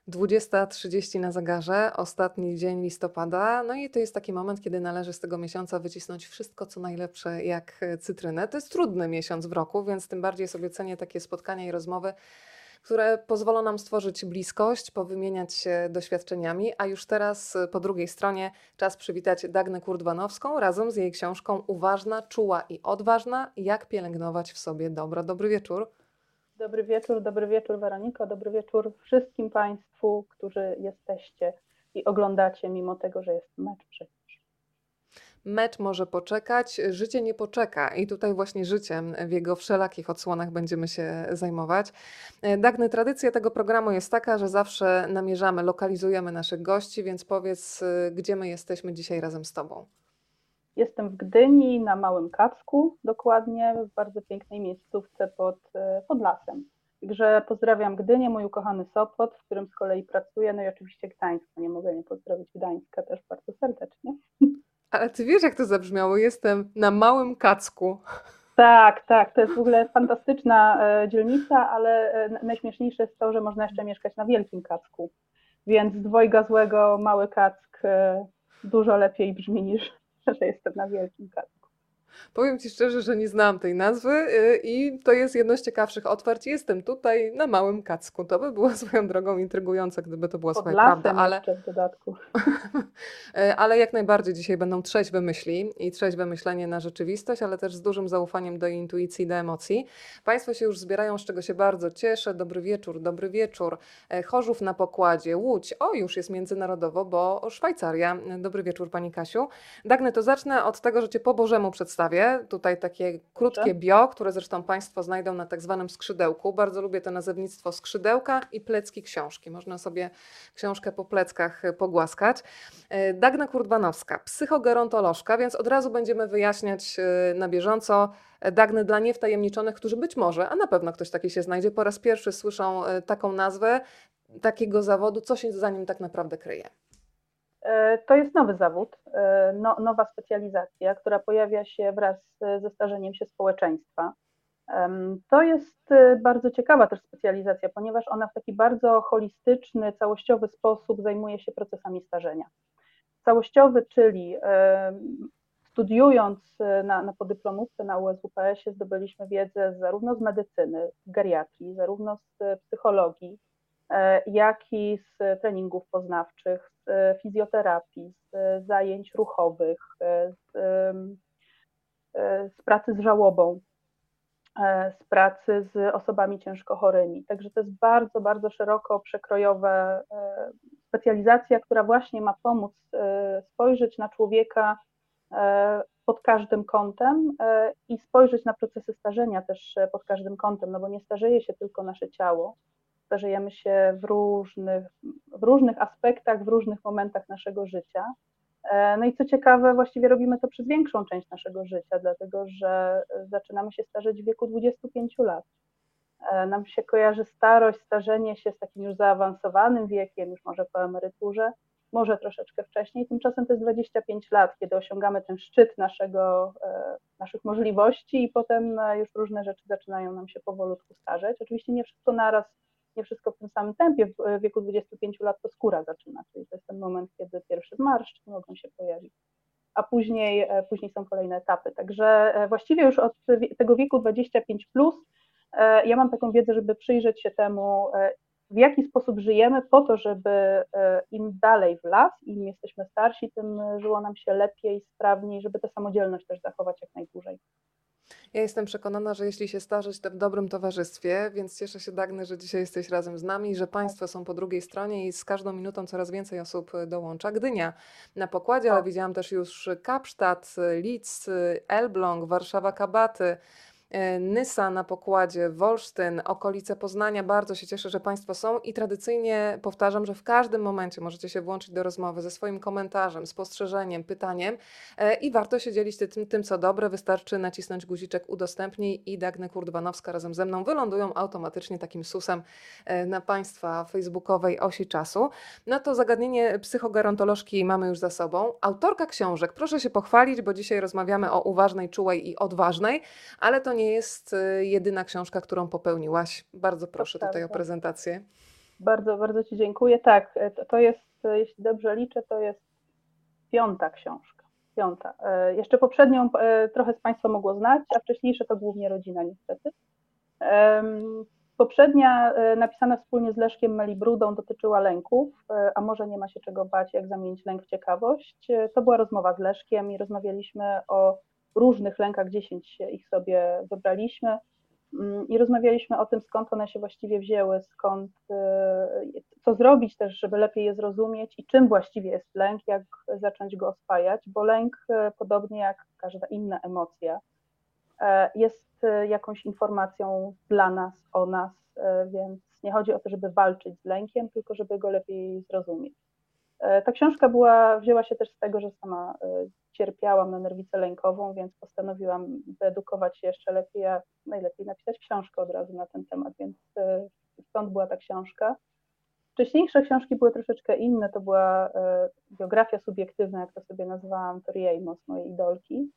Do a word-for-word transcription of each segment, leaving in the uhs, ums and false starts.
dwudziesta trzydzieści na zegarze, ostatni dzień listopada. No i to jest taki moment, kiedy należy z tego miesiąca wycisnąć wszystko, co najlepsze, jak e, cytrynę. To jest trudny miesiąc w roku, więc tym bardziej sobie cenię takie spotkania i rozmowy, które pozwolą nam stworzyć bliskość, powymieniać się doświadczeniami. A już teraz e, po drugiej stronie czas przywitać Dagnę Kurdwanowską razem z jej książką Uważna, czuła i odważna. Jak pielęgnować w sobie dobro. Dobry wieczór. Dobry wieczór, dobry wieczór Weroniko, dobry wieczór wszystkim Państwu, którzy jesteście i oglądacie, mimo tego, że jest mecz przecież. Mecz może poczekać, życie nie poczeka i tutaj właśnie życiem w jego wszelakich odsłonach będziemy się zajmować. E, Dagny, tradycja tego programu jest taka, że zawsze namierzamy, lokalizujemy naszych gości, więc powiedz, y, gdzie my jesteśmy dzisiaj razem z Tobą. Jestem w Gdyni, na Małym Kacku, dokładnie, w bardzo pięknej miejscówce pod, e, pod lasem. Także pozdrawiam Gdynię, mój ukochany Sopot, w którym z kolei pracuję, no i oczywiście Gdańsk, nie mogę nie pozdrowić Gdańska też bardzo serdecznie. Ale Ty wiesz, jak to zabrzmiało? Jestem na Małym Kacku. Tak, tak, to jest w ogóle fantastyczna e, dzielnica, ale e, najśmieszniejsze jest to, że można jeszcze mieszkać na Wielkim Kacku, więc z dwojga złego Mały Kack e, dużo lepiej brzmi niż, że jestem na Wielkim Kacku. Powiem Ci szczerze, że nie znałam tej nazwy y, i to jest jedno z ciekawszych otwarć. Jestem tutaj na Małym Kacku. To by było swoją drogą intrygujące, gdyby to była Pod słuchaj, prawda, lasem ale jeszcze w dodatku. E, Ale jak najbardziej dzisiaj będą trzeźwe myśli i trzeźwe myślenie na rzeczywistość, ale też z dużym zaufaniem do intuicji i do emocji. Państwo się już zbierają, z czego się bardzo cieszę. Dobry wieczór, dobry wieczór. E, Chorzów na pokładzie, Łódź. O, już jest międzynarodowo, bo Szwajcaria. Dobry wieczór, Pani Kasiu. Dagny, to zacznę od tego, że Cię po Bożemu przedstawię. Tutaj takie krótkie Proszę. bio, które zresztą Państwo znajdą na tak zwanym skrzydełku. Bardzo lubię to nazewnictwo skrzydełka i plecki książki. Można sobie książkę po pleckach e, pogłaskać. E, Dagna Kurdwanowska, psychogerontolożka, więc od razu będziemy wyjaśniać e, na bieżąco. E, Dagny dla niewtajemniczonych, którzy być może, a na pewno ktoś taki się znajdzie, po raz pierwszy słyszą e, taką nazwę takiego zawodu, co się za nim tak naprawdę kryje. E, To jest nowy zawód, e, no, nowa specjalizacja, która pojawia się wraz z- ze starzeniem się społeczeństwa. Em, To jest e, bardzo ciekawa też specjalizacja, ponieważ ona w taki bardzo holistyczny, całościowy sposób zajmuje się procesami starzenia. Całościowy, czyli em, studiując e, na, na podyplomówce na U S W P S ie zdobyliśmy wiedzę zarówno z medycyny, z geriatrii, zarówno z e, psychologii, e, jak i z treningów poznawczych, z e, fizjoterapii, z e, zajęć ruchowych, e, z, em, e, z pracy z żałobą, e, z pracy z osobami ciężko chorymi. Także to jest bardzo, bardzo szeroko przekrojowa e, specjalizacja, która właśnie ma pomóc e, spojrzeć na człowieka e, pod każdym kątem e, i spojrzeć na procesy starzenia też e, pod każdym kątem, no bo nie starzeje się tylko nasze ciało, starzejemy się w różnych, w różnych aspektach, w różnych momentach naszego życia. E, No i co ciekawe, właściwie robimy to przez większą część naszego życia, dlatego że zaczynamy się starzeć w wieku dwudziestu pięciu lat. E, Nam się kojarzy starość, starzenie się z takim już zaawansowanym wiekiem, już może po emeryturze, może troszeczkę wcześniej. Tymczasem to jest dwadzieścia pięć lat, kiedy osiągamy ten szczyt naszego, e, naszych możliwości i potem e, już różne rzeczy zaczynają nam się powolutku starzeć. Oczywiście nie wszystko naraz, nie wszystko w tym samym tempie. W wieku dwudziestu pięciu lat to skóra zaczyna, czyli to jest ten moment, kiedy pierwsze zmarszczki mogą się pojawić, a później, e, później są kolejne etapy. Także e, właściwie już od tego wieku dwadzieścia pięć plus e, ja mam taką wiedzę, żeby przyjrzeć się temu, e, w jaki sposób żyjemy, po to, żeby e, im dalej w las, im jesteśmy starsi, tym żyło nam się lepiej, sprawniej, żeby tę samodzielność też zachować jak najdłużej. Ja jestem przekonana, że jeśli się starzeć, to w dobrym towarzystwie, więc cieszę się, Dagny, że dzisiaj jesteś razem z nami, że Państwo są po drugiej stronie i z każdą minutą coraz więcej osób y, dołącza. Gdynia na pokładzie, ale O, widziałam też już Kapsztad, y, Lidz, y, Elbląg, Warszawa Kabaty, e, Nysa na pokładzie, Wolsztyn, okolice Poznania. Bardzo się cieszę, że Państwo są i tradycyjnie powtarzam, że w każdym momencie możecie się włączyć do rozmowy ze swoim komentarzem, spostrzeżeniem, pytaniem e, i warto się dzielić tym, tym, co dobre. Wystarczy nacisnąć guziczek udostępnij i Dagny Kurdwanowska razem ze mną wylądują automatycznie takim susem e, na Państwa facebookowej osi czasu. No to zagadnienie psychogerontolożki mamy już za sobą. Autorka książek, proszę się pochwalić, bo dzisiaj rozmawiamy o uważnej, czułej i odważnej, ale to nie jest y, jedyna książka, którą popełniłaś. Bardzo to proszę tutaj o prawda. prezentację. Bardzo, bardzo Ci dziękuję. Tak, to, to jest, jeśli dobrze liczę, to jest piąta książka. Piąta. E, Jeszcze poprzednią e, trochę z Państwa mogło znać, a wcześniejsze to głównie rodzina niestety. Em, Poprzednia, e, napisana wspólnie z Leszkiem Melibrudą, dotyczyła lęków, e, a może nie ma się czego bać, jak zamienić lęk w ciekawość. E, To była rozmowa z Leszkiem i rozmawialiśmy o różnych lękach, dziesięć ich sobie wybraliśmy. Mm, I rozmawialiśmy o tym, skąd one się właściwie wzięły, skąd, co zrobić też, żeby lepiej je zrozumieć i czym właściwie jest lęk, jak zacząć go oswajać, bo lęk, podobnie jak każda inna emocja, jest jakąś informacją dla nas, o nas, więc nie chodzi o to, żeby walczyć z lękiem, tylko żeby go lepiej zrozumieć. Ta książka była, wzięła się też z tego, że sama cierpiałam na nerwicę lękową, więc postanowiłam wyedukować się jeszcze lepiej, a najlepiej napisać książkę od razu na ten temat, więc stąd była ta książka. Wcześniejsze książki były troszeczkę inne, to była biografia subiektywna, jak to sobie nazwałam, Tori Amos, mojej idolki.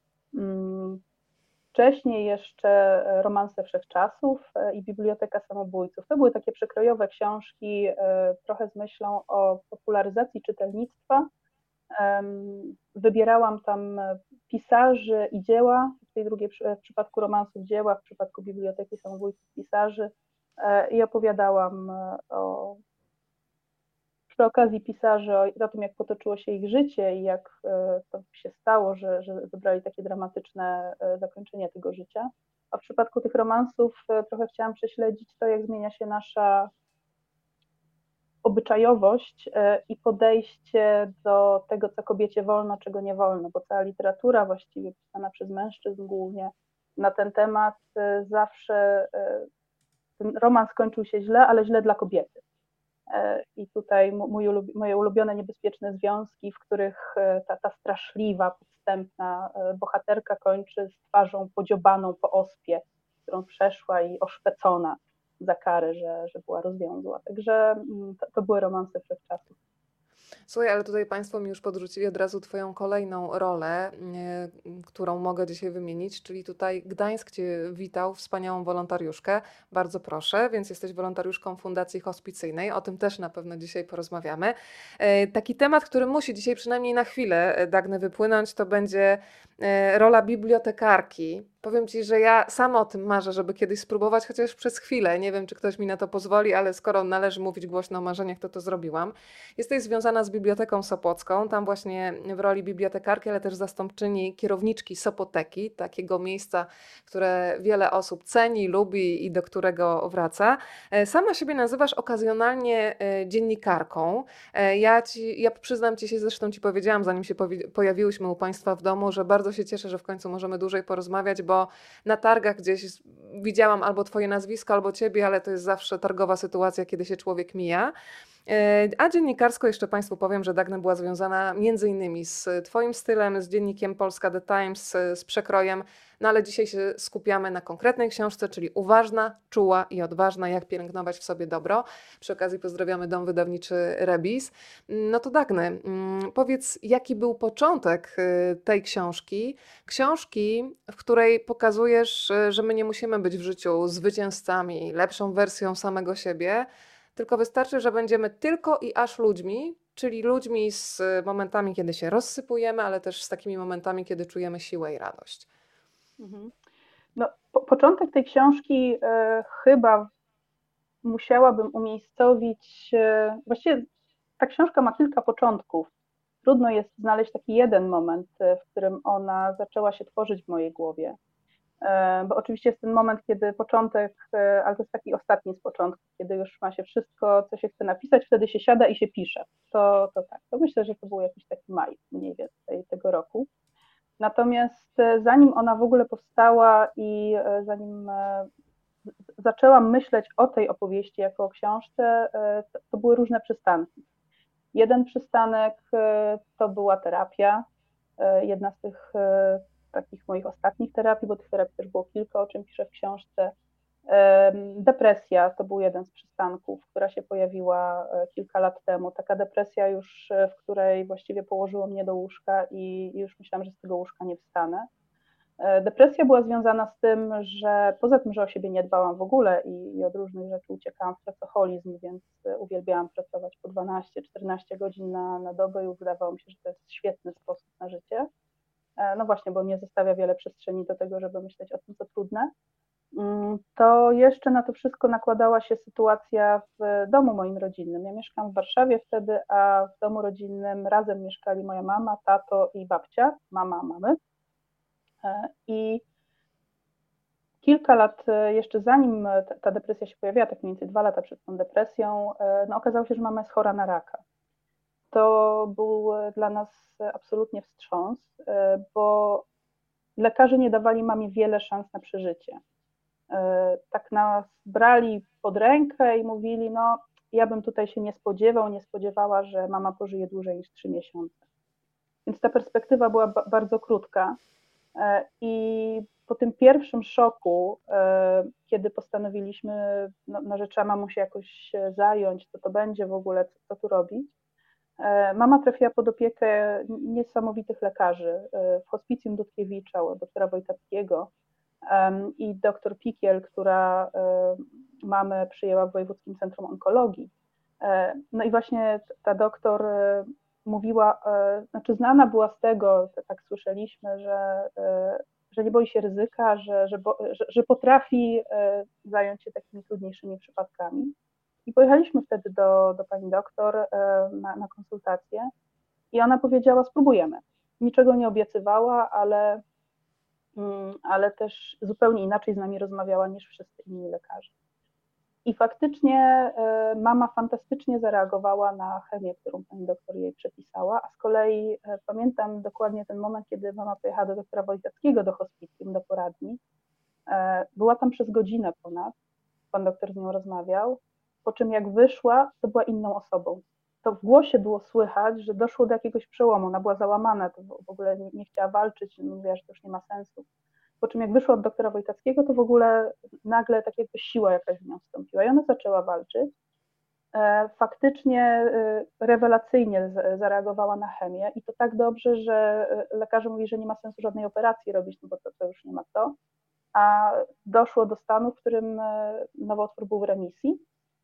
Wcześniej jeszcze Romanse Wszechczasów i Biblioteka Samobójców. To były takie przekrojowe książki, trochę z myślą o popularyzacji czytelnictwa. Wybierałam tam pisarzy i dzieła, w tej drugiej, w przypadku romansów dzieła, w przypadku Biblioteki Samobójców pisarzy i opowiadałam o, przy okazji pisarzy o, o tym, jak potoczyło się ich życie i jak to się stało, że, że wybrali takie dramatyczne zakończenie tego życia. A w przypadku tych romansów trochę chciałam prześledzić to, jak zmienia się nasza obyczajowość i podejście do tego, co kobiecie wolno, czego nie wolno, bo cała literatura właściwie pisana przez mężczyzn głównie na ten temat zawsze ten romans skończył się źle, ale źle dla kobiety. I tutaj mój, moje ulubione niebezpieczne związki, w których ta, ta straszliwa, podstępna bohaterka kończy z twarzą podziobaną po ospie, którą przeszła i oszpecona za karę, że, że była rozwiązła. Także to, to były romanse wszechczasów. Słuchaj, ale tutaj Państwo mi już podrzucili od razu Twoją kolejną rolę, yy, którą mogę dzisiaj wymienić, czyli tutaj Gdańsk Cię witał, wspaniałą wolontariuszkę. Bardzo proszę, więc jesteś wolontariuszką Fundacji Hospicyjnej, o tym też na pewno dzisiaj porozmawiamy. Yy, taki temat, który musi dzisiaj przynajmniej na chwilę, Dagnę, wypłynąć, to będzie yy, rola bibliotekarki. Powiem Ci, że ja sama o tym marzę, żeby kiedyś spróbować, chociaż przez chwilę. Nie wiem, czy ktoś mi na to pozwoli, ale skoro należy mówić głośno o marzeniach, to to zrobiłam. Jesteś związana z Biblioteką Sopocką, tam właśnie w roli bibliotekarki, ale też zastępczyni kierowniczki Sopoteki, takiego miejsca, które wiele osób ceni, lubi i do którego wraca. Sama siebie nazywasz okazjonalnie dziennikarką. Ja, ci, ja przyznam Ci się, zresztą Ci powiedziałam, zanim się pojawiłyśmy u Państwa w domu, że bardzo się cieszę, że w końcu możemy dłużej porozmawiać, bo na targach gdzieś widziałam albo Twoje nazwisko, albo Ciebie, ale to jest zawsze targowa sytuacja, kiedy się człowiek mija. A dziennikarsko jeszcze Państwu powiem, że Dagna była związana między innymi z Twoim stylem, z dziennikiem Polska The Times, z przekrojem, no ale dzisiaj się skupiamy na konkretnej książce, czyli Uważna, czuła i odważna, jak pielęgnować w sobie dobro. Przy okazji pozdrawiamy dom wydawniczy Rebis. No to Dagny, powiedz, jaki był początek tej książki? Książki, w której pokazujesz, że my nie musimy być w życiu zwycięzcami, lepszą wersją samego siebie, tylko wystarczy, że będziemy tylko i aż ludźmi, czyli ludźmi z momentami, kiedy się rozsypujemy, ale też z takimi momentami, kiedy czujemy siłę i radość. Mhm. No, po, początek tej książki e, chyba musiałabym umiejscowić, e, właściwie ta książka ma kilka początków. Trudno jest znaleźć taki jeden moment, w którym ona zaczęła się tworzyć w mojej głowie. Bo oczywiście jest ten moment, kiedy początek, ale to jest taki ostatni z początku, kiedy już ma się wszystko, co się chce napisać, wtedy się siada i się pisze. To, to tak, to myślę, że to był jakiś taki maj mniej więcej tego roku. Natomiast zanim ona w ogóle powstała i zanim zaczęłam myśleć o tej opowieści jako o książce, to, to były różne przystanki. Jeden przystanek to była terapia, jedna z tych takich moich ostatnich terapii, bo tych terapii też było kilka, o czym piszę w książce. Depresja to był jeden z przystanków, która się pojawiła kilka lat temu. Taka depresja już, w której właściwie położyło mnie do łóżka i już myślałam, że z tego łóżka nie wstanę. Depresja była związana z tym, że poza tym, że o siebie nie dbałam w ogóle i, i od różnych rzeczy uciekałam w pracoholizm, więc uwielbiałam pracować po dwanaście czternaście godzin na, na dobę i wydawało mi się, że to jest świetny sposób na życie. No właśnie, bo nie zostawia wiele przestrzeni do tego, żeby myśleć o tym, co trudne. To jeszcze na to wszystko nakładała się sytuacja w domu moim rodzinnym. Ja mieszkam w Warszawie wtedy, a w domu rodzinnym razem mieszkali moja mama, tato i babcia, mama mamy. I kilka lat jeszcze zanim ta depresja się pojawiła, tak mniej więcej dwa lata przed tą depresją, no okazało się, że mama jest chora na raka. To był dla nas absolutnie wstrząs, bo lekarze nie dawali mamie wiele szans na przeżycie. Tak nas brali pod rękę i mówili, no ja bym tutaj się nie spodziewał, nie spodziewała, że mama pożyje dłużej niż trzy miesiące. Więc ta perspektywa była ba- bardzo krótka i po tym pierwszym szoku, kiedy postanowiliśmy, no, no że trzeba mamą się jakoś zająć, co to będzie w ogóle, co, co tu robić, mama trafiła pod opiekę niesamowitych lekarzy w hospicjum Dudkiewicza, doktora Wojtackiego, i doktor Pikiel, która mamę przyjęła w Wojewódzkim Centrum Onkologii. No i właśnie ta doktor mówiła, znaczy znana była z tego, tak słyszeliśmy, że, że nie boi się ryzyka, że, że, że, że potrafi zająć się takimi trudniejszymi przypadkami. I pojechaliśmy wtedy do, do pani doktor na, na konsultację i ona powiedziała, spróbujemy. Niczego nie obiecywała, ale ale też zupełnie inaczej z nami rozmawiała niż wszyscy inni lekarze. I faktycznie mama fantastycznie zareagowała na chemię, którą pani doktor jej przepisała, a z kolei pamiętam dokładnie ten moment, kiedy mama pojechała do doktora Wojtackiego do hospicjum, do poradni. Była tam przez godzinę ponad, pan doktor z nią rozmawiał, po czym jak wyszła, to była inną osobą. To w głosie było słychać, że doszło do jakiegoś przełomu, ona była załamana, to w ogóle nie, nie chciała walczyć, mówiła, że to już nie ma sensu. Po czym jak wyszła od doktora Wojtackiego, to w ogóle nagle tak jakby siła jakaś w nią wstąpiła i ona zaczęła walczyć. Faktycznie rewelacyjnie zareagowała na chemię i to tak dobrze, że lekarze mówili, że nie ma sensu żadnej operacji robić, no bo to, to już nie ma co. A doszło do stanu, w którym nowotwór był w remisji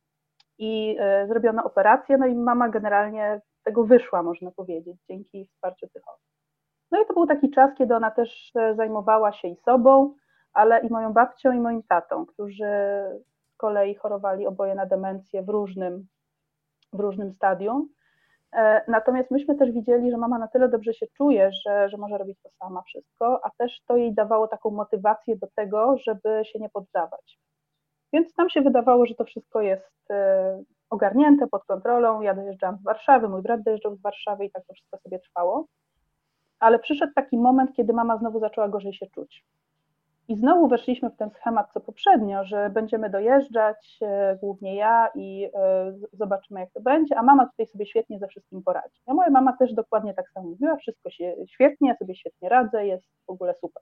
i zrobiono operację, no i mama generalnie z tego wyszła, można powiedzieć, dzięki wsparciu tych osób. No i to był taki czas, kiedy ona też zajmowała się i sobą, ale i moją babcią, i moim tatą, którzy z kolei chorowali oboje na demencję w różnym, w różnym stadium. Natomiast myśmy też widzieli, że mama na tyle dobrze się czuje, że, że może robić to sama wszystko, a też to jej dawało taką motywację do tego, żeby się nie poddawać. Więc nam się wydawało, że to wszystko jest ogarnięte, pod kontrolą. Ja dojeżdżałam z Warszawy, mój brat dojeżdżał z Warszawy i tak to wszystko sobie trwało. Ale przyszedł taki moment, kiedy mama znowu zaczęła gorzej się czuć. I znowu weszliśmy w ten schemat co poprzednio, że będziemy dojeżdżać, głównie ja, i zobaczymy, jak to będzie, a mama tutaj sobie świetnie ze wszystkim poradzi. A moja mama też dokładnie tak samo mówiła, wszystko się świetnie, ja sobie świetnie radzę, jest w ogóle super.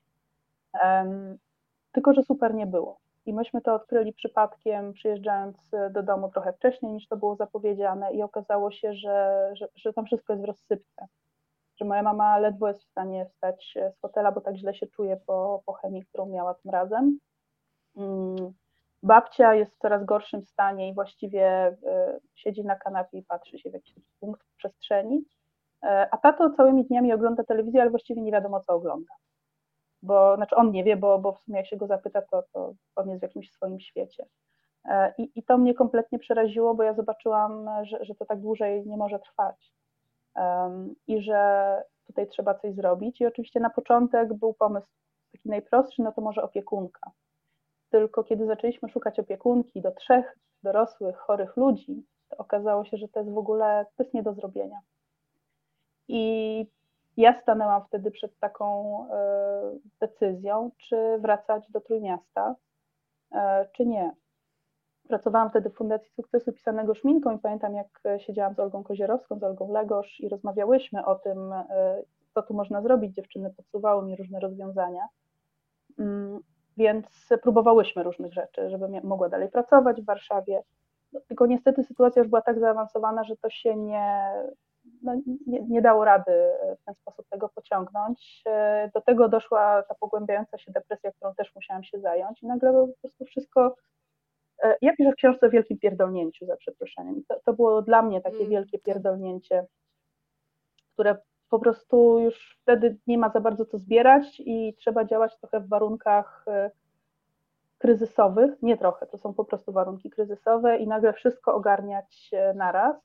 Um, tylko, że super nie było. I myśmy to odkryli przypadkiem, przyjeżdżając do domu trochę wcześniej, niż to było zapowiedziane, i okazało się, że, że, że tam wszystko jest w rozsypce. Że moja mama ledwo jest w stanie wstać z fotela, bo tak źle się czuje po, po chemii, którą miała tym razem. Babcia jest w coraz gorszym stanie i właściwie siedzi na kanapie i patrzy się w jakiś punkt w przestrzeni, a tato całymi dniami ogląda telewizję, ale właściwie nie wiadomo, co ogląda. Bo, znaczy on nie wie, bo, bo w sumie jak się go zapyta, to, to on jest w jakimś swoim świecie. I, i to mnie kompletnie przeraziło, bo ja zobaczyłam, że, że to tak dłużej nie może trwać. Um, i że tutaj trzeba coś zrobić. I oczywiście na początek był pomysł taki najprostszy, no to może opiekunka. Tylko kiedy zaczęliśmy szukać opiekunki do trzech dorosłych, chorych ludzi, to okazało się, że to jest w ogóle, to jest nie do zrobienia. I ja stanęłam wtedy przed taką y, decyzją, czy wracać do Trójmiasta, y, czy nie. Pracowałam wtedy w Fundacji Sukcesu pisanego szminką i pamiętam, jak siedziałam z Olgą Kozierowską, z Olgą Legosz i rozmawiałyśmy o tym, co tu można zrobić. Dziewczyny podsuwały mi różne rozwiązania, więc próbowałyśmy różnych rzeczy, żebym mogła dalej pracować w Warszawie. No, tylko niestety sytuacja już była tak zaawansowana, że to się nie, no, nie, nie dało rady w ten sposób tego pociągnąć. Do tego doszła ta pogłębiająca się depresja, którą też musiałam się zająć i nagle po prostu wszystko. Ja piszę w książce o wielkim pierdolnięciu, za przeproszeniem. To, to było dla mnie takie Mm, wielkie tak. pierdolnięcie, które po prostu już wtedy nie ma za bardzo co zbierać i trzeba działać trochę w warunkach kryzysowych, nie trochę, to są po prostu warunki kryzysowe i nagle wszystko ogarniać naraz.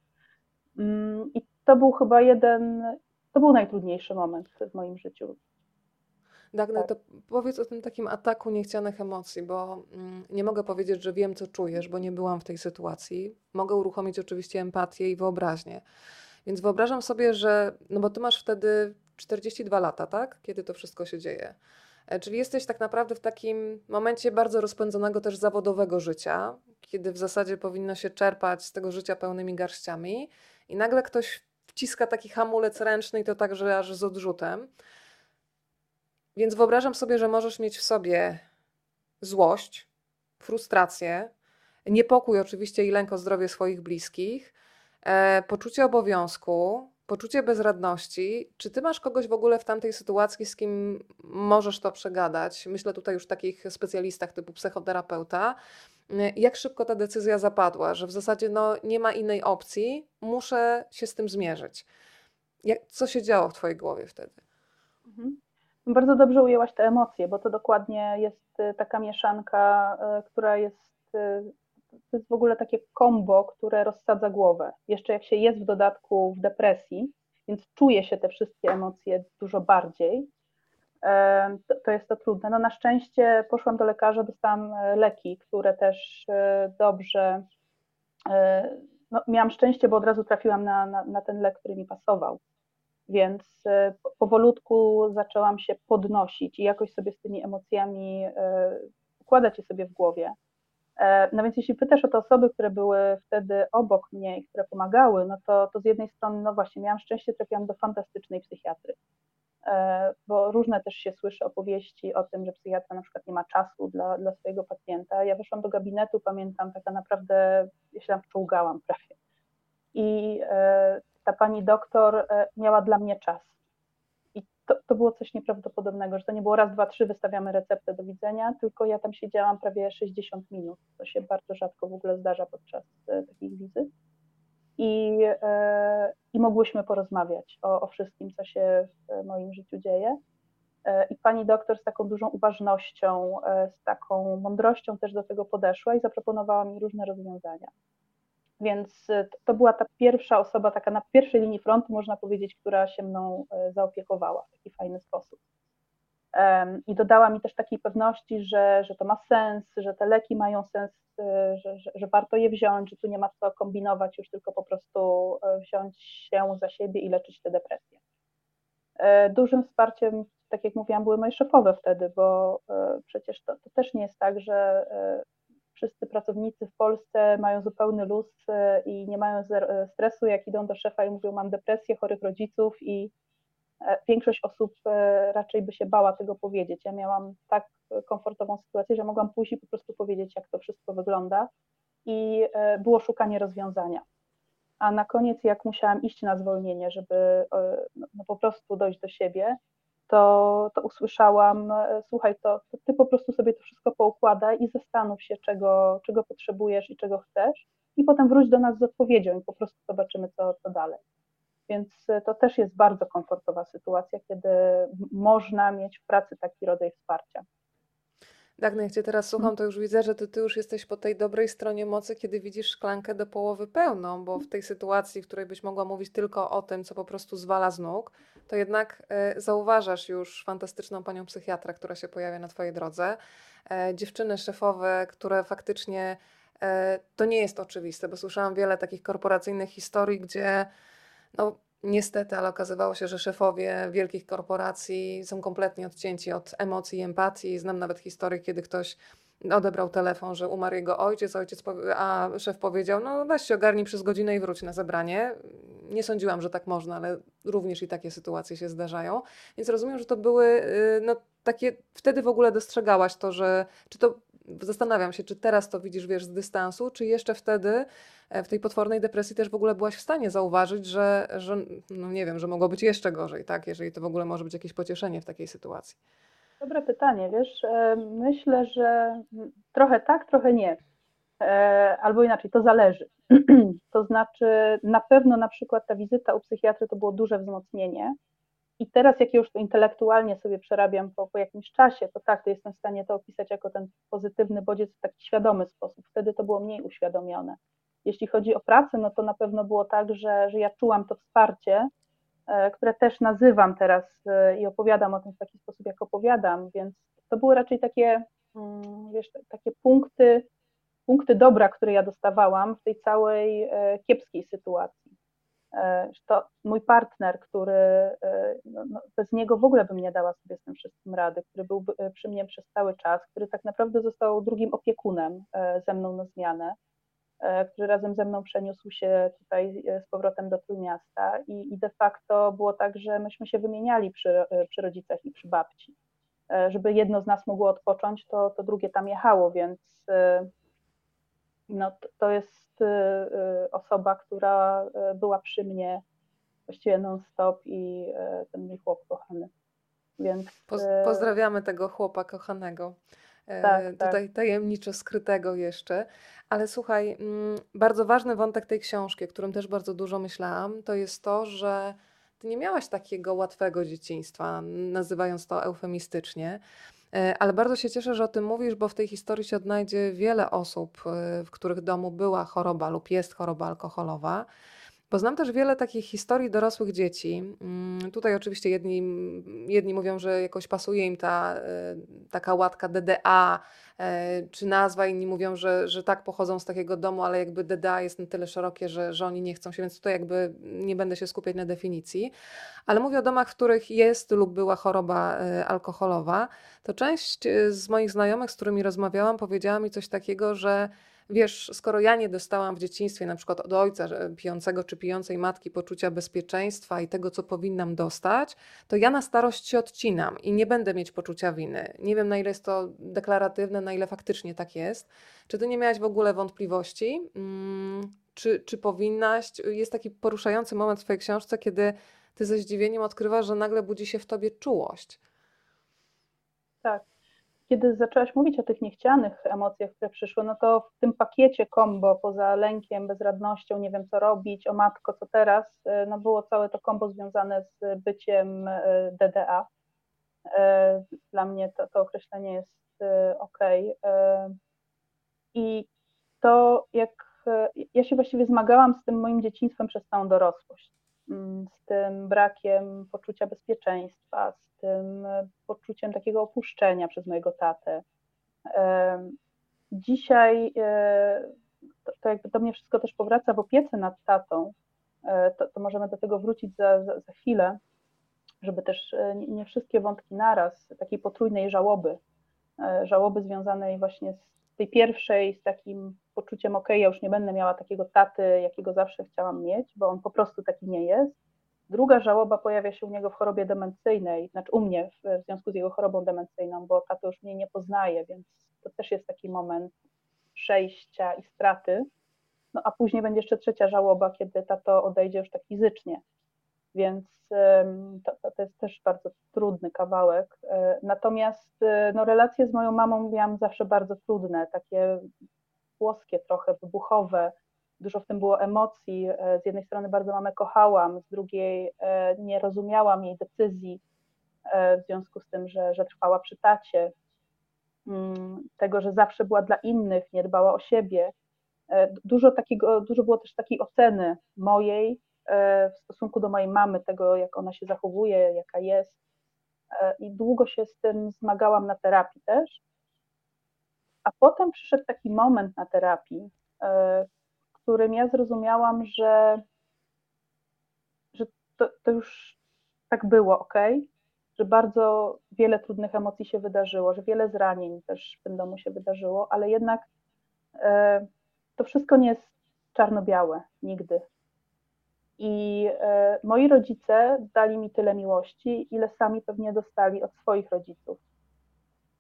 I to był chyba jeden, to był najtrudniejszy moment w moim życiu. Dagne, Tak. to powiedz o tym takim ataku niechcianych emocji, bo mm, nie mogę powiedzieć, że wiem, co czujesz, bo nie byłam w tej sytuacji. Mogę uruchomić oczywiście empatię i wyobraźnię. Więc wyobrażam sobie, że, no bo ty masz wtedy czterdzieści dwa lata, tak? Kiedy to wszystko się dzieje. E, Czyli jesteś tak naprawdę w takim momencie bardzo rozpędzonego też zawodowego życia, kiedy w zasadzie powinno się czerpać z tego życia pełnymi garściami i nagle ktoś wciska taki hamulec ręczny i to także aż z odrzutem. Więc wyobrażam sobie, że możesz mieć w sobie złość, frustrację, niepokój oczywiście i lęk o zdrowie swoich bliskich, e, poczucie obowiązku, poczucie bezradności. Czy ty masz kogoś w ogóle w tamtej sytuacji, z kim możesz to przegadać? Myślę tutaj już o takich specjalistach typu psychoterapeuta. E, Jak szybko ta decyzja zapadła, że w zasadzie no, nie ma innej opcji, muszę się z tym zmierzyć. Jak, co się działo w twojej głowie wtedy? Mhm. Bardzo dobrze ujęłaś te emocje, bo to dokładnie jest taka mieszanka, która jest, to jest w ogóle takie kombo, które rozsadza głowę. Jeszcze jak się jest w dodatku w depresji, więc czuje się te wszystkie emocje dużo bardziej, to, to jest to trudne. No na szczęście poszłam do lekarza, dostałam leki, które też dobrze, no miałam szczęście, bo od razu trafiłam na, na, na ten lek, który mi pasował. Więc powolutku zaczęłam się podnosić i jakoś sobie z tymi emocjami układać je sobie w głowie. No więc jeśli pytasz o te osoby, które były wtedy obok mnie i które pomagały, no to, to z jednej strony, no właśnie, miałam szczęście, trafiłam do fantastycznej psychiatry, bo różne też się słyszy opowieści o tym, że psychiatra na przykład nie ma czasu dla, dla swojego pacjenta. Ja weszłam do gabinetu, pamiętam, taka naprawdę, ja się tam wczołgałam prawie. I ta pani doktor miała dla mnie czas. I to, to było coś nieprawdopodobnego, że to nie było raz, dwa, trzy, wystawiamy receptę, do widzenia, tylko ja tam siedziałam prawie sześćdziesiąt minut. To się bardzo rzadko w ogóle zdarza podczas takich wizyt. I, i mogłyśmy porozmawiać o, o wszystkim, co się w moim życiu dzieje. I pani doktor z taką dużą uważnością, z taką mądrością też do tego podeszła i zaproponowała mi różne rozwiązania. Więc to była ta pierwsza osoba, taka na pierwszej linii frontu, można powiedzieć, która się mną zaopiekowała w taki fajny sposób. I dodała mi też takiej pewności, że, że to ma sens, że te leki mają sens, że, że, że warto je wziąć, że tu nie ma co kombinować, już tylko po prostu wziąć się za siebie i leczyć tę depresję. Dużym wsparciem, tak jak mówiłam, były moje szefowe wtedy, bo przecież to, to też nie jest tak, że wszyscy pracownicy w Polsce mają zupełny luz i nie mają stresu, jak idą do szefa i mówią, mam depresję, chorych rodziców, i większość osób raczej by się bała tego powiedzieć. Ja miałam tak komfortową sytuację, że mogłam pójść i po prostu powiedzieć, jak to wszystko wygląda, i było szukanie rozwiązania. A na koniec, jak musiałam iść na zwolnienie, żeby no, po prostu dojść do siebie, to, to usłyszałam, słuchaj, to, to ty po prostu sobie to wszystko poukładaj i zastanów się, czego, czego potrzebujesz i czego chcesz, i potem wróć do nas z odpowiedzią i po prostu zobaczymy, co, co dalej. Więc to też jest bardzo komfortowa sytuacja, kiedy można mieć w pracy taki rodzaj wsparcia. Dagny, jak cię teraz słucham, to już widzę, że ty, ty już jesteś po tej dobrej stronie mocy, kiedy widzisz szklankę do połowy pełną, bo w tej sytuacji, w której byś mogła mówić tylko o tym, co po prostu zwala z nóg, to jednak e, zauważasz już fantastyczną panią psychiatrę, która się pojawia na twojej drodze. E, dziewczyny szefowe, które faktycznie e, to nie jest oczywiste, bo słyszałam wiele takich korporacyjnych historii, gdzie no niestety, ale okazywało się, że szefowie wielkich korporacji są kompletnie odcięci od emocji i empatii. Znam nawet historię, kiedy ktoś odebrał telefon, że umarł jego ojciec, ojciec powie- a szef powiedział, no weź się ogarnij przez godzinę i wróć na zebranie. Nie sądziłam, że tak można, ale również i takie sytuacje się zdarzają. Więc rozumiem, że to były y, no, takie, wtedy w ogóle dostrzegałaś to, że czy to zastanawiam się, czy teraz to widzisz, wiesz, z dystansu, czy jeszcze wtedy e, w tej potwornej depresji też w ogóle byłaś w stanie zauważyć, że, że no nie wiem, że mogło być jeszcze gorzej, tak? Jeżeli to w ogóle może być jakieś pocieszenie w takiej sytuacji. Dobre pytanie, wiesz, e, myślę, że mm, trochę tak, trochę nie. E, Albo inaczej, to zależy. To znaczy, na pewno na przykład ta wizyta u psychiatry to było duże wzmocnienie. I teraz, jak już to intelektualnie sobie przerabiam po, po jakimś czasie, to tak, to jestem w stanie to opisać jako ten pozytywny bodziec w taki świadomy sposób. Wtedy to było mniej uświadomione. Jeśli chodzi o pracę, no to na pewno było tak, że, że ja czułam to wsparcie, e, które też nazywam teraz e, i opowiadam o tym w taki sposób, jak opowiadam, więc to były raczej takie, mm, wiesz, takie punkty, punkty dobra, które ja dostawałam w tej całej e, kiepskiej sytuacji. E, To mój partner, który e, no, no, bez niego w ogóle bym nie dała sobie z tym wszystkim rady, który był e, przy mnie przez cały czas, który tak naprawdę został drugim opiekunem e, ze mną na zmianę, e, który razem ze mną przeniósł się tutaj e, z powrotem do Trójmiasta i, i de facto było tak, że myśmy się wymieniali przy, e, przy rodzicach i przy babci. E, Żeby jedno z nas mogło odpocząć, to, to drugie tam jechało, więc e, no, to jest y, y, osoba, która y, była przy mnie właściwie non-stop i y, ten mój chłop kochany. Więc y, Poz- pozdrawiamy tego chłopa kochanego. tak, E, tak. tutaj tajemniczo skrytego jeszcze. Ale słuchaj, mm, bardzo ważny wątek tej książki, o którym też bardzo dużo myślałam, to jest to, że ty nie miałaś takiego łatwego dzieciństwa, nazywając to eufemistycznie. E, Ale bardzo się cieszę, że o tym mówisz, bo w tej historii się odnajdzie wiele osób, e, w których domu była choroba lub jest choroba alkoholowa. Bo znam też wiele takich historii dorosłych dzieci. Mm, Tutaj oczywiście jedni, jedni mówią, że jakoś pasuje im ta e, taka łatka D D A e, czy nazwa, inni mówią, że, że tak pochodzą z takiego domu, ale jakby D D A jest na tyle szerokie, że, że oni nie chcą się, więc tutaj jakby nie będę się skupiać na definicji. Ale mówię o domach, w których jest lub była choroba e, alkoholowa. To część e, z moich znajomych, z którymi rozmawiałam, powiedziała mi coś takiego, że wiesz, skoro ja nie dostałam w dzieciństwie na przykład od ojca że pijącego czy pijącej matki poczucia bezpieczeństwa i tego, co powinnam dostać, to ja na starość się odcinam i nie będę mieć poczucia winy. Nie wiem, na ile jest to deklaratywne, na ile faktycznie tak jest. Czy ty nie miałaś w ogóle wątpliwości? Mm, czy, czy powinnaś? Jest taki poruszający moment w twojej książce, kiedy ty ze zdziwieniem odkrywasz, że nagle budzi się w tobie czułość. Tak. Kiedy zaczęłaś mówić o tych niechcianych emocjach, które przyszły, no to w tym pakiecie kombo, poza lękiem, bezradnością, nie wiem co robić, o matko, co teraz, y, no było całe to kombo związane z byciem y, D D A. Y, Dla mnie to, to określenie jest ok. I to, jak ja się właściwie zmagałam z tym moim dzieciństwem przez całą dorosłość, mm, z tym brakiem poczucia bezpieczeństwa, z tym poczuciem takiego opuszczenia przez mojego tatę. Dzisiaj e, to, to jakby do mnie wszystko też powraca w opiece nad tatą, e, to, to możemy do tego wrócić za, za, za chwilę, żeby też e, nie, nie wszystkie wątki naraz, takiej potrójnej żałoby, e, żałoby związanej właśnie z tej pierwszej, z takim poczuciem, ok, ja już nie będę miała takiego taty, jakiego zawsze chciałam mieć, bo on po prostu taki nie jest. Druga żałoba pojawia się u niego w chorobie demencyjnej, znaczy u mnie w, w związku z jego chorobą demencyjną, bo tato już mnie nie poznaje, więc to też jest taki moment przejścia i straty. No a później będzie jeszcze trzecia żałoba, kiedy tato odejdzie już tak fizycznie, więc to, to jest też bardzo trudny kawałek. Natomiast no, relacje z moją mamą miałam zawsze bardzo trudne, takie płoskie trochę, wybuchowe. Dużo w tym było emocji. Z jednej strony bardzo mamę kochałam, z drugiej nie rozumiałam jej decyzji w związku z tym, że, że trwała przy tacie, tego, że zawsze była dla innych, nie dbała o siebie. Dużo, takiego, dużo było też takiej oceny mojej w stosunku do mojej mamy, tego jak ona się zachowuje, jaka jest. I długo się z tym zmagałam na terapii też. A potem przyszedł taki moment na terapii, w którym ja zrozumiałam, że, że to, to już tak było, ok, że bardzo wiele trudnych emocji się wydarzyło, że wiele zranień też w tym domu się wydarzyło, ale jednak to wszystko nie jest czarno-białe, nigdy. I moi rodzice dali mi tyle miłości, ile sami pewnie dostali od swoich rodziców.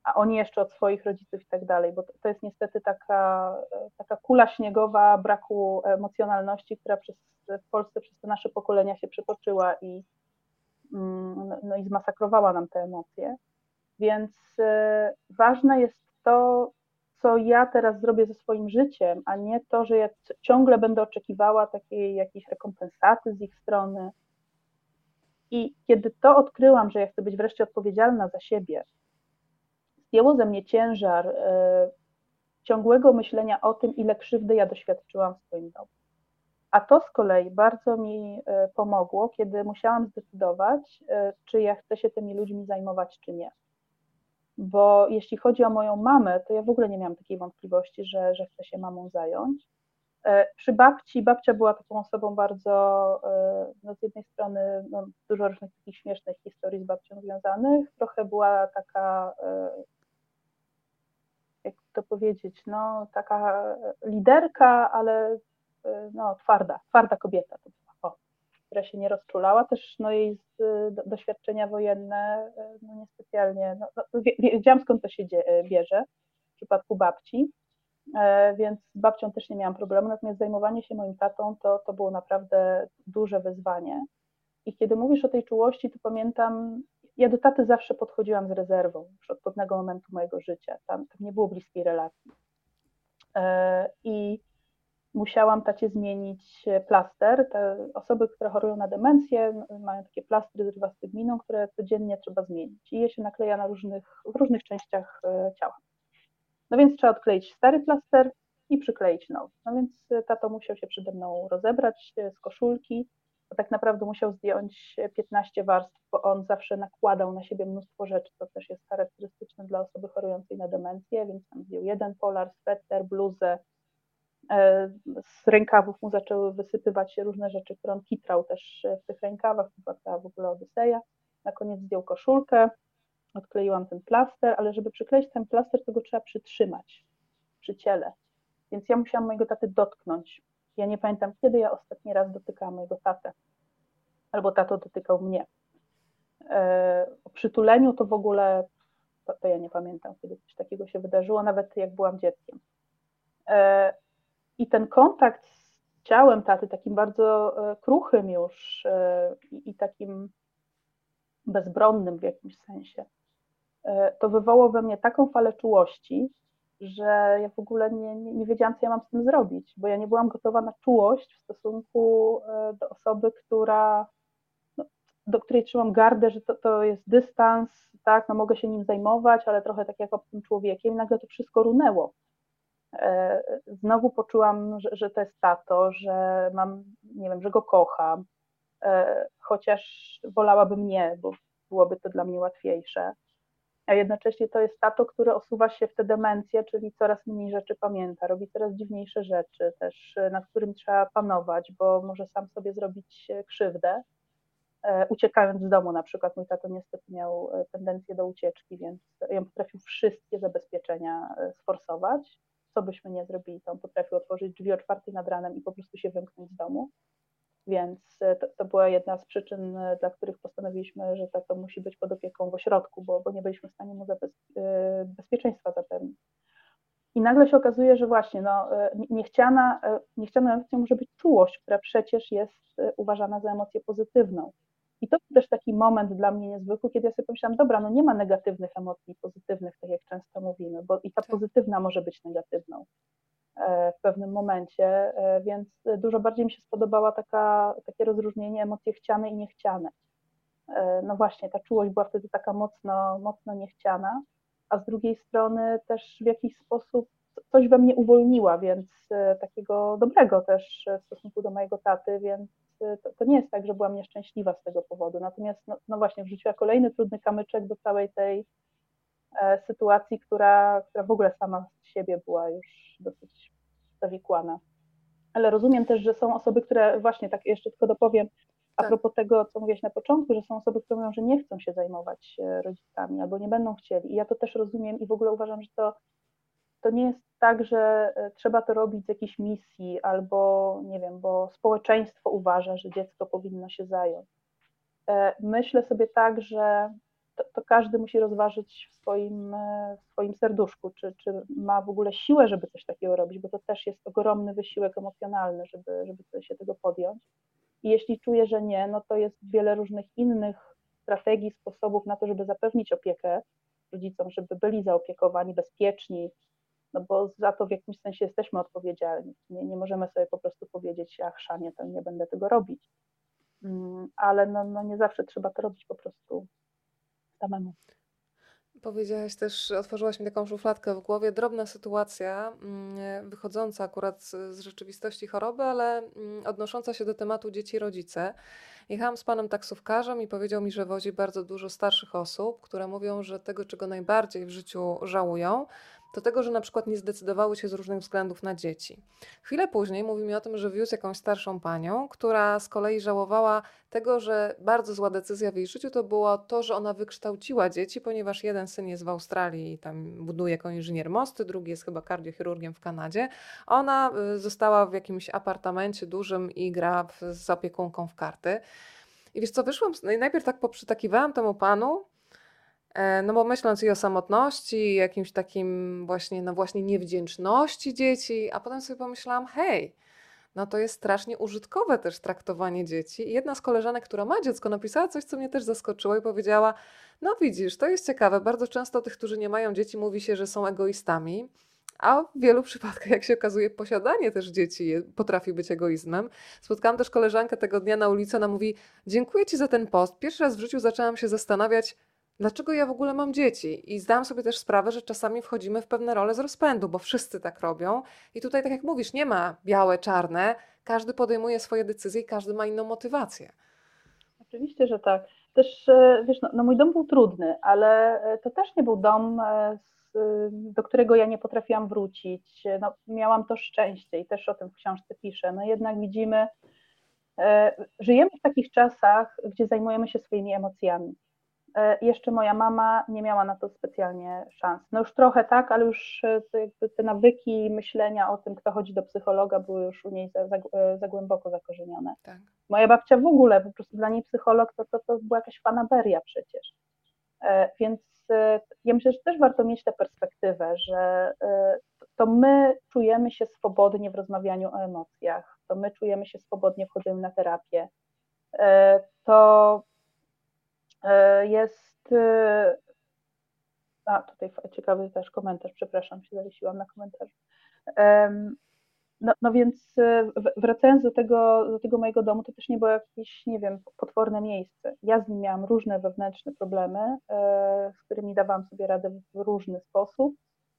a oni jeszcze od swoich rodziców i tak dalej, bo to, to jest niestety taka, taka kula śniegowa braku emocjonalności, która przez, w Polsce przez te nasze pokolenia się przetoczyła i, no, no i zmasakrowała nam te emocje. Więc y, ważne jest to, co ja teraz zrobię ze swoim życiem, a nie to, że ja ciągle będę oczekiwała takiej jakiejś rekompensaty z ich strony. I kiedy to odkryłam, że ja chcę być wreszcie odpowiedzialna za siebie, zdjęło ze mnie ciężar y, ciągłego myślenia o tym, ile krzywdy ja doświadczyłam w swoim domu. A to z kolei bardzo mi y, pomogło, kiedy musiałam zdecydować, y, czy ja chcę się tymi ludźmi zajmować, czy nie. Bo jeśli chodzi o moją mamę, to ja w ogóle nie miałam takiej wątpliwości, że, że chcę się mamą zająć. Przy babci, babcia była taką osobą bardzo, no z jednej strony no, dużo różnych takich śmiesznych historii z babcią związanych, trochę była taka, jak to powiedzieć, no taka liderka, ale no twarda, twarda kobieta to była, o, która się nie rozczulała, też no jej doświadczenia wojenne no niespecjalnie, no, no, wiedziałam skąd to się bierze w przypadku babci, więc z babcią też nie miałam problemu, natomiast zajmowanie się moim tatą to, to było naprawdę duże wyzwanie. I kiedy mówisz o tej czułości, to pamiętam, ja do taty zawsze podchodziłam z rezerwą, już od pewnego momentu mojego życia, tam, tam nie było bliskiej relacji. I musiałam tacie zmienić plaster. Te osoby, które chorują na demencję, mają takie plastry z rywastygminą, które codziennie trzeba zmienić i je się nakleja na różnych, w różnych częściach ciała. No więc trzeba odkleić stary plaster i przykleić nowy. No więc tato musiał się przede mną rozebrać z koszulki, bo tak naprawdę musiał zdjąć piętnaście warstw, bo on zawsze nakładał na siebie mnóstwo rzeczy, co też jest charakterystyczne dla osoby chorującej na demencję, więc tam zdjął jeden polar, sweter, bluzę, z rękawów mu zaczęły wysypywać się różne rzeczy, które on kitrał też w tych rękawach, to była cała w ogóle odyseja. Na koniec zdjął koszulkę, odkleiłam ten plaster, ale żeby przykleić ten plaster, to go trzeba przytrzymać przy ciele. Więc ja musiałam mojego taty dotknąć. Ja nie pamiętam, kiedy ja ostatni raz dotykałam mojego tatę, albo tato dotykał mnie. O przytuleniu to w ogóle, to, to ja nie pamiętam, kiedy coś takiego się wydarzyło, nawet jak byłam dzieckiem. I ten kontakt z ciałem taty, takim bardzo kruchym już i, i takim bezbronnym w jakimś sensie, to wywołało we mnie taką falę czułości, że ja w ogóle nie, nie, nie wiedziałam, co ja mam z tym zrobić, bo ja nie byłam gotowa na czułość w stosunku do osoby, która, no, do której trzymam gardę, że to, to jest dystans, tak, no mogę się nim zajmować, ale trochę tak jak obcym człowiekiem, i nagle to wszystko runęło. Znowu poczułam, że, że to jest tato, że mam, nie wiem, że go kocham, chociaż wolałabym nie, bo byłoby to dla mnie łatwiejsze. A jednocześnie to jest tato, który osuwa się w tę demencję, czyli coraz mniej rzeczy pamięta, robi coraz dziwniejsze rzeczy też, nad którym trzeba panować, bo może sam sobie zrobić krzywdę. Uciekając z domu na przykład, mój tato niestety miał tendencję do ucieczki, więc on potrafił wszystkie zabezpieczenia sforsować. Co byśmy nie zrobili, to on potrafił otworzyć drzwi o czwartej nad ranem i po prostu się wymknąć z domu. Więc to, to była jedna z przyczyn, dla których postanowiliśmy, że tato musi być pod opieką w ośrodku, bo, bo nie byliśmy w stanie mu bezpieczeństwa zapewnić. I nagle się okazuje, że właśnie no, niechciana, niechcianą emocją może być czułość, która przecież jest uważana za emocję pozytywną. I to był też taki moment dla mnie niezwykły, kiedy ja sobie pomyślałam, dobra, no nie ma negatywnych emocji pozytywnych, tak jak często mówimy, bo i ta pozytywna może być negatywną w pewnym momencie, więc dużo bardziej mi się spodobała taka, takie rozróżnienie emocje chciane i niechciane. No właśnie, ta czułość była wtedy taka mocno, mocno niechciana, a z drugiej strony też w jakiś sposób coś we mnie uwolniła, więc takiego dobrego też w stosunku do mojego taty, więc to, to nie jest tak, że byłam nieszczęśliwa z tego powodu. Natomiast no, no właśnie wrzuciła kolejny trudny kamyczek do całej tej e, sytuacji, która, która w ogóle sama z siebie była już dosyć zawikłana. Ale rozumiem też, że są osoby, które właśnie, tak jeszcze tylko dopowiem, a propos tego, co mówiłaś na początku, że są osoby, które mówią, że nie chcą się zajmować rodzicami albo nie będą chcieli. I ja to też rozumiem i w ogóle uważam, że to, to nie jest tak, że trzeba to robić z jakiejś misji albo, nie wiem, bo społeczeństwo uważa, że dziecko powinno się zająć. Myślę sobie tak, że to, to każdy musi rozważyć w swoim, w swoim serduszku, czy, czy ma w ogóle siłę, żeby coś takiego robić, bo to też jest ogromny wysiłek emocjonalny, żeby, żeby się tego podjąć. I jeśli czuje, że nie, no to jest wiele różnych innych strategii, sposobów na to, żeby zapewnić opiekę rodzicom, żeby byli zaopiekowani, bezpieczni, no bo za to w jakimś sensie jesteśmy odpowiedzialni. Nie, nie możemy sobie po prostu powiedzieć, ach, szanie, to nie będę tego robić. Ale no, no nie zawsze trzeba to robić po prostu samemu. Powiedziałaś też, otworzyłaś mi taką szufladkę w głowie, drobna sytuacja, wychodząca akurat z rzeczywistości choroby, ale odnosząca się do tematu dzieci-rodzice. Jechałam z panem taksówkarzem i powiedział mi, że wozi bardzo dużo starszych osób, które mówią, że tego, czego najbardziej w życiu żałują, to tego, że na przykład nie zdecydowały się z różnych względów na dzieci. Chwilę później mówi mi o tym, że wiózł jakąś starszą panią, która z kolei żałowała tego, że bardzo zła decyzja w jej życiu to było to, że ona wykształciła dzieci, ponieważ jeden syn jest w Australii i tam buduje jako inżynier mosty, drugi jest chyba kardiochirurgiem w Kanadzie. Ona została w jakimś apartamencie dużym i gra w, z opiekunką w karty. I wiesz co, wyszłam, najpierw tak poprzytakiwałam temu panu, no bo myśląc i o samotności, i jakimś takim właśnie, no właśnie niewdzięczności dzieci, a potem sobie pomyślałam, hej, no to jest strasznie użytkowe też traktowanie dzieci. I jedna z koleżanek, która ma dziecko, napisała coś, co mnie też zaskoczyło i powiedziała, no widzisz, to jest ciekawe, bardzo często tych, którzy nie mają dzieci, mówi się, że są egoistami, a w wielu przypadkach, jak się okazuje, posiadanie też dzieci potrafi być egoizmem. Spotkałam też koleżankę tego dnia na ulicy, ona mówi, dziękuję ci za ten post. Pierwszy raz w życiu zaczęłam się zastanawiać, dlaczego ja w ogóle mam dzieci? I zdałam sobie też sprawę, że czasami wchodzimy w pewne role z rozpędu, bo wszyscy tak robią. I tutaj, tak jak mówisz, nie ma białe, czarne. Każdy podejmuje swoje decyzje i każdy ma inną motywację. Oczywiście, że tak. Też, wiesz, no, no mój dom był trudny, ale to też nie był dom, z, do którego ja nie potrafiłam wrócić. No, miałam to szczęście i też o tym w książce piszę. No jednak widzimy, żyjemy w takich czasach, gdzie zajmujemy się swoimi emocjami. Jeszcze moja mama nie miała na to specjalnie szans. No już trochę tak, ale już te, jakby te nawyki myślenia o tym, kto chodzi do psychologa, były już u niej za, za, za głęboko zakorzenione. Tak. Moja babcia w ogóle, po prostu dla niej psycholog to, to, to była jakaś fanaberia przecież. Więc ja myślę, że też warto mieć tę perspektywę, że to my czujemy się swobodnie w rozmawianiu o emocjach, to my czujemy się swobodnie w chodzeniu na terapię. To jest... A, tutaj ciekawy też komentarz, przepraszam, się zawiesiłam na komentarzu. No, no więc wracając do tego, do tego mojego domu, to też nie było jakieś, nie wiem, potworne miejsce. Ja z nim miałam różne wewnętrzne problemy, z którymi dawałam sobie radę w różny sposób.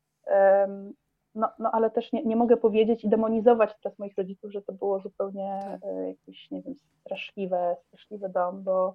No, no ale też nie, nie mogę powiedzieć i demonizować teraz moich rodziców, że to było zupełnie jakiś, nie wiem, straszliwe, straszliwy dom, bo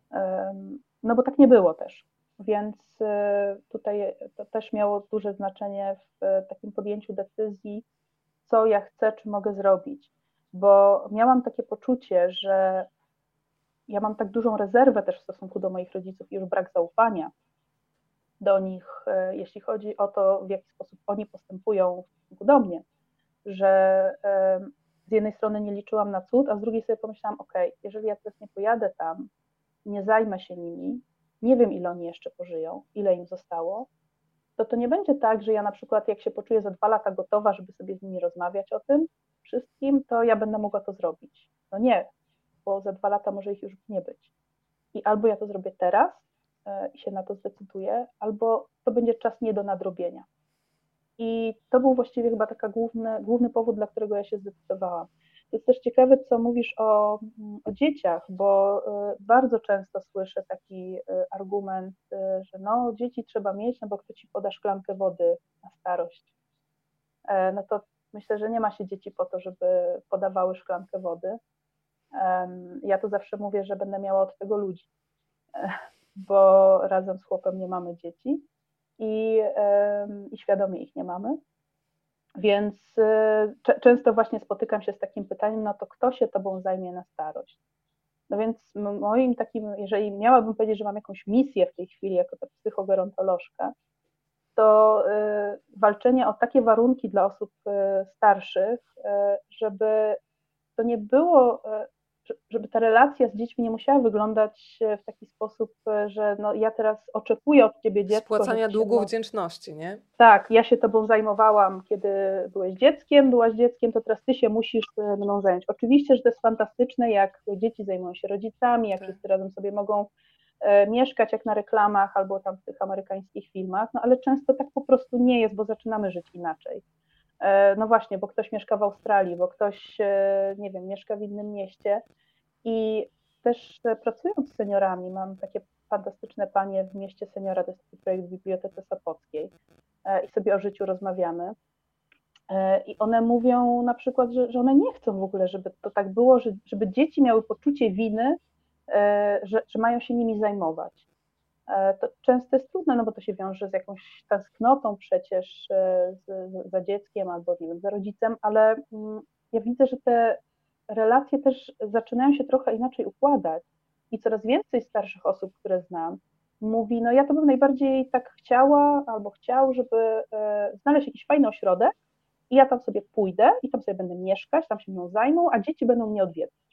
no bo tak nie było też. Więc tutaj to też miało duże znaczenie w takim podjęciu decyzji, co ja chcę, czy mogę zrobić. Bo miałam takie poczucie, że ja mam tak dużą rezerwę też w stosunku do moich rodziców i już brak zaufania do nich, jeśli chodzi o to, w jaki sposób oni postępują w stosunku do mnie, że z jednej strony nie liczyłam na cud, a z drugiej sobie pomyślałam, ok, jeżeli ja teraz nie pojadę tam, nie zajmę się nimi, nie wiem, ile oni jeszcze pożyją, ile im zostało, to to nie będzie tak, że ja na przykład jak się poczuję za dwa lata gotowa, żeby sobie z nimi rozmawiać o tym wszystkim, to ja będę mogła to zrobić. No nie, bo za dwa lata może ich już nie być. I albo ja to zrobię teraz i się na to zdecyduję, albo to będzie czas nie do nadrobienia. I to był właściwie chyba taki główny, główny powód, dla którego ja się zdecydowałam. To jest też ciekawe, co mówisz o, o dzieciach, bo bardzo często słyszę taki argument, że no dzieci trzeba mieć, no bo kto ci poda szklankę wody na starość. No to myślę, że nie ma się dzieci po to, żeby podawały szklankę wody. Ja to zawsze mówię, że będę miała od tego ludzi, bo razem z chłopem nie mamy dzieci i, i świadomie ich nie mamy. Więc y, często właśnie spotykam się z takim pytaniem, no to kto się tobą zajmie na starość? No więc moim takim, jeżeli miałabym powiedzieć, że mam jakąś misję w tej chwili jako ta psychogerontolożka, to y, walczenie o takie warunki dla osób y, starszych, y, żeby to nie było, y, żeby ta relacja z dziećmi nie musiała wyglądać w taki sposób, że no ja teraz oczekuję od ciebie dziecko, że Spłacania ty się długu mną... wdzięczności, nie? Tak, ja się tobą zajmowałam, kiedy byłeś dzieckiem, byłaś dzieckiem, to teraz ty się musisz mną zająć. Oczywiście, że to jest fantastyczne, jak dzieci zajmują się rodzicami, jak Tak. wszyscy razem sobie mogą e, mieszkać jak na reklamach albo tam w tych amerykańskich filmach, no ale często tak po prostu nie jest, bo zaczynamy żyć inaczej. E, no właśnie, bo ktoś mieszka w Australii, bo ktoś, e, nie wiem, mieszka w innym mieście i też e, pracując z seniorami, mam takie fantastyczne panie w mieście seniora, to jest taki projekt w Bibliotece Sopockiej e, i sobie o życiu rozmawiamy. E, I one mówią na przykład, że, że one nie chcą w ogóle, żeby to tak było, że, żeby dzieci miały poczucie winy, e, że, że mają się nimi zajmować. E, To często jest trudne, no bo to się wiąże z jakąś tęsknotą przecież e, z, z, za dzieckiem albo nie wiem, za rodzicem, ale mm, ja widzę, że te relacje też zaczynają się trochę inaczej układać i coraz więcej starszych osób, które znam, mówi, no ja to bym najbardziej tak chciała albo chciał, żeby e, znaleźć jakiś fajny ośrodek i ja tam sobie pójdę i tam sobie będę mieszkać, tam się mną zajmą, a dzieci będą mnie odwiedzać.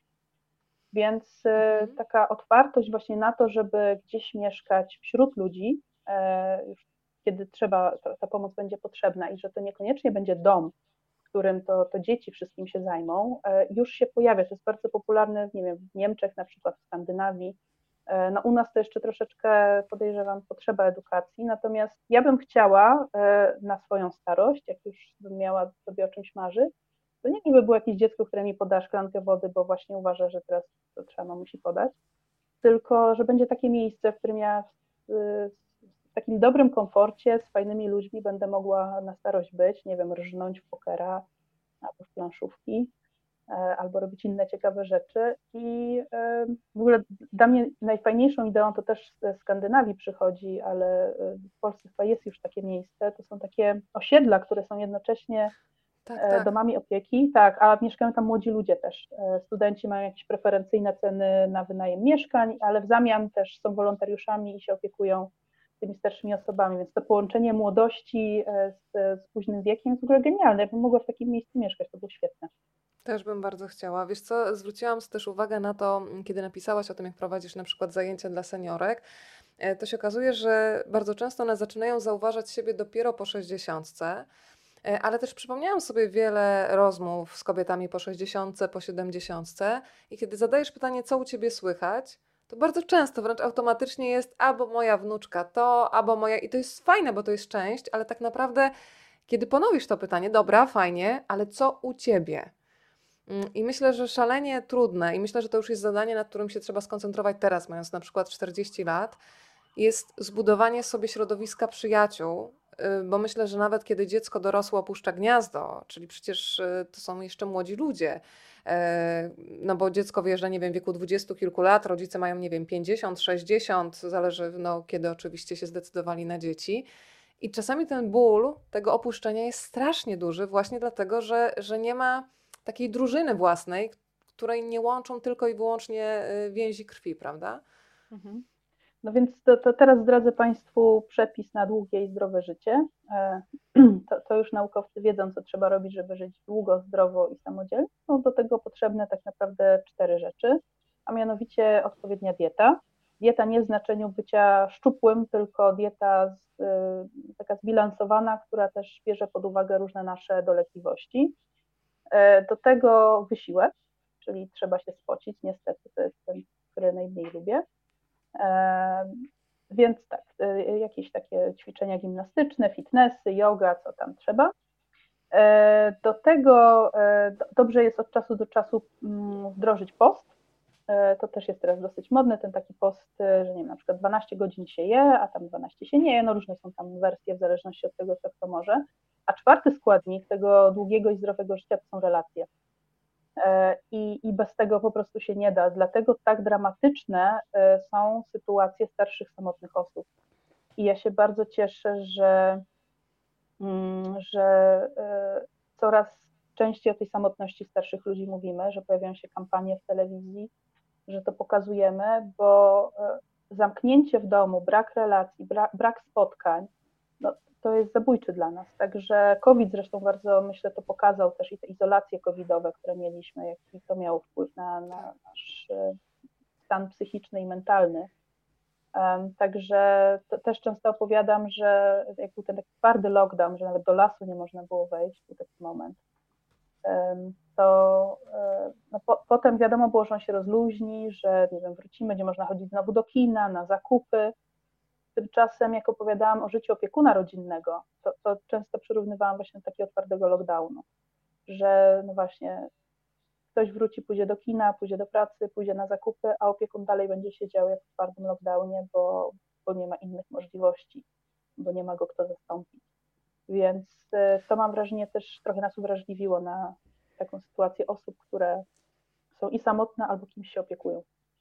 Więc Mhm. taka otwartość właśnie na to, żeby gdzieś mieszkać wśród ludzi, już kiedy trzeba, ta pomoc będzie potrzebna i że to niekoniecznie będzie dom, w którym to, to dzieci wszystkim się zajmą, już się pojawia. To jest bardzo popularne, nie wiem, w Niemczech, na przykład w Skandynawii. No u nas to jeszcze troszeczkę, podejrzewam, potrzeba edukacji, natomiast ja bym chciała na swoją starość, jak już bym miała sobie o czymś marzyć, to nie żeby było jakieś dziecko, które mi poda szklankę wody, bo właśnie uważa, że teraz to trzeba musi podać, tylko że będzie takie miejsce, w którym ja w, w takim dobrym komforcie, z fajnymi ludźmi będę mogła na starość być, nie wiem, rżnąć w pokera albo w planszówki, albo robić inne ciekawe rzeczy. I w ogóle dla mnie najfajniejszą ideą to też ze Skandynawii przychodzi, ale w Polsce chyba jest już takie miejsce, to są takie osiedla, które są jednocześnie Tak, tak. domami opieki, tak, a mieszkają tam młodzi ludzie też. Studenci mają jakieś preferencyjne ceny na wynajem mieszkań, ale w zamian też są wolontariuszami i się opiekują tymi starszymi osobami, więc to połączenie młodości z, z późnym wiekiem jest w ogóle genialne. Ja bym mogła w takim miejscu mieszkać, to było świetne. Też bym bardzo chciała. Wiesz co, zwróciłam też uwagę na to, kiedy napisałaś o tym, jak prowadzisz na przykład zajęcia dla seniorek, e, to się okazuje, że bardzo często one zaczynają zauważać siebie dopiero po sześćdziesiątce, e, ale też przypomniałam sobie wiele rozmów z kobietami po sześćdziesiątce, po siedemdziesiątce i kiedy zadajesz pytanie, co u ciebie słychać, to bardzo często wręcz automatycznie jest albo moja wnuczka to, albo moja... I to jest fajne, bo to jest część, ale tak naprawdę, kiedy ponowisz to pytanie, dobra, fajnie, ale co u ciebie? I myślę, że szalenie trudne i myślę, że to już jest zadanie, nad którym się trzeba skoncentrować teraz, mając na przykład czterdzieści lat, jest zbudowanie sobie środowiska przyjaciół, y, bo myślę, że nawet kiedy dziecko dorosłe opuszcza gniazdo, czyli przecież y, to są jeszcze młodzi ludzie, e, no bo dziecko wyjeżdża, nie wiem, w wieku dwudziestu kilku lat, rodzice mają, nie wiem, pięćdziesiąt, sześćdziesiąt, zależy, no, kiedy oczywiście się zdecydowali na dzieci. I czasami ten ból tego opuszczenia jest strasznie duży właśnie dlatego, że, że nie ma takiej drużyny własnej, której nie łączą tylko i wyłącznie y, więzi krwi, prawda? Mhm. No więc to, to teraz zdradzę Państwu przepis na długie i zdrowe życie. To, to już naukowcy wiedzą, co trzeba robić, żeby żyć długo, zdrowo i samodzielnie. Są do tego potrzebne tak naprawdę cztery rzeczy, a mianowicie odpowiednia dieta. Dieta nie w znaczeniu bycia szczupłym, tylko dieta z, taka zbilansowana, która też bierze pod uwagę różne nasze dolegliwości. Do tego wysiłek, czyli trzeba się spocić, niestety to jest ten, który najmniej lubię. Więc tak, jakieś takie ćwiczenia gimnastyczne, fitnessy, yoga, co tam trzeba. Do tego dobrze jest od czasu do czasu wdrożyć post. To też jest teraz dosyć modne, ten taki post, że nie wiem, na przykład dwanaście godzin się je, a tam dwanaście się nie je, no różne są tam wersje w zależności od tego, co kto może. A czwarty składnik tego długiego i zdrowego życia to są relacje. I, I bez tego po prostu się nie da. Dlatego tak dramatyczne są sytuacje starszych, samotnych osób. I ja się bardzo cieszę, że, że coraz częściej o tej samotności starszych ludzi mówimy, że pojawiają się kampanie w telewizji, że to pokazujemy, bo zamknięcie w domu, brak relacji, brak, brak spotkań, no, to jest zabójczy dla nas. Także COVID zresztą bardzo, myślę, to pokazał też i te izolacje covidowe, które mieliśmy, jaki to miało wpływ na, na nasz stan psychiczny i mentalny. Um, także to też często opowiadam, że jak był ten taki twardy lockdown, że nawet do lasu nie można było wejść, był taki moment, um, to um, no po, potem wiadomo było, że on się rozluźni, że nie wiem, wrócimy, będzie można chodzić znowu do kina, na zakupy. Tymczasem jak opowiadałam o życiu opiekuna rodzinnego, to, to często przyrównywałam właśnie do takiego twardego lockdownu, że no właśnie ktoś wróci, pójdzie do kina, pójdzie do pracy, pójdzie na zakupy, a opiekun dalej będzie siedział jak w twardym lockdownie, bo, bo nie ma innych możliwości, bo nie ma go kto zastąpić. Więc to mam wrażenie też trochę nas uwrażliwiło na taką sytuację osób, które są i samotne, albo kimś się opiekują.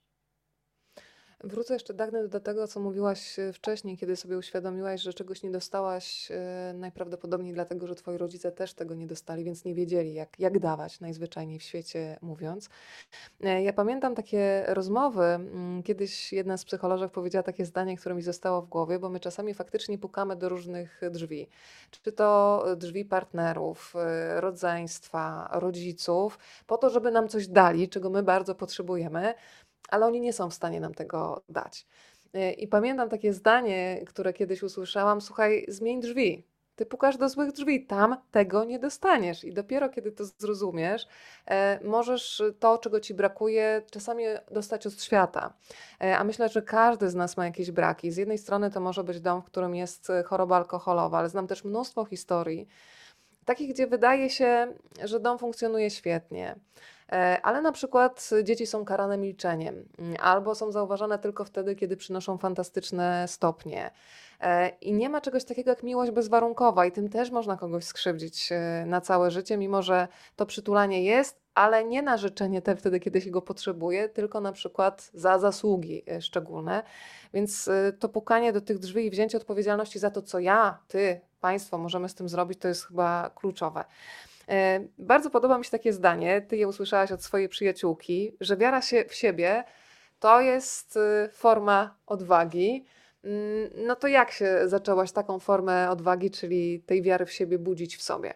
Wrócę jeszcze, Dagny, do tego, co mówiłaś wcześniej, kiedy sobie uświadomiłaś, że czegoś nie dostałaś e, najprawdopodobniej dlatego, że twoi rodzice też tego nie dostali, więc nie wiedzieli, jak, jak dawać, najzwyczajniej w świecie mówiąc. E, Ja pamiętam takie rozmowy. mm, Kiedyś jedna z psycholożek powiedziała takie zdanie, które mi zostało w głowie, bo my czasami faktycznie pukamy do różnych drzwi. Czy to drzwi partnerów, e, rodzeństwa, rodziców, po to, żeby nam coś dali, czego my bardzo potrzebujemy, ale oni nie są w stanie nam tego dać. Y, I pamiętam takie zdanie, które kiedyś usłyszałam: słuchaj, zmień drzwi. Ty pukasz do złych drzwi, tam tego nie dostaniesz. I dopiero kiedy to zrozumiesz, e, możesz to, czego ci brakuje, czasami dostać od świata. E, a myślę, że każdy z nas ma jakieś braki. Z jednej strony to może być dom, w którym jest choroba alkoholowa, ale znam też mnóstwo historii, takich, gdzie wydaje się, że dom funkcjonuje świetnie, e, ale na przykład dzieci są karane milczeniem mm, albo są zauważane tylko wtedy, kiedy przynoszą fantastyczne stopnie. E, I nie ma czegoś takiego jak miłość bezwarunkowa i tym też można kogoś skrzywdzić e, na całe życie, mimo że to przytulanie jest, ale nie na życzenie te wtedy, kiedy się go potrzebuje, tylko na przykład za zasługi e, szczególne. Więc e, to pukanie do tych drzwi i wzięcie odpowiedzialności za to, co ja, ty, państwo możemy z tym zrobić, to jest chyba kluczowe. E, Bardzo podoba mi się takie zdanie, ty je usłyszałaś od swojej przyjaciółki, że wiara się w siebie to jest y, forma odwagi. Mm, No to jak się zaczęłaś taką formę odwagi, czyli tej wiary w siebie budzić w sobie?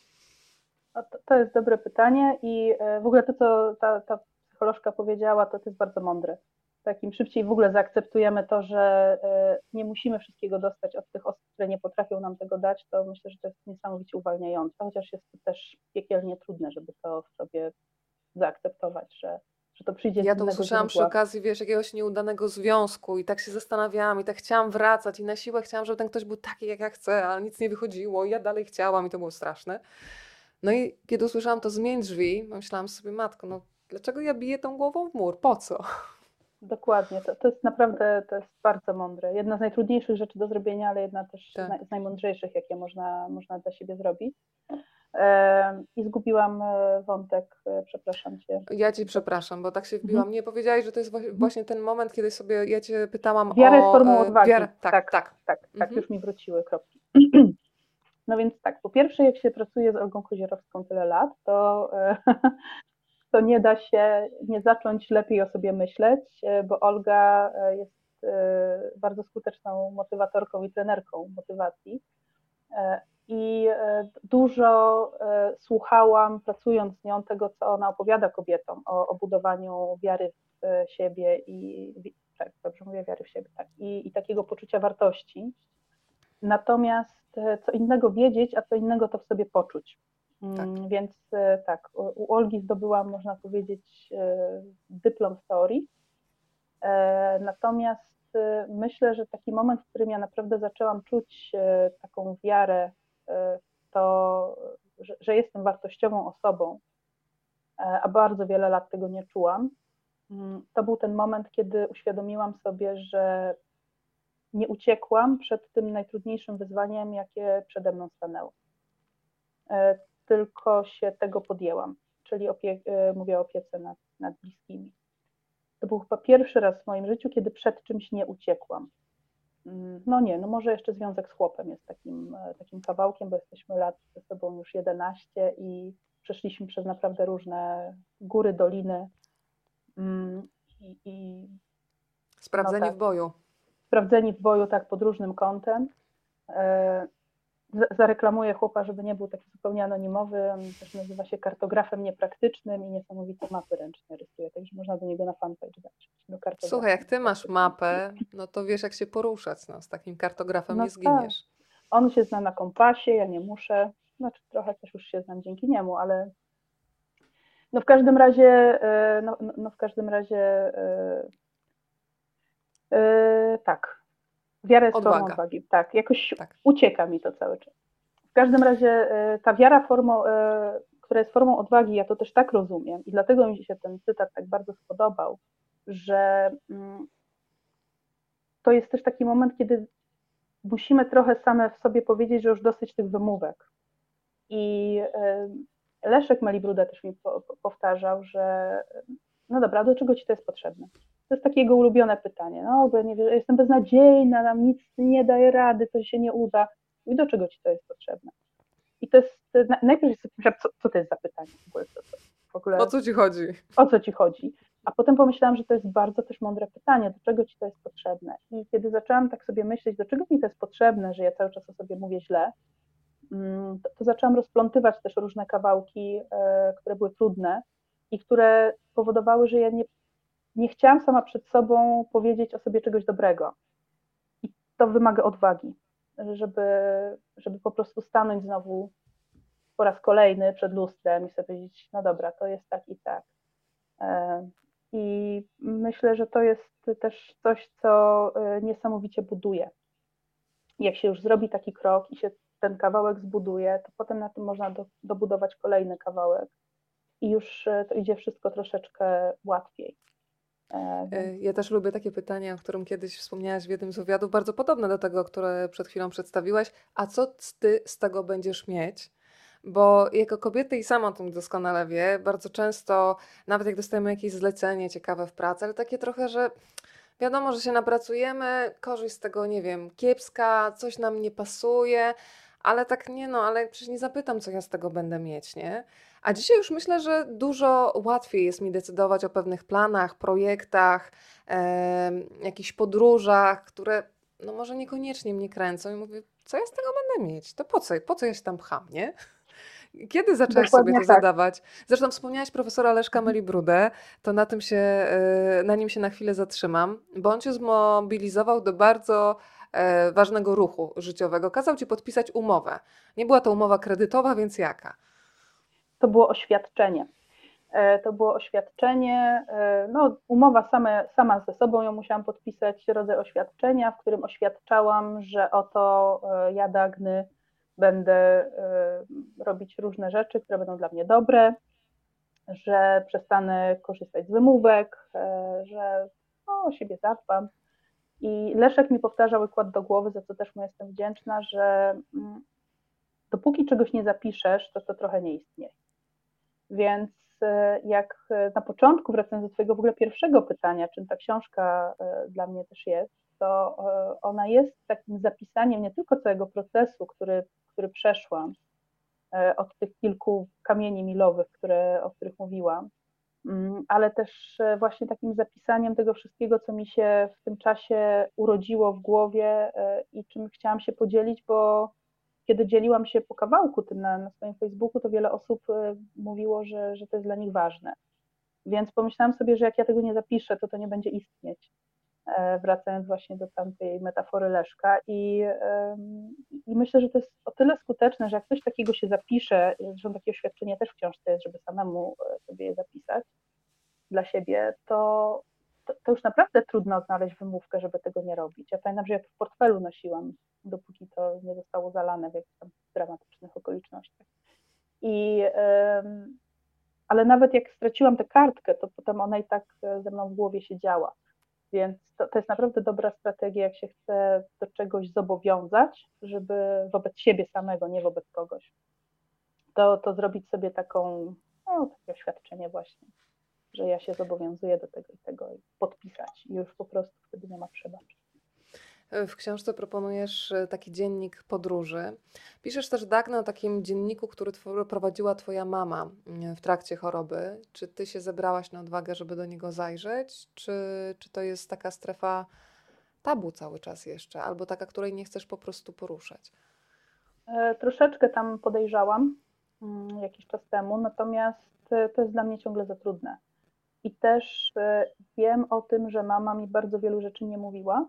No to, to jest dobre pytanie i w ogóle to, co ta, ta psycholożka powiedziała, to, to jest bardzo mądre. Tak, im szybciej w ogóle zaakceptujemy to, że nie musimy wszystkiego dostać od tych osób, które nie potrafią nam tego dać, to myślę, że to jest niesamowicie uwalniające, chociaż jest to też piekielnie trudne, żeby to w sobie zaakceptować, że, że to przyjdzie Ja z to innego usłyszałam przy źródła. okazji, wiesz, jakiegoś nieudanego związku i tak się zastanawiałam i tak chciałam wracać i na siłę chciałam, żeby ten ktoś był taki, jak ja chcę, ale nic nie wychodziło i ja dalej chciałam i to było straszne. No i kiedy usłyszałam to zmień drzwi, myślałam sobie: matko, no dlaczego ja biję tą głową w mur? Po co? Dokładnie, to, to jest naprawdę, to jest bardzo mądre. Jedna z najtrudniejszych rzeczy do zrobienia, ale jedna też z, Tak. naj, z najmądrzejszych, jakie można, można dla siebie zrobić. E, I zgubiłam e, wątek, e, przepraszam cię. Ja cię przepraszam, bo tak się Mhm. wbiłam. Nie powiedziałaś, że to jest wa- Mhm. właśnie ten moment, kiedy sobie ja cię pytałam Wiara jest o formą e, odwagi. wiarę. Tak, Tak, tak. tak, tak, Mhm. już mi wróciły kropki. No więc tak, po pierwsze, jak się pracuje z Olgą Kozierowską tyle lat, to, e, to nie da się nie zacząć lepiej o sobie myśleć, e, bo Olga e, jest e, bardzo skuteczną motywatorką i trenerką motywacji. E, I e, dużo e, słuchałam, pracując z nią, tego, co ona opowiada kobietom o, o budowaniu wiary w e, siebie i, tak, dobrze mówię, wiary w siebie, tak, i, i takiego poczucia wartości. Natomiast e, co innego wiedzieć, a co innego to w sobie poczuć. Tak. Mm, Więc e, tak, u, u Olgi zdobyłam, można powiedzieć, e, dyplom z teorii. E, Natomiast e, myślę, że taki moment, w którym ja naprawdę zaczęłam czuć e, taką wiarę e, w to, że, że jestem wartościową osobą, e, a bardzo wiele lat tego nie czułam, mm, to był ten moment, kiedy uświadomiłam sobie, że nie uciekłam przed tym najtrudniejszym wyzwaniem, jakie przede mną stanęło. E, Tylko się tego podjęłam, czyli opie- e, mówię o opiece nad, nad bliskimi. To był chyba pierwszy raz w moim życiu, kiedy przed czymś nie uciekłam. No nie, no może jeszcze związek z chłopem jest takim, takim kawałkiem, bo jesteśmy lat ze sobą już jedenaście i przeszliśmy przez naprawdę różne góry, doliny. I, i no Sprawdzeni tak, w boju. sprawdzeni w boju tak pod różnym kątem. zareklamuję chłopa, żeby nie był taki zupełnie anonimowy. On też nazywa się kartografem niepraktycznym i niesamowite mapy ręcznie rysuje, także można do niego na fanpage dać. Do Słuchaj, kartografa jak ty masz niepraktycznym. mapę, no to wiesz, jak się poruszać. No, z takim kartografem No nie tak, zginiesz. on się zna na kompasie, ja nie muszę. Znaczy trochę też już się znam dzięki niemu, ale no w każdym razie, no, no w każdym razie yy, tak, wiara jest formą Odwaga. odwagi. Tak, jakoś Tak. ucieka mi to cały czas. W każdym razie ta wiara, formą, która jest formą odwagi, ja to też tak rozumiem i dlatego mi się ten cytat tak bardzo spodobał, że to jest też taki moment, kiedy musimy trochę same w sobie powiedzieć, że już dosyć tych wymówek. I Leszek Melibruda też mi powtarzał, że no dobra, do czego ci to jest potrzebne? To jest takie jego ulubione pytanie. No, bo ja nie wiem, jestem beznadziejna, nam nic nie daje rady, to się nie uda. I do czego ci to jest potrzebne? I to jest, najpierw jest, co, co to jest za pytanie w ogóle, co, w ogóle? O co ci chodzi? O co ci chodzi? A potem pomyślałam, że to jest bardzo też mądre pytanie, do czego ci to jest potrzebne? I kiedy zaczęłam tak sobie myśleć, do czego mi to jest potrzebne, że ja cały czas o sobie mówię źle, to, to zaczęłam rozplątywać też różne kawałki, e, które były trudne i które powodowały, że ja nie, nie chciałam sama przed sobą powiedzieć o sobie czegoś dobrego. I to wymaga odwagi, żeby, żeby po prostu stanąć znowu po raz kolejny przed lustrem i sobie powiedzieć, no dobra, to jest tak i tak. I myślę, że to jest też coś, co niesamowicie buduje. Jak się już zrobi taki krok i się ten kawałek zbuduje, to potem na tym można do, dobudować kolejny kawałek i już to idzie wszystko troszeczkę łatwiej. Więc... Ja też lubię takie pytanie, o którym kiedyś wspomniałaś w jednym z wywiadów, bardzo podobne do tego, które przed chwilą przedstawiłaś. A co ty z tego będziesz mieć? Bo jako kobiety i sama o tym doskonale wie, bardzo często, nawet jak dostajemy jakieś zlecenie ciekawe w pracy, ale takie trochę, że wiadomo, że się napracujemy, korzyść z tego, nie wiem, kiepska, coś nam nie pasuje, ale tak nie no, ale przecież nie zapytam, co ja z tego będę mieć, nie? A dzisiaj już myślę, że dużo łatwiej jest mi decydować o pewnych planach, projektach, e, jakichś podróżach, które no może niekoniecznie mnie kręcą i mówię, co ja z tego będę mieć? To po co, po co ja się tam pcham, nie? Kiedy zaczęłaś sobie Dokładnie to tak. zadawać? Zresztą wspomniałaś profesora Leszka Melibrudę, to na tym się, na nim się na chwilę zatrzymam, bo on cię zmobilizował do bardzo ważnego ruchu życiowego. Kazał ci podpisać umowę. Nie była to umowa kredytowa, więc jaka? To było oświadczenie. To było oświadczenie, no umowa same, sama ze sobą ją musiałam podpisać, rodzaj oświadczenia, w którym oświadczałam, że oto ja, Dagny, będę robić różne rzeczy, które będą dla mnie dobre, że przestanę korzystać z wymówek, że no, o siebie zadbam. I Leszek mi powtarzał i kładł do głowy, za co też mu jestem wdzięczna, że dopóki czegoś nie zapiszesz, to to trochę nie istnieje. Więc jak na początku, wracając do twojego w ogóle pierwszego pytania, czym ta książka dla mnie też jest, to ona jest takim zapisaniem nie tylko całego procesu, który, który przeszłam, od tych kilku kamieni milowych, które, o których mówiłam, ale też właśnie takim zapisaniem tego wszystkiego, co mi się w tym czasie urodziło w głowie i czym chciałam się podzielić, bo kiedy dzieliłam się po kawałku tym na, na swoim Facebooku, to wiele osób mówiło, że, że to jest dla nich ważne. Więc pomyślałam sobie, że jak ja tego nie zapiszę, to to nie będzie istnieć. Wracając właśnie do tamtej metafory Leszka. I, i myślę, że to jest o tyle skuteczne, że jak coś takiego się zapisze, zresztą takie oświadczenie też w książce jest, żeby samemu sobie je zapisać dla siebie, to, to, to już naprawdę trudno znaleźć wymówkę, żeby tego nie robić. Ja pamiętam, że ja to w portfelu nosiłam, dopóki to nie zostało zalane w jakichś tam dramatycznych okolicznościach. I, ale nawet jak straciłam tę kartkę, to potem ona i tak ze mną w głowie siedziała. Więc to, to jest naprawdę dobra strategia, jak się chce do czegoś zobowiązać, żeby wobec siebie samego, nie wobec kogoś, to, to zrobić sobie taką, no, takie oświadczenie właśnie, że ja się zobowiązuję do tego i tego i podpisać i już po prostu wtedy nie ma przebacz. W książce proponujesz taki dziennik podróży. Piszesz też, Dagna, o takim dzienniku, który prowadziła twoja mama w trakcie choroby. Czy ty się zebrałaś na odwagę, żeby do niego zajrzeć? Czy, czy to jest taka strefa tabu cały czas jeszcze? Albo taka, której nie chcesz po prostu poruszać? E, Troszeczkę tam podejrzałam mm, jakiś czas temu, natomiast e, to jest dla mnie ciągle za trudne. I też e, wiem o tym, że mama mi bardzo wielu rzeczy nie mówiła,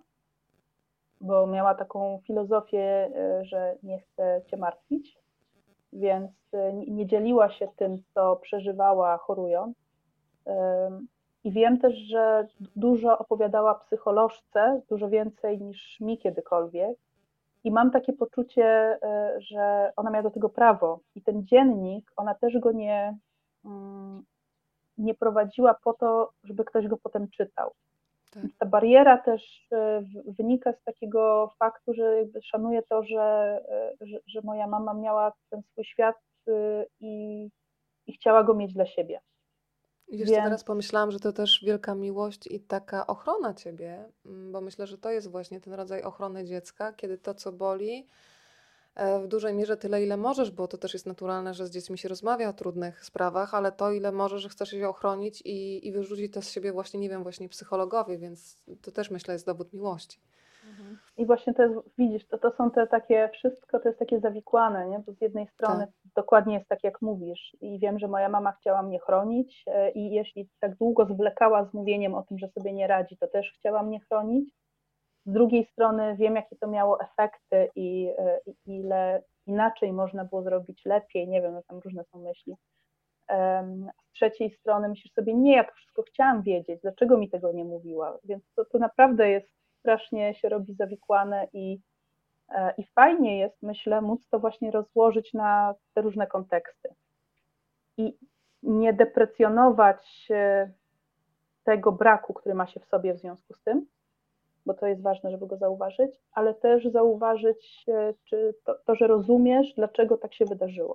bo miała taką filozofię, e, że nie chce cię martwić, więc e, nie nie dzieliła się tym, co przeżywała chorując. Ym, I wiem też, że dużo opowiadała psycholożce, dużo więcej niż mi kiedykolwiek. I mam takie poczucie, e, że ona miała do tego prawo. I ten dziennik, ona też go nie, mm, nie prowadziła po to, żeby ktoś go potem czytał. Tak. Więc ta bariera też e, w- wynika z takiego faktu, że jakby szanuję to, że, e, że, że moja mama miała ten swój świat y, i, i chciała go mieć dla siebie. I wiesz co, teraz Więc pomyślałam, że to też wielka miłość i taka ochrona ciebie, mm, bo myślę, że to jest właśnie ten rodzaj ochrony dziecka, kiedy to, co boli, e, w dużej mierze tyle, ile możesz, bo to też jest naturalne, że z dziećmi się rozmawia o trudnych sprawach, ale to, ile możesz, że chcesz je ochronić i, i wyrzucić to z siebie właśnie, nie wiem, właśnie psychologowie, więc to też myślę jest dowód miłości. Mhm. I właśnie to jest, widzisz, to, to są te takie, wszystko to jest takie zawikłane, nie? Bo z jednej Tak. strony dokładnie jest tak, jak mówisz i wiem, że moja mama chciała mnie chronić e, i jeśli tak długo zwlekała z mówieniem o tym, że sobie nie radzi, to też chciała mnie chronić. Z drugiej strony wiem, jakie to miało efekty i, e, i ile inaczej można było zrobić lepiej, nie wiem, no tam różne są myśli. Em, Z trzeciej strony myślisz sobie, nie, ja to wszystko chciałam wiedzieć, dlaczego mi tego nie mówiła, więc to, to naprawdę jest strasznie się robi zawikłane i, e, i fajnie jest, myślę, móc to właśnie rozłożyć na te różne konteksty i nie deprecjonować e, tego braku, który ma się w sobie w związku z tym, bo to jest ważne, żeby go zauważyć, ale też zauważyć, e, czy to, to że rozumiesz, dlaczego tak się wydarzyło.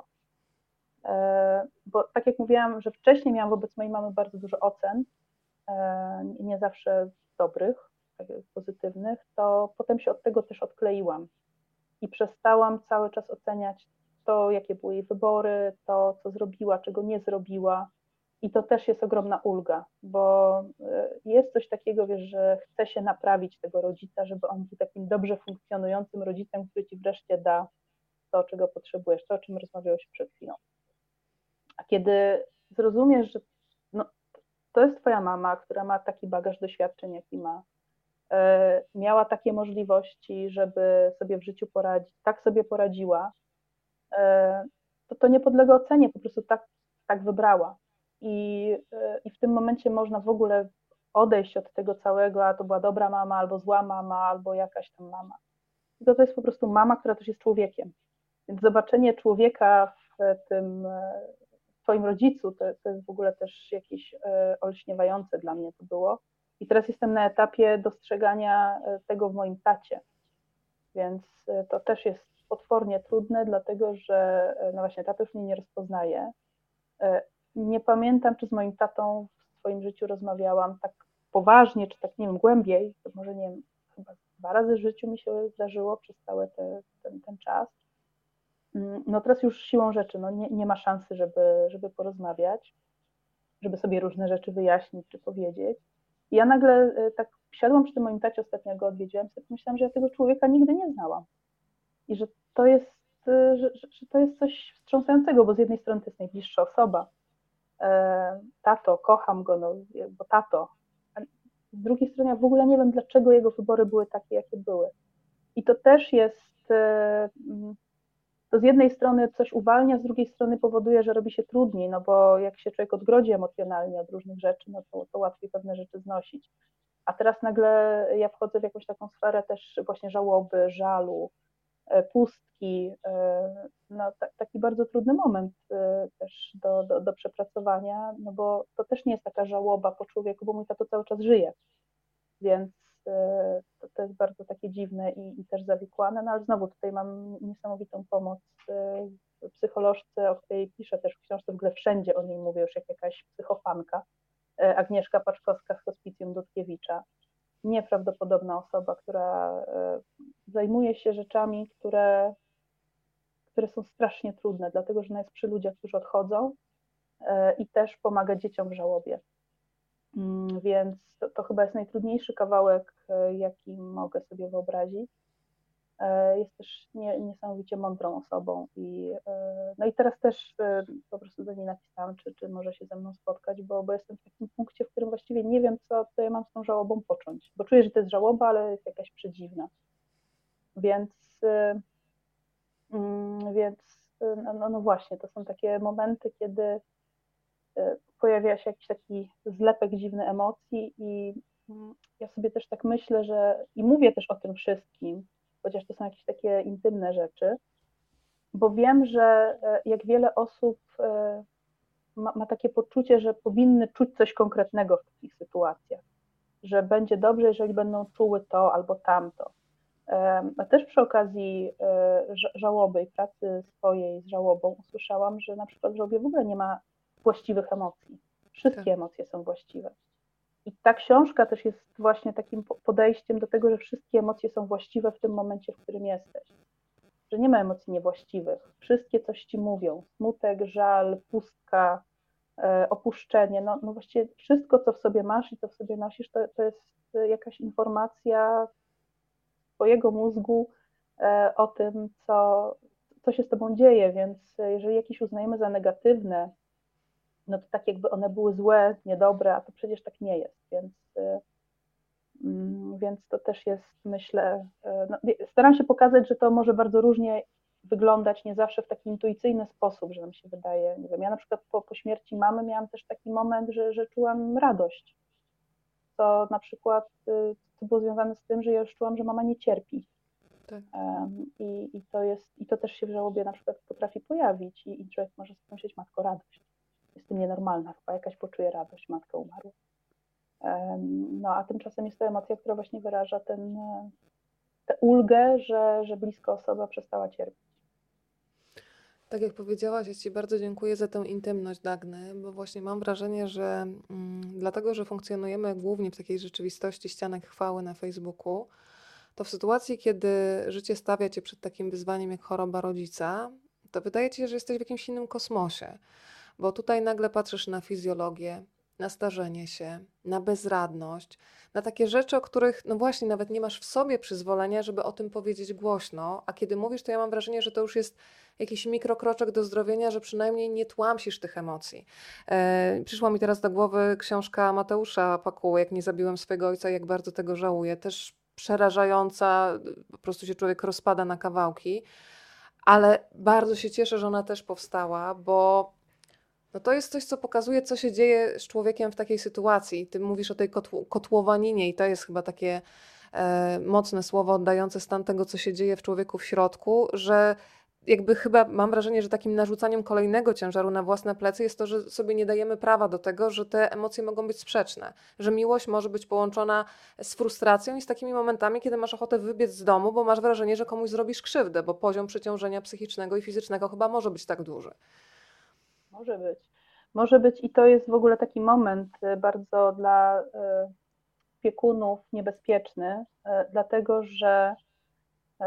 E, Bo tak jak mówiłam, że wcześniej miałam wobec mojej mamy bardzo dużo ocen, e, nie zawsze dobrych, tak jak pozytywnych, to potem się od tego też odkleiłam i przestałam cały czas oceniać to, jakie były jej wybory, to, co zrobiła, czego nie zrobiła. I to też jest ogromna ulga, bo e, jest coś takiego, wiesz, że chce się naprawić tego rodzica, żeby on był takim dobrze funkcjonującym rodzicem, który ci wreszcie da to, czego potrzebujesz, to, o czym rozmawiałeś przed chwilą. A kiedy zrozumiesz, że no, to jest twoja mama, która ma taki bagaż doświadczeń, jaki ma, e, miała takie możliwości, żeby sobie w życiu poradzić, tak sobie poradziła, e, to to nie podlega ocenie, po prostu tak, tak wybrała. I, e, I w tym momencie można w ogóle odejść od tego całego, a to była dobra mama, albo zła mama, albo jakaś tam mama. Tylko to jest po prostu mama, która też jest człowiekiem. Więc zobaczenie człowieka w tym e, twoim rodzicu, to, to jest w ogóle też jakieś e, olśniewające dla mnie to było. I teraz jestem na etapie dostrzegania e, tego w moim tacie, więc e, to też jest potwornie trudne, dlatego że e, no właśnie tata już mnie nie rozpoznaje. E, Nie pamiętam, czy z moim tatą w swoim życiu rozmawiałam tak poważnie, czy tak, nie wiem, głębiej, to może nie wiem, chyba dwa razy w życiu mi się zdarzyło przez cały te, ten, ten czas. No teraz już siłą rzeczy no nie, nie ma szansy, żeby, żeby porozmawiać, żeby sobie różne rzeczy wyjaśnić czy powiedzieć. I ja nagle e, tak siadłam przy tym moim tacie, ostatnio go odwiedziłam, sobie myślałam, że ja tego człowieka nigdy nie znałam. I że to jest, e, że, że to jest coś wstrząsającego, bo z jednej strony to jest najbliższa osoba. E, tato, kocham go, no, bo tato. A z drugiej strony ja w ogóle nie wiem, dlaczego jego wybory były takie, jakie były. I to też jest e, to z jednej strony coś uwalnia, z drugiej strony powoduje, że robi się trudniej, no bo jak się człowiek odgrodzi emocjonalnie od różnych rzeczy, no to, to łatwiej pewne rzeczy znosić. A teraz nagle ja wchodzę w jakąś taką sferę też właśnie żałoby, żalu, e, pustki, e, no ta, taki bardzo trudny moment e, też do, do, do przepracowania, no bo to też nie jest taka żałoba po człowieku, bo mój tato cały czas żyje, więc e, to, to jest bardzo takie dziwne i, i też zawikłane, no ale znowu tutaj mam niesamowitą pomoc e, psycholożce, o której piszę też w książce, w ogóle wszędzie o niej mówię już jak jakaś psychofanka, e, Agnieszka Paczkowska z Hospicjum Dudkiewicza. Nieprawdopodobna osoba, która e, zajmuje się rzeczami, które, które są strasznie trudne, dlatego że ona jest przy ludziach, którzy odchodzą e, i też pomaga dzieciom w żałobie. Mm, Więc to, to chyba jest najtrudniejszy kawałek, e, jaki mogę sobie wyobrazić. E, Jest też nie, niesamowicie mądrą osobą i, e, no i teraz też e, po prostu do niej napisałam, czy, czy może się ze mną spotkać, bo, bo jestem w takim punkcie, w którym właściwie nie wiem, co, co ja mam z tą żałobą począć, bo czuję, że to jest żałoba, ale jest jakaś przedziwna. Więc, e, mm, więc e, no, no no właśnie, to są takie momenty, kiedy e, pojawia się jakiś taki zlepek dziwny emocji i mm, ja sobie też tak myślę, że i mówię też o tym wszystkim, chociaż to są jakieś takie intymne rzeczy, bo wiem, że e, jak wiele osób e, ma, ma takie poczucie, że powinny czuć coś konkretnego w takich sytuacjach, że będzie dobrze, jeżeli będą czuły to albo tamto. E, A też przy okazji e, żałoby i pracy swojej z żałobą usłyszałam, że na przykład w żałobie w ogóle nie ma właściwych emocji. Tak. Wszystkie emocje są właściwe. I ta książka też jest właśnie takim podejściem do tego, że wszystkie emocje są właściwe w tym momencie, w którym jesteś. Że nie ma emocji niewłaściwych. Wszystkie coś ci mówią. Smutek, żal, pustka, e, opuszczenie. No, no właściwie wszystko, co w sobie masz i co w sobie nosisz, to, to jest jakaś informacja twojego mózgu e, o tym, co, co się z tobą dzieje. Więc jeżeli jakieś uznajemy za negatywne, no to tak jakby one były złe, niedobre, a to przecież tak nie jest. Więc e, Mm, Więc to też jest, myślę, e, no, staram się pokazać, że to może bardzo różnie wyglądać, nie zawsze w taki intuicyjny sposób, że nam się wydaje, nie wiem, ja na przykład po, po śmierci mamy miałam też taki moment, że, że czułam radość, co na przykład y, co było związane z tym, że ja już czułam, że mama nie cierpi. Tak. Um, i, i to jest, i to też się w żałobie na przykład potrafi pojawić i, i człowiek może sobie myśleć, matko, radość, jestem nienormalna, chyba jakaś poczuję radość, matka umarła. No a tymczasem jest to emocja, która właśnie wyraża ten, tę ulgę, że, że bliska osoba przestała cierpieć. Tak jak powiedziałaś, ja Ci bardzo dziękuję za tę intymność, Dagny, bo właśnie mam wrażenie, że mm, dlatego, że funkcjonujemy głównie w takiej rzeczywistości ścianek chwały na Facebooku, to w sytuacji, kiedy życie stawia Cię przed takim wyzwaniem jak choroba rodzica, to wydaje Ci się, że jesteś w jakimś innym kosmosie, bo tutaj nagle patrzysz na fizjologię, na starzenie się, na bezradność, na takie rzeczy, o których no właśnie nawet nie masz w sobie przyzwolenia, żeby o tym powiedzieć głośno, a kiedy mówisz, to ja mam wrażenie, że to już jest jakiś mikrokroczek do zdrowienia, że przynajmniej nie tłamsisz tych emocji. E, przyszła mi teraz do głowy książka Mateusza Pakuły, Jak nie zabiłem swojego ojca, jak bardzo tego żałuję. Też przerażająca, po prostu się człowiek rozpada na kawałki, ale bardzo się cieszę, że ona też powstała, bo no to jest coś, co pokazuje, co się dzieje z człowiekiem w takiej sytuacji. Ty mówisz o tej kotł- kotłowaninie i to jest chyba takie e, mocne słowo oddające stan tego, co się dzieje w człowieku w środku, że jakby chyba mam wrażenie, że takim narzucaniem kolejnego ciężaru na własne plecy jest to, że sobie nie dajemy prawa do tego, że te emocje mogą być sprzeczne, że miłość może być połączona z frustracją i z takimi momentami, kiedy masz ochotę wybiec z domu, bo masz wrażenie, że komuś zrobisz krzywdę, bo poziom przeciążenia psychicznego i fizycznego chyba może być tak duży. Może być. Może być i to jest w ogóle taki moment y, bardzo dla y, opiekunów niebezpieczny, y, dlatego że y,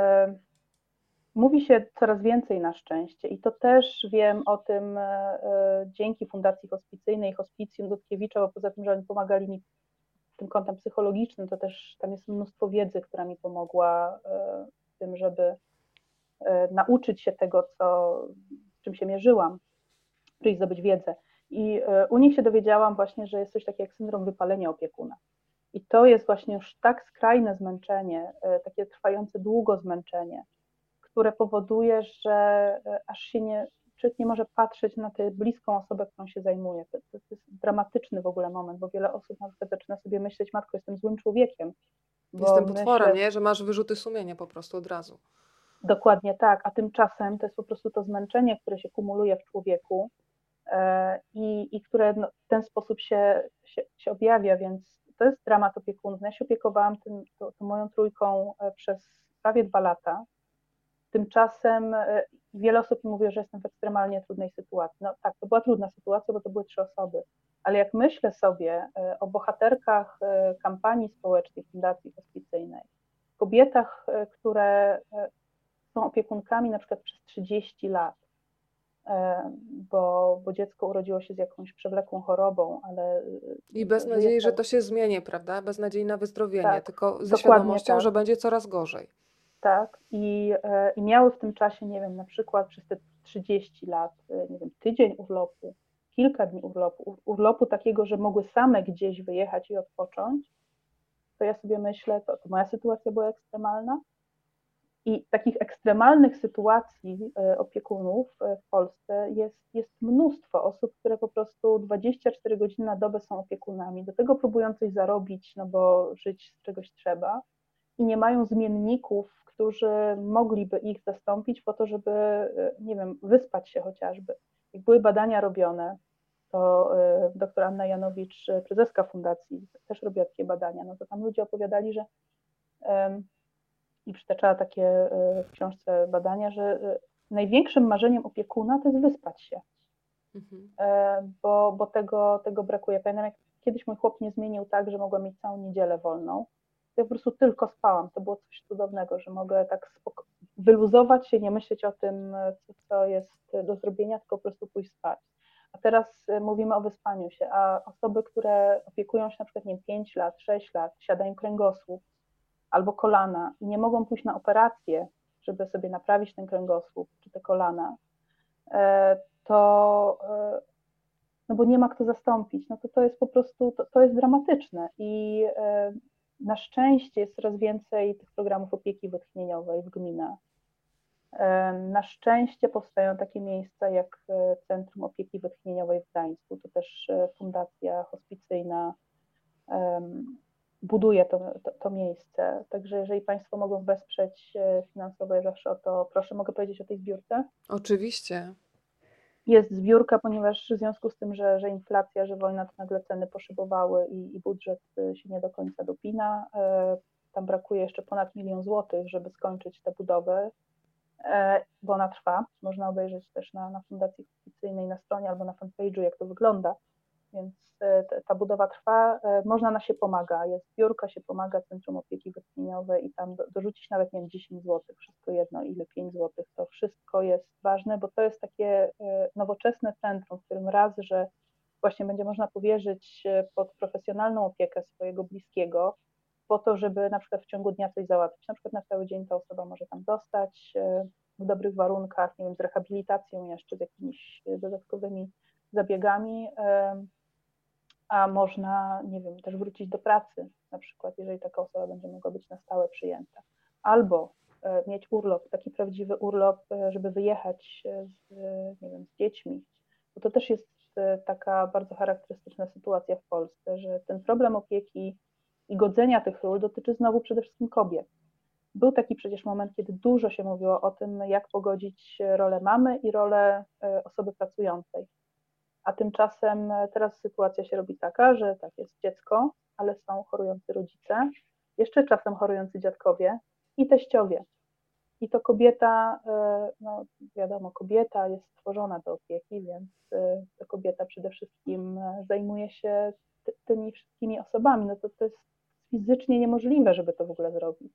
mówi się coraz więcej na szczęście i to też wiem o tym y, y, dzięki Fundacji Hospicyjnej, Hospicjum Dudkiewicza, bo poza tym, że oni pomagali mi tym kątem psychologicznym, to też tam jest mnóstwo wiedzy, która mi pomogła w tym, żeby nauczyć się tego, co, z czym się mierzyłam, czyli zdobyć wiedzę. I u nich się dowiedziałam właśnie, że jest coś takiego jak syndrom wypalenia opiekuna. I to jest właśnie już tak skrajne zmęczenie, takie trwające długo zmęczenie, które powoduje, że aż się nie, człowiek nie może patrzeć na tę bliską osobę, którą się zajmuje. To, to jest dramatyczny w ogóle moment, bo wiele osób na przykład zaczyna sobie myśleć, matko, jestem złym człowiekiem, bo Jestem potworem, myślę, nie? Że masz wyrzuty sumienia po prostu od razu. dokładnie tak, a tymczasem to jest po prostu to zmęczenie, które się kumuluje w człowieku e, i, i które no, w ten sposób się, się, się objawia, więc to jest dramat opiekunów. Ja się opiekowałam tym, to, tą moją trójką przez prawie dwa lata. Tymczasem e, wiele osób mi mówi, że jestem w ekstremalnie trudnej sytuacji. No tak, to była trudna sytuacja, bo to były trzy osoby, ale jak myślę sobie e, o bohaterkach e, kampanii społecznej Fundacji Hospicyjnej, kobietach, e, które e, są opiekunkami na przykład przez trzydzieści lat, e, bo, bo dziecko urodziło się z jakąś przewlekłą chorobą, ale I bez żyje nadziei, że cały. to się zmieni, prawda? Bez nadziei na wyzdrowienie, Tak, tylko ze dokładnie świadomością, tak. że będzie coraz gorzej. tak, i, e, i miały w tym czasie, nie wiem, na przykład przez te trzydzieści lat, e, nie wiem, tydzień urlopu, kilka dni urlopu, urlopu takiego, że mogły same gdzieś wyjechać i odpocząć, to ja sobie myślę, to, to moja sytuacja była ekstremalna. I takich ekstremalnych sytuacji e, opiekunów e, w Polsce jest, jest mnóstwo osób, które po prostu dwadzieścia cztery godziny na dobę są opiekunami, do tego próbują coś zarobić, no bo żyć z czegoś trzeba i nie mają zmienników, którzy mogliby ich zastąpić po to, żeby, e, nie wiem, wyspać się chociażby. Jak były badania robione, to e, doktor Anna Janowicz, e, prezeska fundacji, też robiła takie badania, no to tam ludzie opowiadali, że em, i przytaczała takie e, w książce badania, że e, największym marzeniem opiekuna to jest wyspać się, Mhm. e, bo, bo tego, tego brakuje. Pamiętam, jak kiedyś mój chłop mnie zmienił tak, że mogłam mieć całą niedzielę wolną. To ja po prostu tylko spałam. To było coś cudownego, że mogę tak spoko- wyluzować się, nie myśleć o tym, co, co jest do zrobienia, tylko po prostu pójść spać. A teraz e, mówimy o wyspaniu się, a osoby, które opiekują się na przykład nie wiem, pięć lat, sześć lat, siada im kręgosłup, albo kolana i nie mogą pójść na operację, żeby sobie naprawić ten kręgosłup czy te kolana, e, to e, no bo nie ma kto zastąpić, no to to jest po prostu, to, to jest dramatyczne i e, na szczęście jest coraz więcej tych programów opieki wytchnieniowej w gminach. E, Na szczęście powstają takie miejsca jak e, Centrum Opieki Wytchnieniowej w Gdańsku, to też e, fundacja hospicyjna buduje to, to, to miejsce. Także jeżeli Państwo mogą wesprzeć e, finansowo, ja zawsze o to proszę. Mogę powiedzieć o tej zbiórce? Oczywiście. Jest zbiórka, ponieważ w związku z tym, że, że inflacja, że wojna, to nagle ceny poszybowały i, i budżet e, się nie do końca dopina. E, Tam brakuje jeszcze ponad milion złotych, żeby skończyć tę budowę, e, bo ona trwa. Można obejrzeć też na, na Fundacji Hospicyjnej na stronie albo na fanpage'u, jak to wygląda. Więc e, ta budowa trwa, e, można, na się pomaga, jest zbiórka, się pomaga, Centrum Opieki Wytchnieniowej i tam do, dorzucić nawet, nie wiem, dziesięć złotych, wszystko jedno, ile pięć złotych, to wszystko jest ważne, bo to jest takie e, nowoczesne centrum, w którym raz, że właśnie będzie można powierzyć e, pod profesjonalną opiekę swojego bliskiego, po to, żeby na przykład w ciągu dnia coś załatwić, na przykład na cały dzień ta osoba może tam dostać e, w dobrych warunkach, nie wiem, z rehabilitacją jeszcze, z jakimiś dodatkowymi zabiegami, a można, nie wiem, też wrócić do pracy, na przykład, jeżeli taka osoba będzie mogła być na stałe przyjęta. Albo e, mieć urlop, taki prawdziwy urlop, e, żeby wyjechać e, z, nie wiem, z dziećmi. Bo to też jest e, taka bardzo charakterystyczna sytuacja w Polsce, że ten problem opieki i godzenia tych ról dotyczy znowu przede wszystkim kobiet. Był taki przecież moment, kiedy dużo się mówiło o tym, jak pogodzić rolę mamy i rolę e, osoby pracującej. A tymczasem teraz sytuacja się robi taka, że tak, jest dziecko, ale są chorujący rodzice, jeszcze czasem chorujący dziadkowie i teściowie. I to kobieta, no wiadomo, kobieta jest stworzona do opieki, więc to kobieta przede wszystkim zajmuje się tymi wszystkimi osobami. No to, to jest fizycznie niemożliwe, żeby to w ogóle zrobić.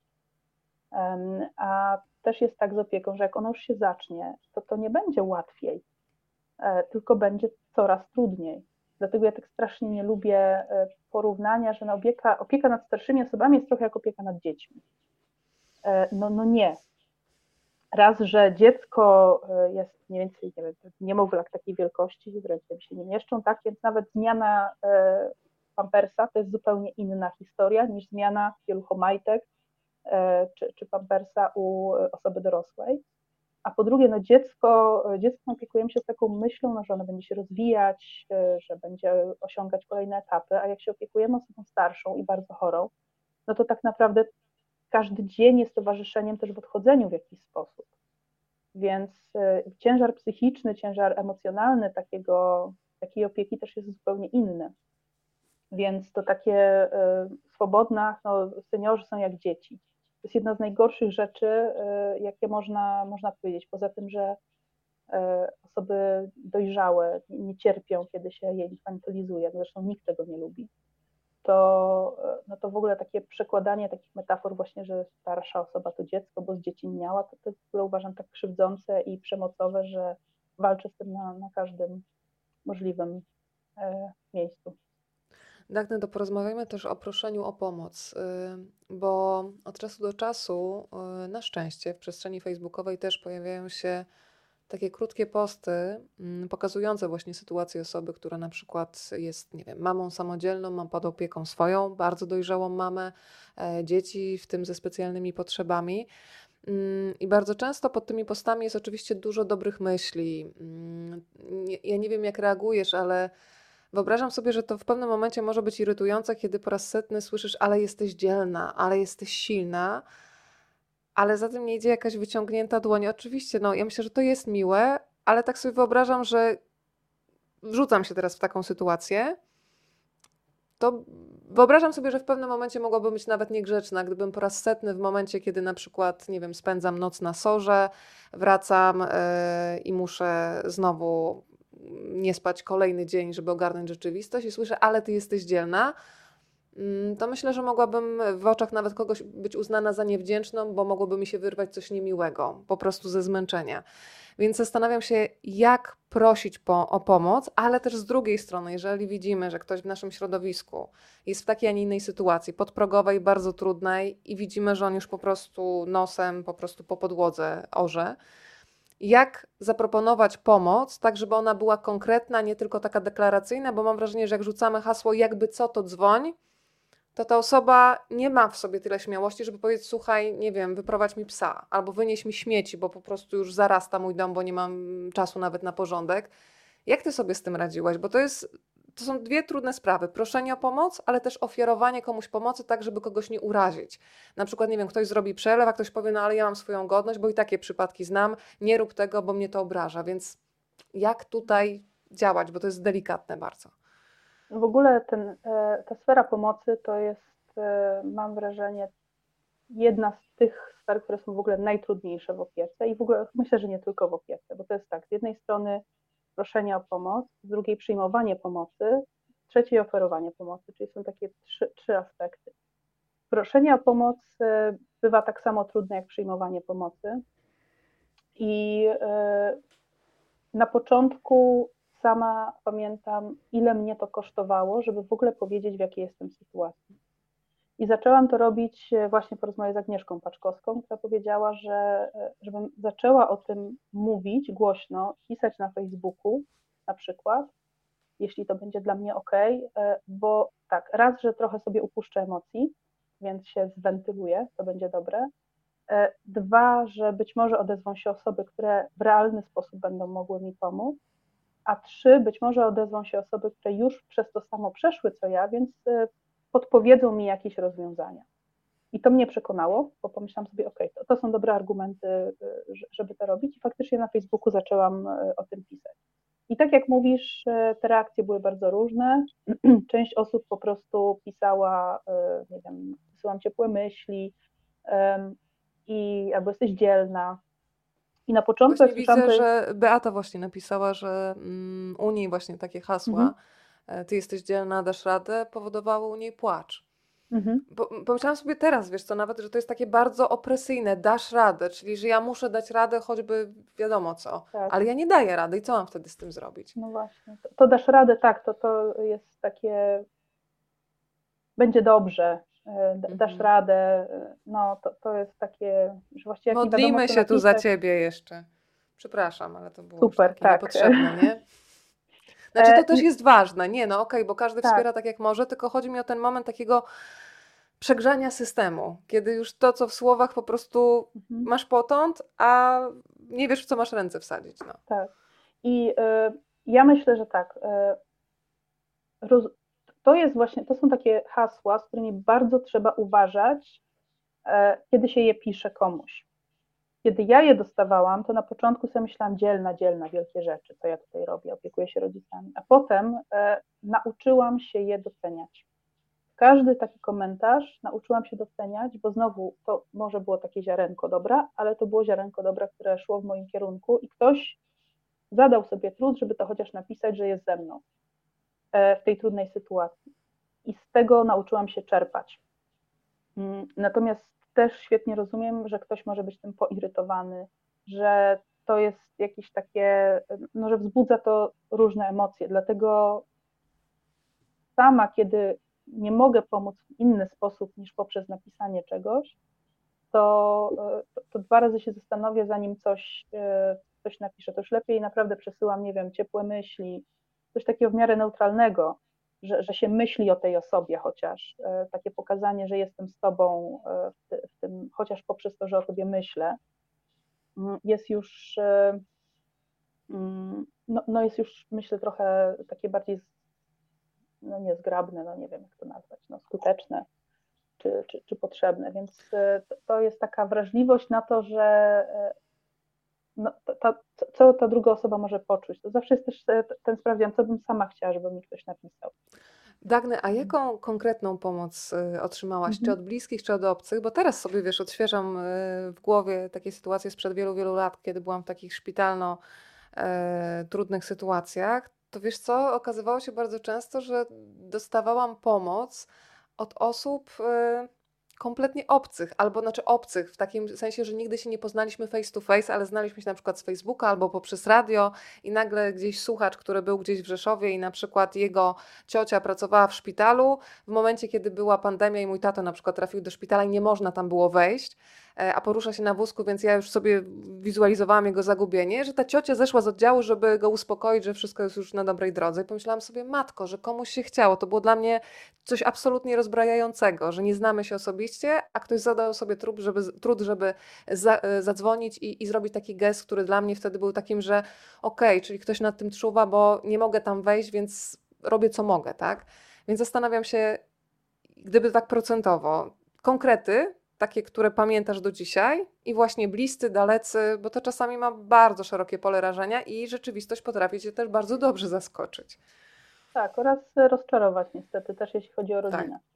A też jest tak z opieką, że jak ona już się zacznie, to to nie będzie łatwiej, tylko będzie coraz trudniej. Dlatego ja tak strasznie nie lubię porównania, że opieka, opieka nad starszymi osobami jest trochę jak opieka nad dziećmi. No, no nie. Raz, że dziecko jest mniej więcej, nie wiem, niemowlak takiej wielkości, wręcz się nie mieszczą, tak? Więc nawet zmiana pampersa to jest zupełnie inna historia niż zmiana pieluchomajtek czy, czy pampersa u osoby dorosłej. A po drugie, no dziecko, dziecko opiekujemy się z taką myślą, no, że ono będzie się rozwijać, że będzie osiągać kolejne etapy, a jak się opiekujemy osobą starszą i bardzo chorą, no to tak naprawdę każdy dzień jest towarzyszeniem też w odchodzeniu w jakiś sposób. Więc ciężar psychiczny, ciężar emocjonalny takiego, takiej opieki też jest zupełnie inny. Więc to takie swobodne, no, seniorzy są jak dzieci. To jest jedna z najgorszych rzeczy, jakie można, można powiedzieć. Poza tym, że osoby dojrzałe nie cierpią, kiedy się je infantylizuje, zresztą nikt tego nie lubi, to, no to w ogóle takie przekładanie takich metafor właśnie, że starsza osoba to dziecko, bo z dzieci miała, to, to w ogóle uważam tak krzywdzące i przemocowe, że walczę z tym na, na każdym możliwym miejscu. Dagny, to porozmawiajmy też o proszeniu o pomoc, y, bo od czasu do czasu, y, na szczęście w przestrzeni facebookowej też pojawiają się takie krótkie posty, mm, pokazujące właśnie sytuację osoby, która na przykład jest, nie wiem, mamą samodzielną, ma pod opieką swoją bardzo dojrzałą mamę, e, dzieci, w tym ze specjalnymi potrzebami. Mm, I bardzo często pod tymi postami jest oczywiście dużo dobrych myśli. Mm, nie- Ja nie wiem, jak reagujesz, ale wyobrażam sobie, że to w pewnym momencie może być irytujące, kiedy po raz setny słyszysz, ale jesteś dzielna, ale jesteś silna, ale za tym nie idzie jakaś wyciągnięta dłoń. Oczywiście, no ja myślę, że to jest miłe, ale tak sobie wyobrażam, że wrzucam się teraz w taką sytuację, to wyobrażam sobie, że w pewnym momencie mogłabym być nawet niegrzeczna, gdybym po raz setny w momencie, kiedy na przykład, nie wiem, spędzam noc na sorze, wracam yy, i muszę znowu nie spać kolejny dzień, żeby ogarnąć rzeczywistość i słyszę, ale ty jesteś dzielna, mm, to myślę, że mogłabym w oczach nawet kogoś być uznana za niewdzięczną, bo mogłoby mi się wyrwać coś niemiłego, po prostu ze zmęczenia. Więc zastanawiam się, jak prosić po, o pomoc, ale też z drugiej strony, jeżeli widzimy, że ktoś w naszym środowisku jest w takiej, a nie innej sytuacji, podprogowej, bardzo trudnej i widzimy, że on już po prostu nosem, po prostu po podłodze orze, jak zaproponować pomoc, tak żeby ona była konkretna, nie tylko taka deklaracyjna, bo mam wrażenie, że jak rzucamy hasło jakby co, to dzwoń, to ta osoba nie ma w sobie tyle śmiałości, żeby powiedzieć, słuchaj, nie wiem, wyprowadź mi psa, albo wynieś mi śmieci, bo po prostu już zarasta mój dom, bo nie mam czasu nawet na porządek. Jak ty sobie z tym radziłaś? Bo to jest, to są dwie trudne sprawy. Proszenie o pomoc, ale też ofiarowanie komuś pomocy tak, żeby kogoś nie urazić. Na przykład, nie wiem, ktoś zrobi przelew, a ktoś powie, no ale ja mam swoją godność, bo i takie przypadki znam, nie rób tego, bo mnie to obraża. Więc jak tutaj działać, bo to jest delikatne bardzo. W ogóle ten, e, ta sfera pomocy to jest, e, mam wrażenie, jedna z tych sfer, które są w ogóle najtrudniejsze w opiece i w ogóle myślę, że nie tylko w opiece, bo to jest tak, z jednej strony proszenie o pomoc, z drugiej przyjmowanie pomocy, z trzeciej oferowanie pomocy, czyli są takie trzy, trzy aspekty. Proszenie o pomoc e, bywa tak samo trudne jak przyjmowanie pomocy i e, na początku sama pamiętam, ile mnie to kosztowało, żeby w ogóle powiedzieć, w jakiej jestem sytuacji. I zaczęłam to robić właśnie po rozmowie z Agnieszką Paczkowską, która powiedziała, że żebym zaczęła o tym mówić głośno, pisać na Facebooku na przykład, jeśli to będzie dla mnie ok, bo tak, raz, że trochę sobie upuszczę emocji, więc się zwentyluję, to będzie dobre. Dwa, że być może odezwą się osoby, które w realny sposób będą mogły mi pomóc. A trzy, być może odezwą się osoby, które już przez to samo przeszły co ja, więc podpowiedzą mi jakieś rozwiązania. I to mnie przekonało, bo pomyślałam sobie, ok, to, to są dobre argumenty, żeby to robić i faktycznie na Facebooku zaczęłam o tym pisać. I tak jak mówisz, te reakcje były bardzo różne. Część osób po prostu pisała, nie wiem, wysyłam ciepłe myśli i albo jesteś dzielna. I na początku jak Właśnie słyszałam widzę, to... że Beata właśnie napisała, że mm, u niej właśnie takie Mhm, hasła, e, ty jesteś dzielna, dasz radę, powodowały u niej płacz. mhm, Bo, pomyślałam sobie teraz, wiesz co, nawet, że to jest takie bardzo opresyjne, dasz radę, czyli że ja muszę dać radę, choćby wiadomo co, tak. ale ja nie daję rady i co mam wtedy z tym zrobić? No właśnie, to, to dasz radę, tak, to, to jest takie, będzie dobrze, dasz Mhm. radę, no to, to jest takie, że właściwie jak nie wiadomo Modlimy co się tu za napisać, ciebie jeszcze. Przepraszam, ale to było już super, takie tak. niepotrzebne, nie? Znaczy to też I jest ważne, nie no okej, bo każdy tak, wspiera tak jak może, tylko chodzi mi o ten moment takiego przegrzania systemu, kiedy już to, co w słowach po prostu mhm, masz potąd, a nie wiesz, w co masz ręce wsadzić. No. tak. I y, ja myślę, że tak, y, roz, to jest właśnie, to są takie hasła, z którymi bardzo trzeba uważać, y, kiedy się je pisze komuś. Kiedy ja je dostawałam, to na początku sobie myślałam, dzielna, dzielna, wielkie rzeczy, co ja tutaj robię, opiekuję się rodzicami. A potem e, nauczyłam się je doceniać. Każdy taki komentarz nauczyłam się doceniać, bo znowu to może było takie ziarenko dobra, ale to było ziarenko dobra, które szło w moim kierunku i ktoś zadał sobie trud, żeby to chociaż napisać, że jest ze mną e, w tej trudnej sytuacji. I z tego nauczyłam się czerpać. Natomiast też świetnie rozumiem, że ktoś może być tym poirytowany, że to jest jakieś takie, no, że wzbudza to różne emocje. Dlatego sama, kiedy nie mogę pomóc w inny sposób niż poprzez napisanie czegoś, to, to, to dwa razy się zastanowię, zanim coś, coś napiszę. To już lepiej naprawdę przesyłam, nie wiem, ciepłe myśli, coś takiego w miarę neutralnego, że, że się myśli o tej osobie chociaż. Takie pokazanie, że jestem z tobą w, ty, w tym, chociaż poprzez to, że o tobie myślę, jest już, no, no jest już, myślę, trochę takie bardziej, no nie zgrabne, no nie wiem jak to nazwać, no skuteczne czy, czy, czy potrzebne, więc to jest taka wrażliwość na to, że no, ta, co ta druga osoba może poczuć. To zawsze jest też ten sprawdzian, co bym sama chciała, żeby mi ktoś napisał. Dagny, a jaką konkretną pomoc otrzymałaś? Czy Mhm. od bliskich, czy od obcych? Bo teraz sobie, wiesz, odświeżam w głowie takie sytuacje sprzed wielu, wielu lat, kiedy byłam w takich szpitalno e, trudnych sytuacjach. To wiesz co, okazywało się bardzo często, że dostawałam pomoc od osób e, kompletnie obcych, albo znaczy obcych, w takim sensie, że nigdy się nie poznaliśmy face to face, ale znaliśmy się na przykład z Facebooka albo poprzez radio i nagle gdzieś słuchacz, który był gdzieś w Rzeszowie i na przykład jego ciocia pracowała w szpitalu, w momencie, kiedy była pandemia i mój tato na przykład trafił do szpitala i nie można tam było wejść, a porusza się na wózku, więc ja już sobie wizualizowałam jego zagubienie, że ta ciocia zeszła z oddziału, żeby go uspokoić, że wszystko jest już na dobrej drodze. I pomyślałam sobie, matko, że komuś się chciało. To było dla mnie coś absolutnie rozbrajającego, że nie znamy się osobiście, a ktoś zadał sobie trud, żeby, trud, żeby za, zadzwonić i, i zrobić taki gest, który dla mnie wtedy był takim, że okej, okay, czyli ktoś nad tym czuwa, bo nie mogę tam wejść, więc robię co mogę, tak? Więc zastanawiam się, gdyby tak procentowo, konkrety, takie, które pamiętasz do dzisiaj i właśnie bliscy, dalecy, bo to czasami ma bardzo szerokie pole rażenia i rzeczywistość potrafi cię też bardzo dobrze zaskoczyć. Tak, oraz rozczarować niestety, też jeśli chodzi o Tak. rodzinę.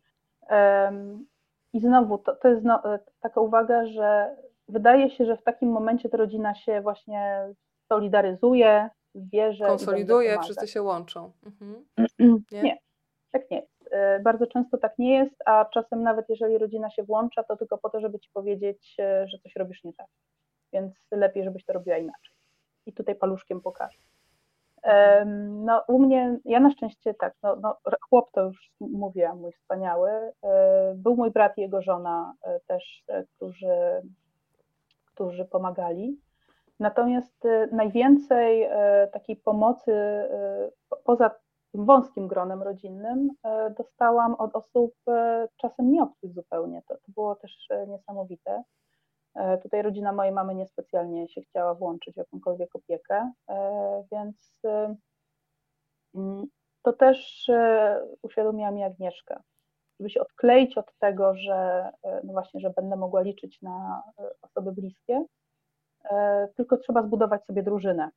Um, I znowu, to, to jest no, taka uwaga, że wydaje się, że w takim momencie ta rodzina się właśnie solidaryzuje, bierze i będzie Konsoliduje, pomagać. wszyscy się łączą. Mhm. Nie? nie, tak nie jest. Bardzo często tak nie jest, a czasem nawet jeżeli rodzina się włącza, to tylko po to, żeby ci powiedzieć, że coś robisz nie tak. Więc lepiej, żebyś to robiła inaczej. I tutaj paluszkiem pokażę. No u mnie, ja na szczęście tak, no, no, chłop to już mówiłam, mój wspaniały, był mój brat i jego żona też, którzy, którzy pomagali. Natomiast najwięcej takiej pomocy poza tym wąskim gronem rodzinnym dostałam od osób czasem nieobcych zupełnie. To, to było też niesamowite. Tutaj rodzina mojej mamy niespecjalnie się chciała włączyć w jakąkolwiek opiekę, więc to też uświadomiła mi Agnieszka, żeby się odkleić od tego, że no właśnie, że będę mogła liczyć na osoby bliskie, tylko trzeba zbudować sobie drużynę.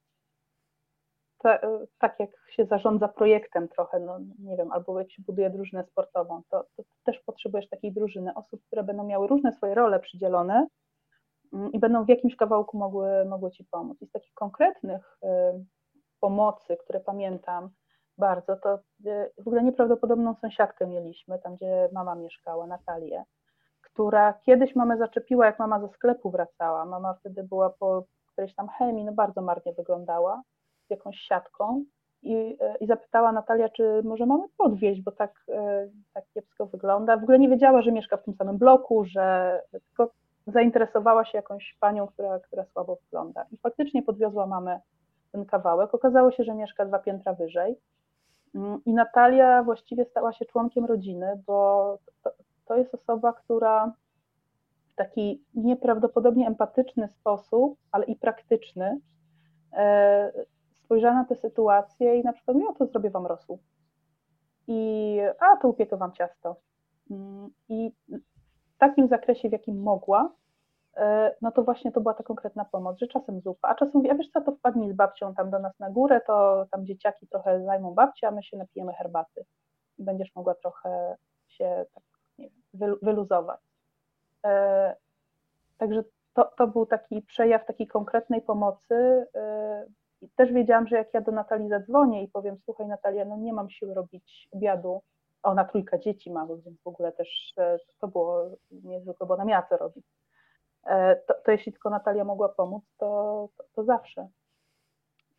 Tak jak się zarządza projektem trochę, no nie wiem, albo jak się buduje drużynę sportową, to, to też potrzebujesz takiej drużyny osób, które będą miały różne swoje role przydzielone i będą w jakimś kawałku mogły, mogły ci pomóc. I z takich konkretnych pomocy, które pamiętam bardzo, to w ogóle nieprawdopodobną sąsiadkę mieliśmy, tam gdzie mama mieszkała, Natalię, która kiedyś mamę zaczepiła, jak mama ze sklepu wracała. Mama wtedy była po którejś tam chemii, no bardzo marnie wyglądała, z jakąś siatką i, i zapytała Natalia, czy może mamy podwieźć, bo tak, tak kiepsko wygląda. W ogóle nie wiedziała, że mieszka w tym samym bloku, że tylko zainteresowała się jakąś panią, która, która słabo wygląda. I faktycznie podwiozła mamę ten kawałek. Okazało się, że mieszka dwa piętra wyżej. I Natalia właściwie stała się członkiem rodziny, bo to, to jest osoba, która w taki nieprawdopodobnie empatyczny sposób, ale i praktyczny e, spojrzała na tę sytuację i na przykład, no to zrobię wam rosół. I a to upiekę wam ciasto. I w takim zakresie, w jakim mogła, no to właśnie to była ta konkretna pomoc, że czasem zupa, a czasem mówi, a wiesz co, to wpadnij z babcią tam do nas na górę, to tam dzieciaki trochę zajmą babcię, a my się napijemy herbaty i będziesz mogła trochę się tak, nie wiem, wyluzować. E, także to, to był taki przejaw takiej konkretnej pomocy e, i też wiedziałam, że jak ja do Natalii zadzwonię i powiem, słuchaj Natalia, no nie mam siły robić obiadu, a ona trójka dzieci ma, więc w ogóle też e, to było niezwykłe, bo ona miała co robić. To, to jeśli tylko Natalia mogła pomóc, to, to, to zawsze.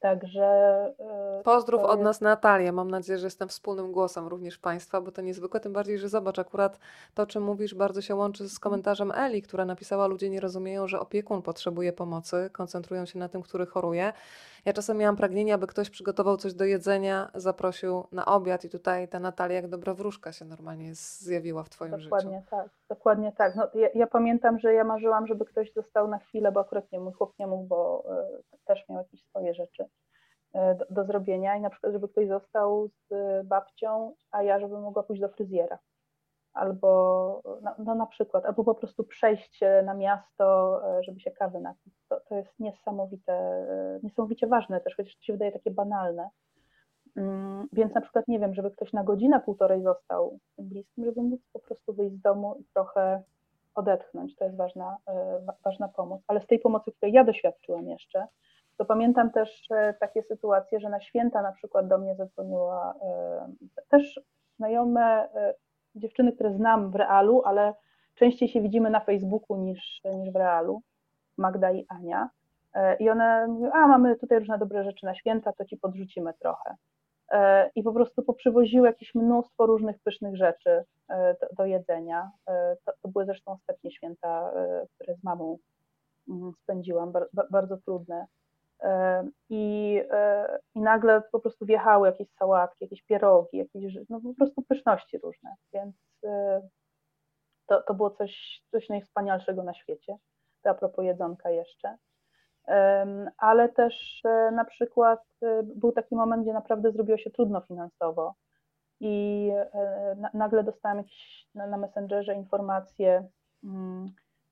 Także e, Pozdrów to od jest nas Natalię. Mam nadzieję, że jestem wspólnym głosem również Państwa, bo to niezwykłe, tym bardziej, że zobacz, akurat to, o czym mówisz, bardzo się łączy z komentarzem Eli, która napisała: ludzie nie rozumieją, że opiekun potrzebuje pomocy, koncentrują się na tym, który choruje. Ja czasem miałam pragnienie, aby ktoś przygotował coś do jedzenia, zaprosił na obiad i tutaj ta Natalia jak dobra wróżka się normalnie zjawiła w Twoim życiu. dokładnie tak, dokładnie tak. No, ja, ja pamiętam, że ja marzyłam, żeby ktoś został na chwilę, bo akurat nie, mój chłop nie mógł, bo e, też miał jakieś swoje rzeczy e, do, do zrobienia i na przykład, żeby ktoś został z babcią, a ja, żeby mogła pójść do fryzjera. Albo no, no na przykład, albo po prostu przejść się na miasto, e, żeby się kawy napić. To, to jest niesamowite, e, niesamowicie ważne też, chociaż to się wydaje takie banalne. Mm, Więc na przykład nie wiem, żeby ktoś na godzinę, półtorej został z tym bliskim, żeby móc po prostu wyjść z domu i trochę odetchnąć. To jest ważna, e, wa- ważna pomoc. Ale z tej pomocy, której ja doświadczyłam jeszcze, to pamiętam też e, takie sytuacje, że na święta na przykład do mnie zadzwoniła e, też znajome e, dziewczyny, które znam w realu, ale częściej się widzimy na Facebooku niż, niż w realu, Magda i Ania. E, I one mówią, a mamy tutaj różne dobre rzeczy na święta, to ci podrzucimy trochę. E, I po prostu poprzywoziły jakieś mnóstwo różnych pysznych rzeczy e, do, do jedzenia. E, To, to były zresztą ostatnie święta, e, które z mamą mm, spędziłam, bar, ba- bardzo trudne. E, I, e, I nagle po prostu wjechały jakieś sałatki, jakieś pierogi, jakieś no po prostu pyszności różne. Więc e, to, to było coś, coś najwspanialszego na świecie. To a propos jedzonka jeszcze. Ale też e, na przykład e, był taki moment, gdzie naprawdę zrobiło się trudno finansowo i e, na, nagle dostałam jakieś na, na Messengerze informacje, mm,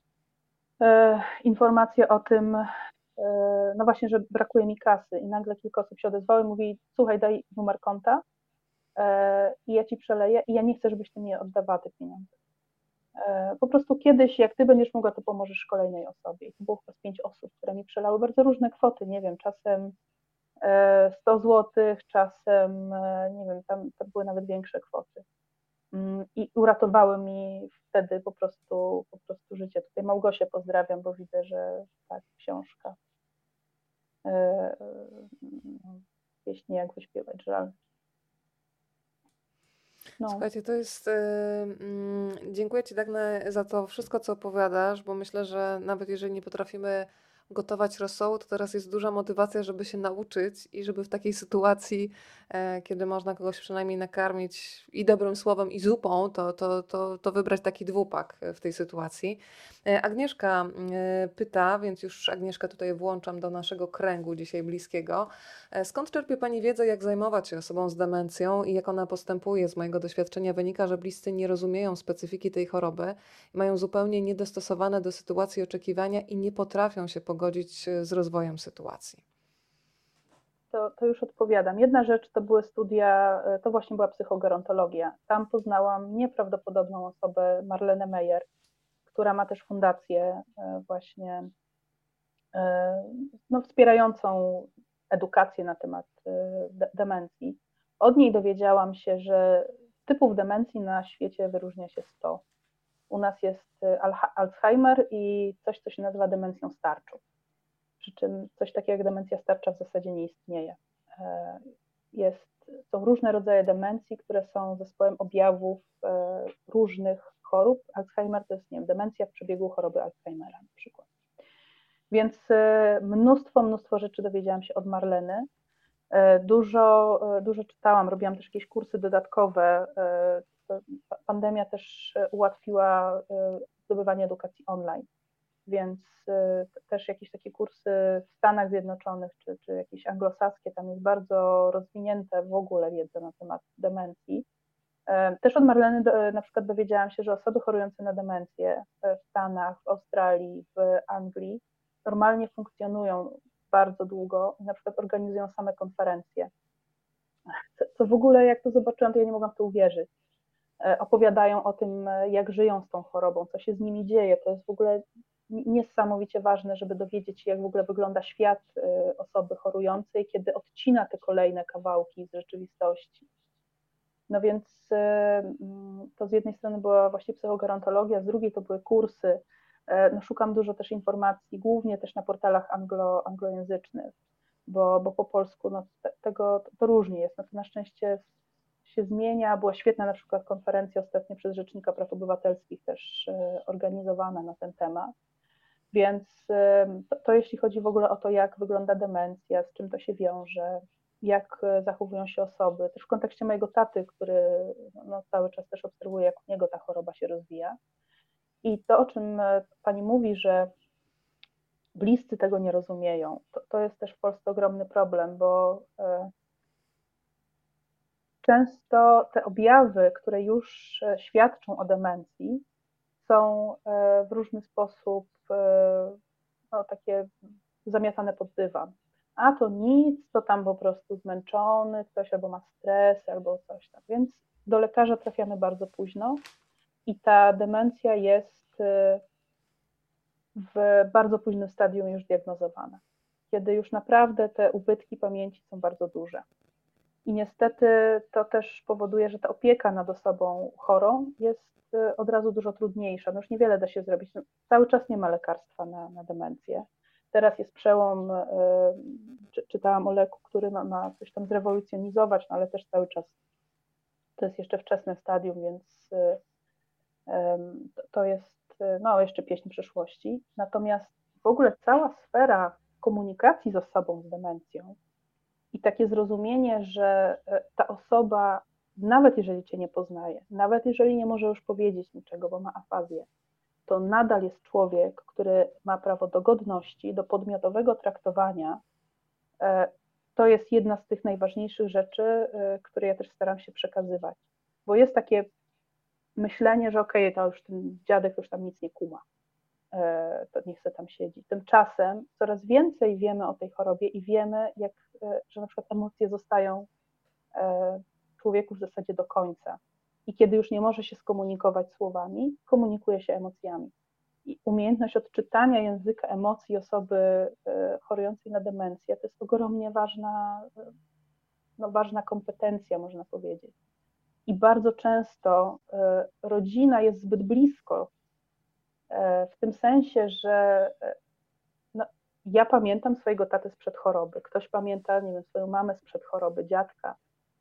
e, informacje o tym, e, no właśnie, że brakuje mi kasy i nagle kilka osób się odezwało i mówi, słuchaj, daj numer konta e, i ja ci przeleję i ja nie chcę, żebyś ty mi oddawała te pieniądze. E, Po prostu kiedyś, jak ty będziesz mogła, to pomożesz kolejnej osobie. I to było chyba z pięć osób, które mi przelały bardzo różne kwoty, nie wiem, czasem e, sto złotych, czasem, e, nie wiem, tam to były nawet większe kwoty. Mm, I uratowały mi wtedy po prostu, po prostu życie. Tutaj Małgosię pozdrawiam, bo widzę, że tak, książka. E, e, no, Pieśni jak wyśpiewać, żal. No, Słuchajcie, to jest. y, mm, dziękuję Ci, Dagne, za to wszystko, co opowiadasz, bo myślę, że nawet jeżeli nie potrafimy gotować rosołu, to teraz jest duża motywacja, żeby się nauczyć i żeby w takiej sytuacji, e, kiedy można kogoś przynajmniej nakarmić i dobrym słowem, i zupą, to, to, to, to wybrać taki dwupak w tej sytuacji. E, Agnieszka e, pyta, więc już Agnieszkę tutaj włączam do naszego kręgu dzisiaj bliskiego. E, Skąd czerpie Pani wiedzę, jak zajmować się osobą z demencją i jak ona postępuje? Z mojego doświadczenia wynika, że bliscy nie rozumieją specyfiki tej choroby, mają zupełnie niedostosowane do sytuacji oczekiwania i nie potrafią się pogodzić e, z rozwojem sytuacji. to, to już odpowiadam. Jedna rzecz to były studia, e, to właśnie była psychogerontologia. Tam poznałam nieprawdopodobną osobę, Marlenę Meyer, która ma też fundację e, właśnie e, no, wspierającą edukację na temat e, de- demencji. Od niej dowiedziałam się, że typów demencji na świecie wyróżnia się sto. U nas jest e, Alzheimer i coś, co się nazywa demencją starczą. Przy czym coś takiego jak demencja starcza w zasadzie nie istnieje. E, Jest, są różne rodzaje demencji, które są zespołem objawów e, różnych chorób. Alzheimer to jest, nie wiem, demencja w przebiegu choroby Alzheimera na przykład. Więc e, mnóstwo, mnóstwo rzeczy dowiedziałam się od Marleny. E, Dużo, e, dużo czytałam, robiłam też jakieś kursy dodatkowe. E, to Pandemia też e, ułatwiła e, zdobywanie edukacji online, więc e, też jakieś takie kursy w Stanach Zjednoczonych czy, czy jakieś anglosaskie, tam jest bardzo rozwinięte w ogóle wiedza na temat demencji. E, Też od Marleny do, na przykład dowiedziałam się, że osoby chorujące na demencję w Stanach, w Australii, w Anglii normalnie funkcjonują bardzo długo i na przykład organizują same konferencje. Co, co w ogóle, jak to zobaczyłam, to ja nie mogłam w to uwierzyć. E, Opowiadają o tym, e, jak żyją z tą chorobą, co się z nimi dzieje. To jest w ogóle niesamowicie ważne, żeby dowiedzieć się, jak w ogóle wygląda świat e, osoby chorującej, kiedy odcina te kolejne kawałki z rzeczywistości. No więc e, to z jednej strony była właśnie psychogerontologia, z drugiej to były kursy. E, No szukam dużo też informacji, głównie też na portalach anglo, anglojęzycznych. bo, bo po polsku no, te, tego to różnie jest. No, to na szczęście się zmienia. Była świetna na przykład konferencja ostatnio przez Rzecznika Praw Obywatelskich też e, organizowana na ten temat. Więc e, to, to jeśli chodzi w ogóle o to, jak wygląda demencja, z czym to się wiąże, jak e, zachowują się osoby, też w kontekście mojego taty, który no, cały czas też obserwuje, jak u niego ta choroba się rozwija. I to, o czym e, pani mówi, że bliscy tego nie rozumieją, to, to jest też w Polsce ogromny problem, bo e, często te objawy, które już e, świadczą o demencji, są e, w różny sposób e, no, takie zamiatane pod dywan. A to nic, to tam po prostu zmęczony ktoś albo ma stres, albo coś tam. Więc do lekarza trafiamy bardzo późno i ta demencja jest e, w bardzo późnym stadium już diagnozowana, kiedy już naprawdę te ubytki pamięci są bardzo duże. I niestety to też powoduje, że ta opieka nad osobą chorą jest od razu dużo trudniejsza. No już niewiele da się zrobić. No, cały czas nie ma lekarstwa na, na demencję. Teraz jest przełom, yy, czytałam o leku, który ma, ma coś tam zrewolucjonizować, no ale też cały czas to jest jeszcze wczesne stadium, więc yy, yy, to jest no, jeszcze pieśń przyszłości. Natomiast w ogóle cała sfera komunikacji z osobą z demencją i takie zrozumienie, że ta osoba, nawet jeżeli cię nie poznaje, nawet jeżeli nie może już powiedzieć niczego, bo ma afazję, to nadal jest człowiek, który ma prawo do godności, do podmiotowego traktowania. To jest jedna z tych najważniejszych rzeczy, które ja też staram się przekazywać. Bo jest takie myślenie, że okej, okay, to już ten dziadek już tam nic nie kuma, to niech se tam siedzi. Tymczasem coraz więcej wiemy o tej chorobie i wiemy, jak, że na przykład emocje zostają w człowieku w zasadzie do końca. I kiedy już nie może się skomunikować słowami, komunikuje się emocjami. I umiejętność odczytania języka emocji osoby chorującej na demencję to jest ogromnie ważna, no ważna kompetencja, można powiedzieć. I bardzo często rodzina jest zbyt blisko, w tym sensie, że no, ja pamiętam swojego tatę sprzed choroby, ktoś pamięta, nie wiem, swoją mamę sprzed choroby, dziadka.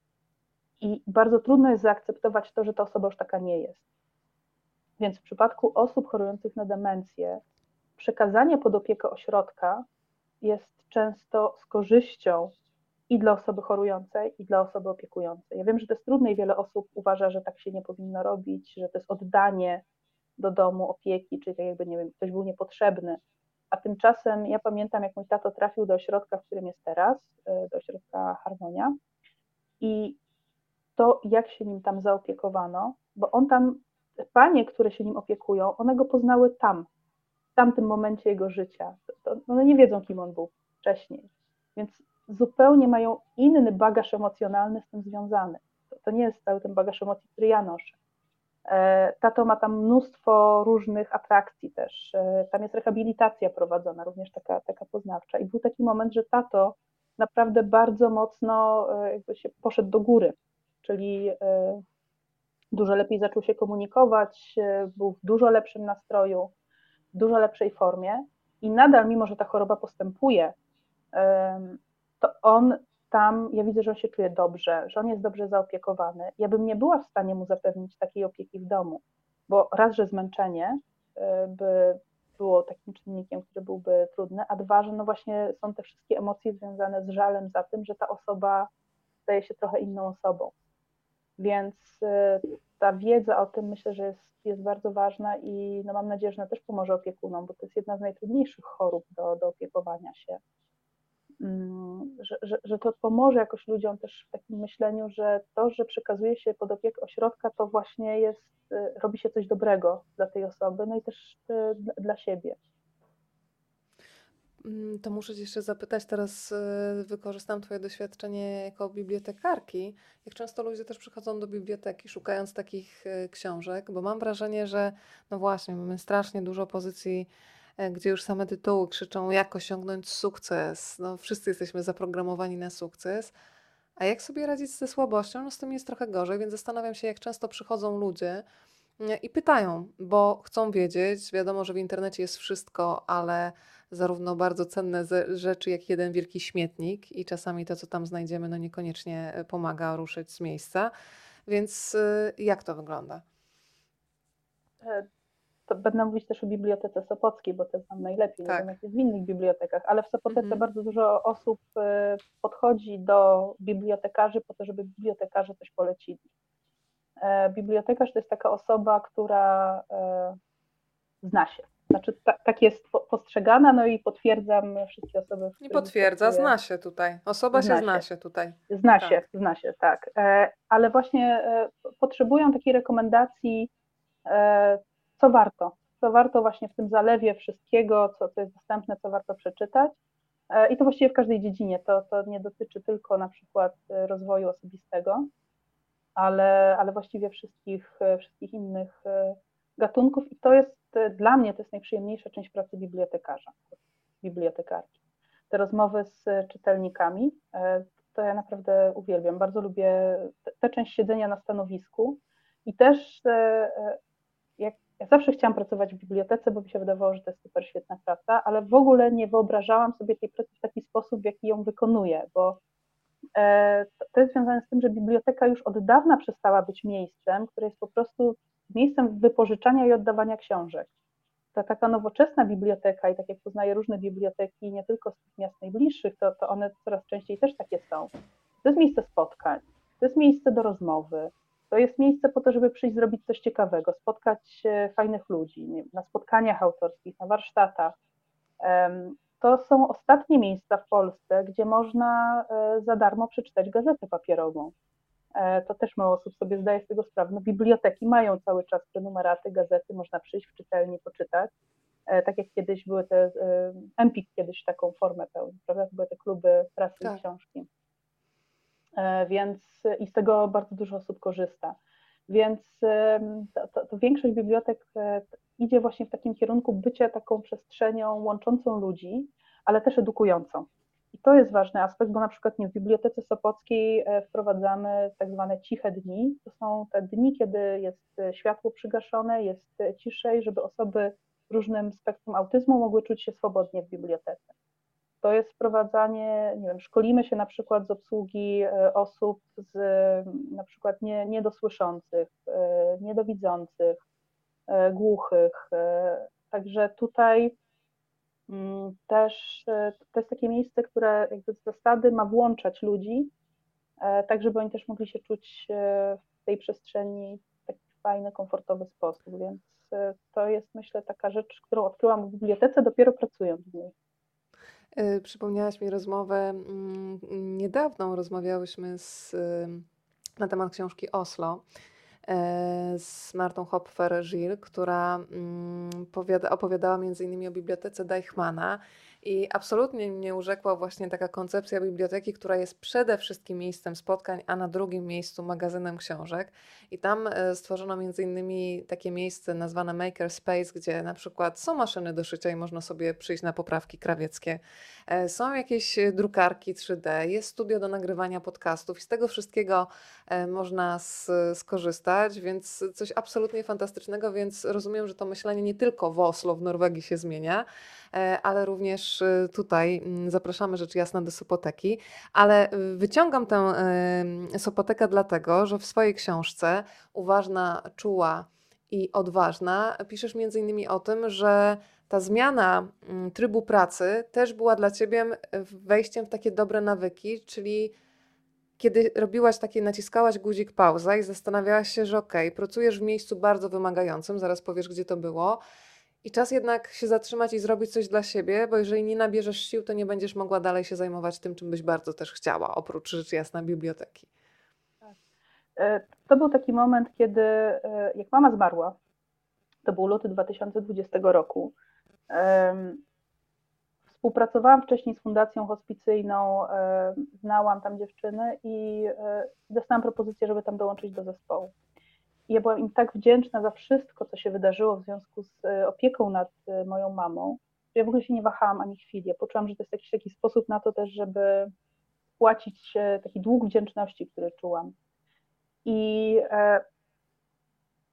I bardzo trudno jest zaakceptować to, że ta osoba już taka nie jest. Więc w przypadku osób chorujących na demencję, przekazanie pod opiekę ośrodka jest często z korzyścią i dla osoby chorującej, i dla osoby opiekującej. Ja wiem, że to jest trudne i wiele osób uważa, że tak się nie powinno robić, że to jest oddanie do domu opieki, czyli tak jakby, nie wiem, ktoś był niepotrzebny. A tymczasem ja pamiętam, jak mój tato trafił do ośrodka, w którym jest teraz, do ośrodka Harmonia, i to, jak się nim tam zaopiekowano, bo on tam, panie, które się nim opiekują, one go poznały tam, w tamtym momencie jego życia. To, to one nie wiedzą, kim on był wcześniej. Więc zupełnie mają inny bagaż emocjonalny z tym związany. To, to nie jest cały ten bagaż emocji, który ja noszę. Tato ma tam mnóstwo różnych atrakcji też. Tam jest rehabilitacja prowadzona, również taka, taka poznawcza. I był taki moment, że tato naprawdę bardzo mocno jakby się poszedł do góry, czyli dużo lepiej zaczął się komunikować, był w dużo lepszym nastroju, w dużo lepszej formie i nadal, mimo że ta choroba postępuje, to on tam, ja widzę, że on się czuje dobrze, że on jest dobrze zaopiekowany. Ja bym nie była w stanie mu zapewnić takiej opieki w domu, bo raz, że zmęczenie by było takim czynnikiem, który byłby trudny, a dwa, że no właśnie są te wszystkie emocje związane z żalem za tym, że ta osoba staje się trochę inną osobą. Więc ta wiedza o tym, myślę, że jest, jest bardzo ważna i no mam nadzieję, że ona też pomoże opiekunom, bo to jest jedna z najtrudniejszych chorób do, do opiekowania się. Że, że, że to pomoże jakoś ludziom też w takim myśleniu, że to, że przekazuje się pod opiekę ośrodka, to właśnie jest, robi się coś dobrego dla tej osoby, no i też dla siebie. To muszę Cię jeszcze zapytać, teraz wykorzystam Twoje doświadczenie jako bibliotekarki. Jak często ludzie też przychodzą do biblioteki szukając takich książek, bo mam wrażenie, że no właśnie, mamy strasznie dużo pozycji, gdzie już same tytuły krzyczą, jak osiągnąć sukces. No, wszyscy jesteśmy zaprogramowani na sukces. A jak sobie radzić ze słabością? No z tym jest trochę gorzej, więc zastanawiam się, jak często przychodzą ludzie i pytają, bo chcą wiedzieć. Wiadomo, że w internecie jest wszystko, ale zarówno bardzo cenne ze- rzeczy, jak jeden wielki śmietnik i czasami to, co tam znajdziemy, no niekoniecznie e, pomaga ruszyć z miejsca. Więc y, jak to wygląda? E, To będę mówić też o Bibliotece Sopockiej, bo to znam najlepiej. Nie wiem, Tak. jak jest w innych bibliotekach, ale w Sopotece Mhm. bardzo dużo osób e, podchodzi do bibliotekarzy po to, żeby bibliotekarze coś polecili. E, Bibliotekarz to jest taka osoba, która e, zna się. Znaczy, ta, tak jest po- postrzegana, no i potwierdzam, wszystkie osoby, w Nie których potwierdza, występuję, zna się tutaj. Osoba się zna zna się. się tutaj. Zna się, Tak. zna się, tak. E, Ale właśnie e, potrzebują takiej rekomendacji, e, co warto, co warto właśnie w tym zalewie wszystkiego, co, co jest dostępne, co warto przeczytać. E, I to właściwie w każdej dziedzinie. To, to nie dotyczy tylko na przykład e, rozwoju osobistego, ale, ale właściwie wszystkich, e, wszystkich innych e, gatunków. I to jest e, dla mnie to jest najprzyjemniejsza część pracy bibliotekarza, bibliotekarki. Te rozmowy z czytelnikami, e, to ja naprawdę uwielbiam. Bardzo lubię tę część siedzenia na stanowisku i też e, e, jak, ja zawsze chciałam pracować w bibliotece, bo mi się wydawało, że to jest super świetna praca, ale w ogóle nie wyobrażałam sobie tej pracy w taki sposób, w jaki ją wykonuję, bo e, to, to jest związane z tym, że biblioteka już od dawna przestała być miejscem, które jest po prostu miejscem wypożyczania i oddawania książek. Ta taka nowoczesna biblioteka i tak jak poznaję różne biblioteki, nie tylko z tych miast najbliższych, to, to one coraz częściej też takie są. To jest miejsce spotkań, to jest miejsce do rozmowy, to jest miejsce po to, żeby przyjść zrobić coś ciekawego, spotkać fajnych ludzi, nie, na spotkaniach autorskich, na warsztatach. To są ostatnie miejsca w Polsce, gdzie można e, za darmo przeczytać gazetę papierową. E, To też mało osób sobie zdaje z tego sprawę. No, biblioteki mają cały czas prenumeraty, gazety, można przyjść w czytelni, poczytać. E, Tak jak kiedyś były te, e, Empik kiedyś taką formę pełnił, prawda? To były te kluby prasy i Tak. książki. E, Więc i z tego bardzo dużo osób korzysta. Więc to, to, to większość bibliotek e, idzie właśnie w takim kierunku bycia taką przestrzenią łączącą ludzi, ale też edukującą. I to jest ważny aspekt, bo na przykład nie, w Bibliotece Sopockiej e, wprowadzamy tak zwane ciche dni. To są te dni, kiedy jest e, światło przygaszone, jest e, ciszej, żeby osoby w różnym spektrum autyzmu mogły czuć się swobodnie w bibliotece. To jest wprowadzanie, nie wiem, szkolimy się na przykład z obsługi e, osób z na przykład nie, niedosłyszących, e, niedowidzących, e, głuchych. e, Także tutaj mm, też e, to jest takie miejsce, które jakby z zasady ma włączać ludzi, e, tak żeby oni też mogli się czuć e, w tej przestrzeni w taki fajny, komfortowy sposób. Więc e, to jest, myślę, taka rzecz, którą odkryłam w bibliotece, dopiero pracując w niej. Y, Przypomniałaś mi rozmowę, mm, niedawną rozmawiałyśmy z, y, na temat książki Oslo e, z Martą Hopfer-Gil, która mm, powiada, opowiadała między innymi o bibliotece Deichmana i absolutnie mnie urzekła właśnie taka koncepcja biblioteki, która jest przede wszystkim miejscem spotkań, a na drugim miejscu magazynem książek. I tam e, stworzono między innymi takie miejsce nazwane Maker Space, gdzie na przykład są maszyny do szycia i można sobie przyjść na poprawki krawieckie. E, Są jakieś drukarki trzy D, jest studio do nagrywania podcastów i z tego wszystkiego e, można s- skorzystać, więc coś absolutnie fantastycznego, więc rozumiem, że to myślenie nie tylko w Oslo, w Norwegii się zmienia, e, ale również e, tutaj mm, zapraszamy rzecz jasna do Sopoteki, ale e, wyciągam tę e, Sopotekę dlatego, że w swojej książce Uważna, czuła i odważna piszesz między innymi o tym, że ta zmiana mm, trybu pracy też była dla ciebie e, wejściem w takie dobre nawyki, czyli kiedy robiłaś takie, naciskałaś guzik pauza i zastanawiałaś się, że okej, okay, pracujesz w miejscu bardzo wymagającym, zaraz powiesz, gdzie to było, i czas jednak się zatrzymać i zrobić coś dla siebie, bo jeżeli nie nabierzesz sił, to nie będziesz mogła dalej się zajmować tym, czym byś bardzo też chciała, oprócz rzecz jasna biblioteki. E, To był taki moment, kiedy e, jak mama zmarła, to był luty dwa tysiące dwudziestego roku. Współpracowałam wcześniej z fundacją hospicyjną, znałam tam dziewczyny i e, dostałam propozycję, żeby tam dołączyć do zespołu. I ja byłam im tak wdzięczna za wszystko, co się wydarzyło w związku z e, opieką nad e, moją mamą, że ja w ogóle się nie wahałam ani chwili. Ja poczułam, że to jest jakiś taki sposób na to też, żeby płacić taki dług wdzięczności, który czułam. I e,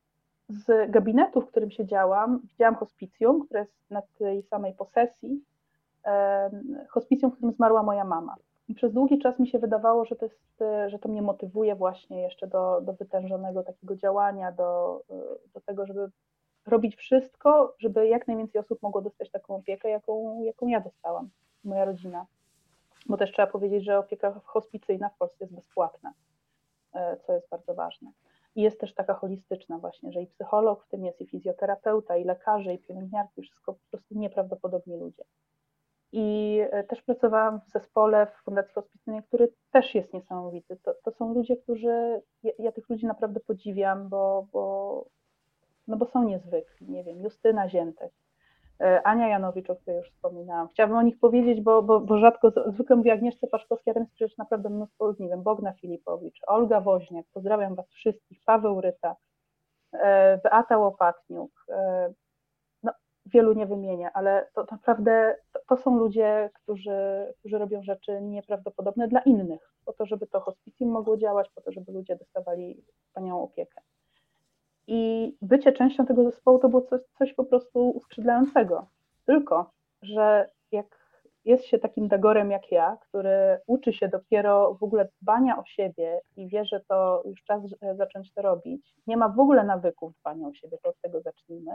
z gabinetu, w którym siedziałam, widziałam hospicjum, które jest na tej samej posesji hospicjum, w którym zmarła moja mama. I przez długi czas mi się wydawało, że to, jest, że to mnie motywuje właśnie jeszcze do, do wytężonego takiego działania, do, do tego, żeby robić wszystko, żeby jak najwięcej osób mogło dostać taką opiekę, jaką, jaką ja dostałam, moja rodzina. Bo też trzeba powiedzieć, że opieka hospicyjna w Polsce jest bezpłatna, co jest bardzo ważne. I jest też taka holistyczna właśnie, że i psycholog, w tym jest i fizjoterapeuta, i lekarze, i pielęgniarki, wszystko po prostu nieprawdopodobni ludzie. I też pracowałam w zespole w Fundacji Hospicyjnej, który też jest niesamowity. To, to są ludzie, którzy, ja, ja tych ludzi naprawdę podziwiam, bo, bo, no bo są niezwykli. Nie wiem, Justyna Ziętek, Ania Janowicz, o której już wspominałam. Chciałabym o nich powiedzieć, bo, bo, bo rzadko, zwykle mówię Agnieszce Paszkowskiej, a tam jest przecież naprawdę mnóstwo, nie wiem, Bogna Filipowicz, Olga Woźniak, pozdrawiam Was wszystkich, Paweł Ryta, Beata Łopatniuk, no, wielu nie wymienię, ale to naprawdę to, to są ludzie, którzy, którzy robią rzeczy nieprawdopodobne dla innych, po to, żeby to hospicjum mogło działać, po to, żeby ludzie dostawali wspaniałą opiekę. I bycie częścią tego zespołu to było coś, coś po prostu uskrzydlającego. Tylko, że jak jest się takim dagorem jak ja, który uczy się dopiero w ogóle dbania o siebie i wie, że to już czas zacząć to robić, nie ma w ogóle nawyków dbania o siebie, to od tego zacznijmy,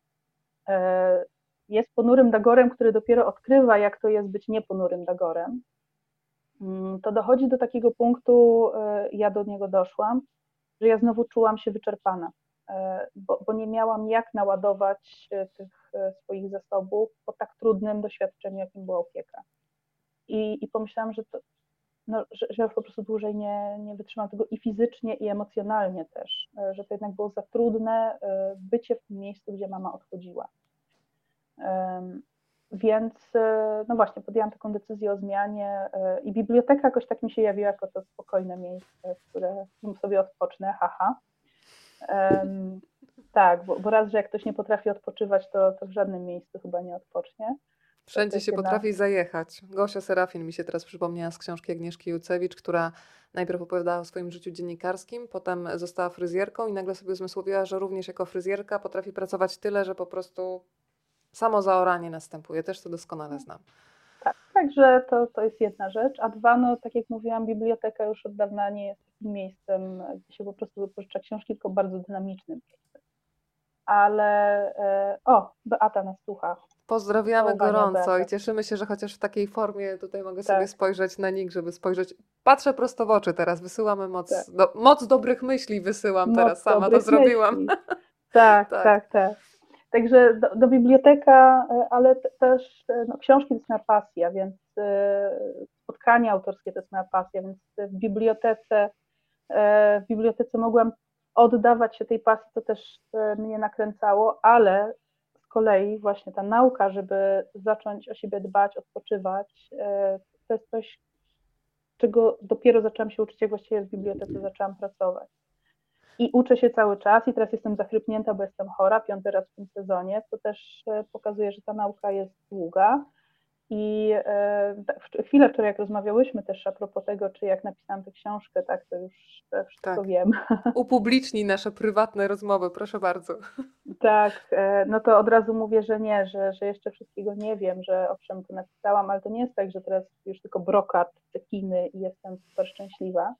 jest ponurym dagorem, który dopiero odkrywa, jak to jest być nieponurym dagorem, to dochodzi do takiego punktu, ja do niego doszłam, że ja znowu czułam się wyczerpana, bo, bo nie miałam jak naładować tych swoich zasobów po tak trudnym doświadczeniu, jakim była opieka. I, i pomyślałam, że, to, no, że, że po prostu dłużej nie, nie wytrzymam tego i fizycznie, i emocjonalnie też, że to jednak było za trudne bycie w tym miejscu, gdzie mama odchodziła. Więc no właśnie, podjęłam taką decyzję o zmianie i biblioteka jakoś tak mi się jawiła jako to spokojne miejsce, w które sobie odpocznę, haha. Um, tak, bo, bo raz, że jak ktoś nie potrafi odpoczywać, to, to w żadnym miejscu chyba nie odpocznie. Wszędzie się jedna... potrafi zajechać. Gosia Serafin mi się teraz przypomniała z książki Agnieszki Jucewicz, która najpierw opowiadała o swoim życiu dziennikarskim, potem została fryzjerką i nagle sobie uzmysłowiła, że również jako fryzjerka potrafi pracować tyle, że po prostu samo zaoranie następuje. Też to doskonale znam. Tak, także to, to jest jedna rzecz. A dwa, no tak jak mówiłam, biblioteka już od dawna nie jest takim miejscem, gdzie się po prostu wypożycza książki, tylko bardzo dynamicznym miejscem. Ale o, Beata nas słucha. Pozdrawiamy gorąco Beata. I cieszymy się, że chociaż w takiej formie tutaj mogę tak. sobie spojrzeć na nick, żeby spojrzeć. Patrzę prosto w oczy teraz, wysyłamy moc, tak. do, moc dobrych myśli wysyłam moc teraz, sama to zrobiłam. tak, tak, tak, tak. Także do, do biblioteka, ale też no, książki to jest moja pasja, więc spotkania autorskie to jest moja pasja, więc w bibliotece, w bibliotece mogłam oddawać się tej pasji, to też mnie nakręcało, ale z kolei właśnie ta nauka, żeby zacząć o siebie dbać, odpoczywać, to jest coś, czego dopiero zaczęłam się uczyć, jak właściwie w bibliotece zaczęłam pracować. I uczę się cały czas i teraz jestem zachrypnięta, bo jestem chora, piąty raz w tym sezonie, to też pokazuje, że ta nauka jest długa. I e, chwilę wczoraj, jak rozmawiałyśmy też a propos tego, czy jak napisałam tę książkę, tak, to już wszystko tak. wiem. Upublicznij nasze prywatne rozmowy, proszę bardzo. Tak, e, no to od razu mówię, że nie, że, że jeszcze wszystkiego nie wiem, że owszem, to napisałam, ale to nie jest tak, że teraz już tylko brokat, cekiny i jestem super szczęśliwa.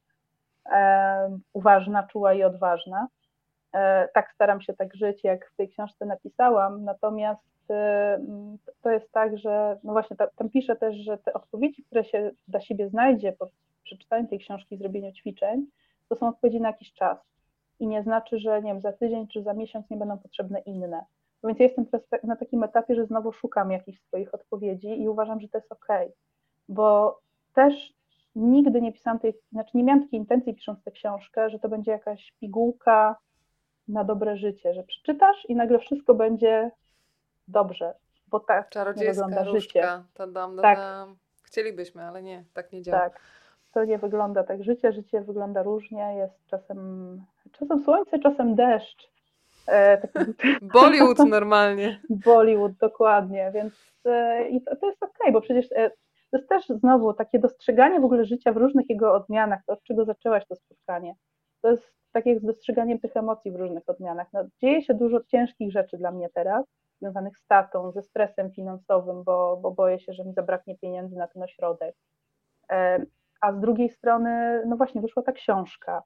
E, uważna, czuła i odważna. E, tak staram się tak żyć, jak w tej książce napisałam, natomiast to jest tak, że no właśnie tam piszę też, że te odpowiedzi, które się dla siebie znajdzie po przeczytaniu tej książki i zrobieniu ćwiczeń, to są odpowiedzi na jakiś czas i nie znaczy, że nie wiem, za tydzień czy za miesiąc nie będą potrzebne inne. No więc ja jestem teraz na takim etapie, że znowu szukam jakichś swoich odpowiedzi i uważam, że to jest okej, okay, bo też nigdy nie pisałam tej, znaczy nie miałam takiej intencji pisząc tę książkę, że to będzie jakaś pigułka na dobre życie, że przeczytasz i nagle wszystko będzie dobrze, bo tak nie wygląda różdżka, życie. Tadam, tak. Chcielibyśmy, ale nie, tak nie działa. Tak, to nie wygląda tak życie, życie wygląda różnie, jest czasem, czasem słońce, czasem deszcz. E, taki... Bollywood normalnie. Bollywood, dokładnie, więc e, i to, to jest okej, okay, bo przecież e, to jest też znowu takie dostrzeganie w ogóle życia w różnych jego odmianach, to od czego zaczęłaś to spotkanie. to jest tak jak z dostrzeganiem tych emocji w różnych odmianach. No, dzieje się dużo ciężkich rzeczy dla mnie teraz, związanych z tatą, ze stresem finansowym, bo, bo boję się, że mi zabraknie pieniędzy na ten ośrodek. A z drugiej strony, no właśnie, wyszła ta książka.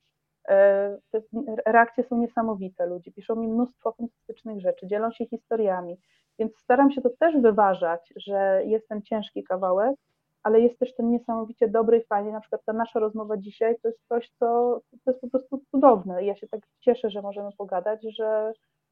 Te reakcje są niesamowite ludzi, piszą mi mnóstwo fantastycznych rzeczy, dzielą się historiami, więc staram się to też wyważać, że jest ten ciężki kawałek, ale jest też ten niesamowicie dobry i fajny. Na przykład ta nasza rozmowa dzisiaj to jest coś, co to jest po prostu cudowne. Ja się tak cieszę, że możemy pogadać, że,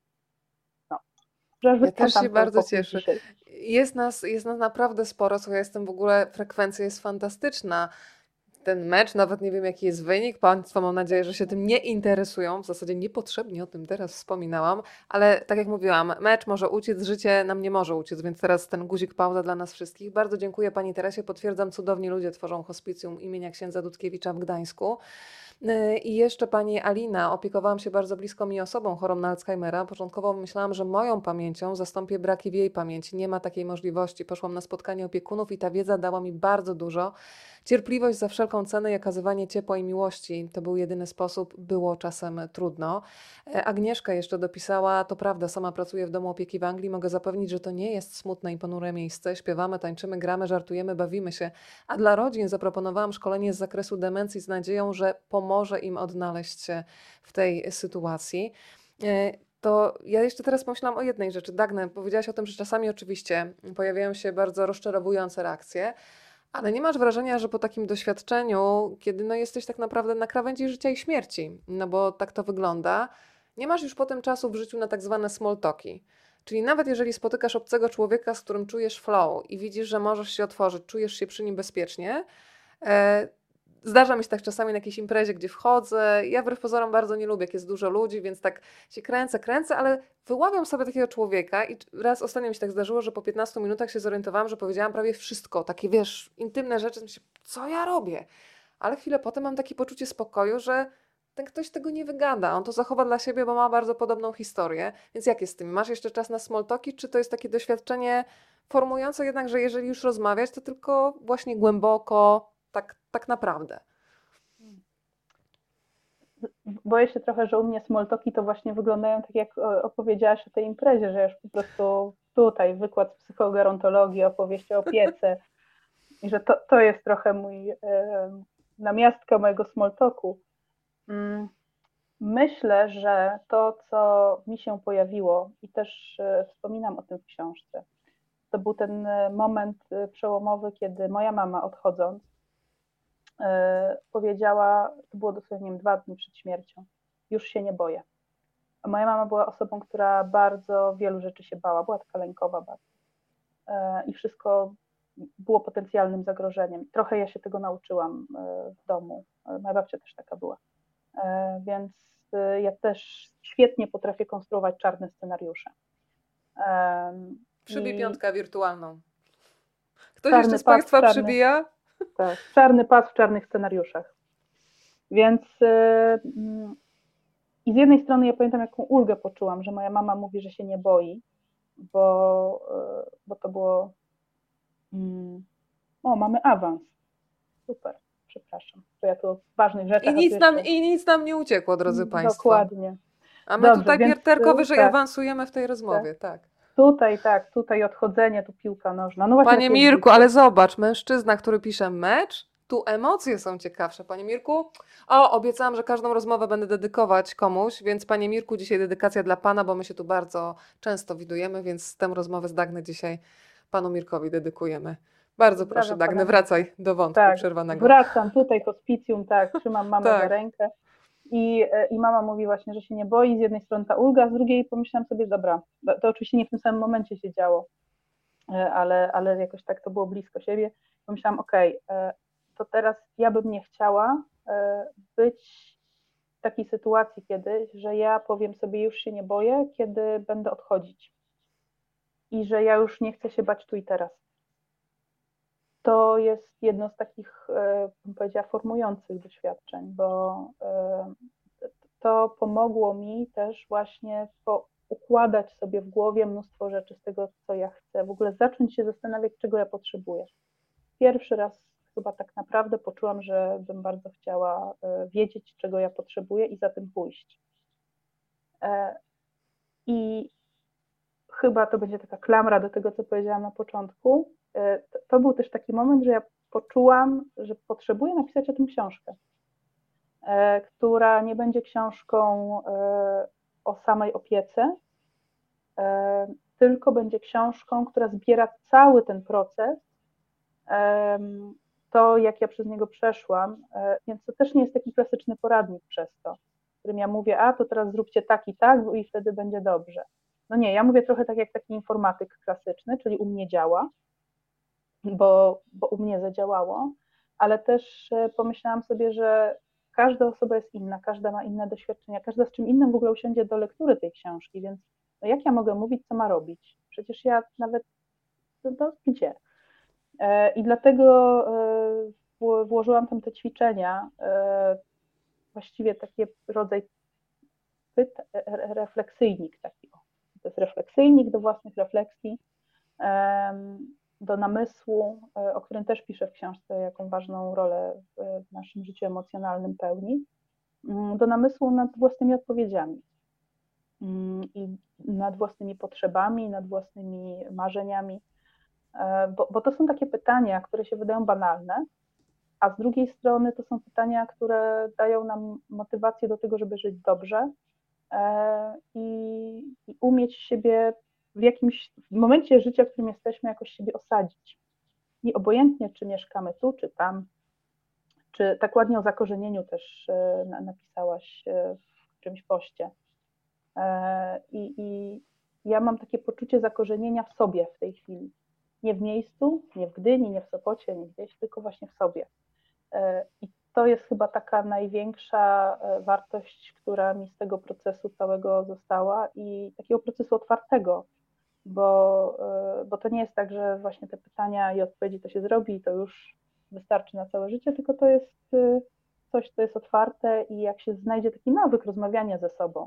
no, że aż Ja też wypętam się cały bardzo pokój cieszę. dzisiaj. Jest nas, jest nas naprawdę sporo, co ja jestem w ogóle, frekwencja jest fantastyczna. Ten mecz, nawet nie wiem jaki jest wynik. Państwo mam nadzieję, że się tym nie interesują. W zasadzie niepotrzebnie o tym teraz wspominałam, ale tak jak mówiłam, mecz może uciec, życie nam nie może uciec, więc teraz ten guzik pauza dla nas wszystkich. Bardzo dziękuję Pani Teresie. Potwierdzam, cudowni ludzie tworzą hospicjum imienia księdza Dudkiewicza w Gdańsku. Yy, I jeszcze pani Alina, opiekowałam się bardzo bliską mi osobą chorą na Alzheimera. Początkowo myślałam, że moją pamięcią zastąpię braki w jej pamięci. Nie ma takiej możliwości. Poszłam na spotkanie opiekunów i ta wiedza dała mi bardzo dużo. Cierpliwość za wszelką cenę i okazywanie ciepła i miłości to był jedyny sposób. Było czasem trudno. E, Agnieszka jeszcze dopisała, to prawda, sama pracuję w domu opieki w Anglii. Mogę zapewnić, że to nie jest smutne i ponure miejsce. Śpiewamy, tańczymy, gramy, żartujemy, bawimy się. A dla rodzin zaproponowałam szkolenie z zakresu demencji z nadzieją, że pomoże im odnaleźć się w tej sytuacji. E, To ja jeszcze teraz pomyślałam o jednej rzeczy. Dagne, powiedziałaś o tym, że czasami oczywiście pojawiają się bardzo rozczarowujące reakcje, ale nie masz wrażenia, że po takim doświadczeniu, kiedy no jesteś tak naprawdę na krawędzi życia i śmierci, no bo tak to wygląda, nie masz już potem czasu w życiu na tak zwane small talki. Czyli nawet jeżeli spotykasz obcego człowieka, z którym czujesz flow i widzisz, że możesz się otworzyć, czujesz się przy nim bezpiecznie, e, zdarza mi się tak czasami na jakiejś imprezie, gdzie wchodzę. Ja wbrew pozorom bardzo nie lubię, jak jest dużo ludzi, więc tak się kręcę, kręcę, ale wyławiam sobie takiego człowieka i raz ostatnio mi się tak zdarzyło, że po piętnastu minutach się zorientowałam, że powiedziałam prawie wszystko. Takie, wiesz, intymne rzeczy. Myślę, co ja robię? Ale chwilę potem mam takie poczucie spokoju, że ten ktoś tego nie wygada. On to zachowa dla siebie, bo ma bardzo podobną historię. Więc jak jest z tym? Masz jeszcze czas na small talki, czy to jest takie doświadczenie formujące jednak, że jeżeli już rozmawiać, to tylko właśnie głęboko, tak, tak naprawdę. Boję się trochę, że u mnie small talki to właśnie wyglądają tak, jak opowiedziałaś o tej imprezie, że już po prostu tutaj wykład z psychogerontologii, opowieść o opiece i że to, to jest trochę mój e, namiastka mojego small talku. Mm, Myślę, że to, co mi się pojawiło i też e, wspominam o tym w książce, to był ten moment przełomowy, kiedy moja mama odchodząc powiedziała, to było dosłownie nie wiem, dwa dni przed śmiercią, już się nie boję. A moja mama była osobą, która bardzo wielu rzeczy się bała, była taka lękowa bardzo. I wszystko było potencjalnym zagrożeniem. Trochę ja się tego nauczyłam w domu. Moja babcia też taka była. Więc ja też świetnie potrafię konstruować czarne scenariusze. Przybij I piątkę wirtualną. Ktoś czarny jeszcze z pas w Państwa czarnych, przybija? tak, czarny pas w czarnych scenariuszach. Więc yy, i z jednej strony ja pamiętam, jaką ulgę poczułam, że moja mama mówi, że się nie boi, bo, yy, bo to było yy, o, mamy awans. Super, przepraszam. To ja tu o ważnych I rzeczach, a tu nic nam, jeszcze i nic nam nie uciekło, drodzy Państwo. dokładnie. A my Dobrze, tutaj więc pierterko yy, wyżej tak, awansujemy w tej tak. rozmowie, tak. Tutaj tak, tutaj odchodzenie, tu piłka nożna. No właśnie Panie tak jest Mirku, życie. ale zobacz, mężczyzna, który pisze mecz, tu emocje są ciekawsze. Panie Mirku, o, obiecałam, że każdą rozmowę będę dedykować komuś, więc Panie Mirku, dzisiaj dedykacja dla Pana, bo my się tu bardzo często widujemy, więc tę rozmowę z Dagnę dzisiaj Panu Mirkowi dedykujemy. Bardzo proszę, Pozdrawiam Dagnę, pana Mirka. wracaj do wątku Tak, przerwanego. wracam tutaj, hospicjum, tak, trzymam mamę za Tak. rękę i, i mama mówi właśnie, że się nie boi, z jednej strony ta ulga, z drugiej pomyślałam sobie, dobra, to oczywiście nie w tym samym momencie się działo, ale, ale jakoś tak to było blisko siebie. Pomyślałam, okej, okay, to teraz ja bym nie chciała być w takiej sytuacji kiedyś, że ja powiem sobie, już się nie boję, kiedy będę odchodzić i że ja już nie chcę się bać tu i teraz. To jest jedno z takich, bym powiedziała, formujących doświadczeń, bo to pomogło mi też właśnie układać sobie w głowie mnóstwo rzeczy z tego, co ja chcę, w ogóle zacząć się zastanawiać, czego ja potrzebuję. Pierwszy raz chyba tak naprawdę poczułam, że bym bardzo chciała wiedzieć, czego ja potrzebuję i za tym pójść. I chyba to będzie taka klamra do tego, co powiedziałam na początku. To był też taki moment, że ja poczułam, że potrzebuję napisać o tym książkę, która nie będzie książką o samej opiece, tylko będzie książką, która zbiera cały ten proces, to jak ja przez niego przeszłam, więc to też nie jest taki klasyczny poradnik przez to, w którym ja mówię, a to teraz zróbcie tak i tak i wtedy będzie dobrze. No nie, ja mówię trochę tak jak taki informatyk klasyczny, czyli u mnie działa, bo, bo u mnie zadziałało, ale też pomyślałam sobie, że każda osoba jest inna, każda ma inne doświadczenia, każda z czym innym w ogóle usiądzie do lektury tej książki, więc no jak ja mogę mówić, co ma robić? Przecież ja nawet, no gdzie? I dlatego włożyłam tam te ćwiczenia, właściwie taki rodzaj pyta- refleksyjnik taki. To jest refleksyjnik do własnych refleksji, do namysłu, o którym też piszę w książce, jaką ważną rolę w naszym życiu emocjonalnym pełni, do namysłu nad własnymi odpowiedziami i nad własnymi potrzebami, nad własnymi marzeniami, bo, bo to są takie pytania, które się wydają banalne, a z drugiej strony to są pytania, które dają nam motywację do tego, żeby żyć dobrze i, i umieć siebie w jakimś w momencie życia, w którym jesteśmy, jakoś siebie osadzić. I obojętnie, czy mieszkamy tu, czy tam, czy tak ładnie o zakorzenieniu też napisałaś w czymś poście. I, i ja mam takie poczucie zakorzenienia w sobie w tej chwili. Nie w miejscu, nie w Gdyni, nie w Sopocie, nie gdzieś, tylko właśnie w sobie. I to jest chyba taka największa wartość, która mi z tego procesu całego została i takiego procesu otwartego, bo, bo to nie jest tak, że właśnie te pytania i odpowiedzi to się zrobi i to już wystarczy na całe życie, tylko to jest coś, co jest otwarte i jak się znajdzie taki nawyk rozmawiania ze sobą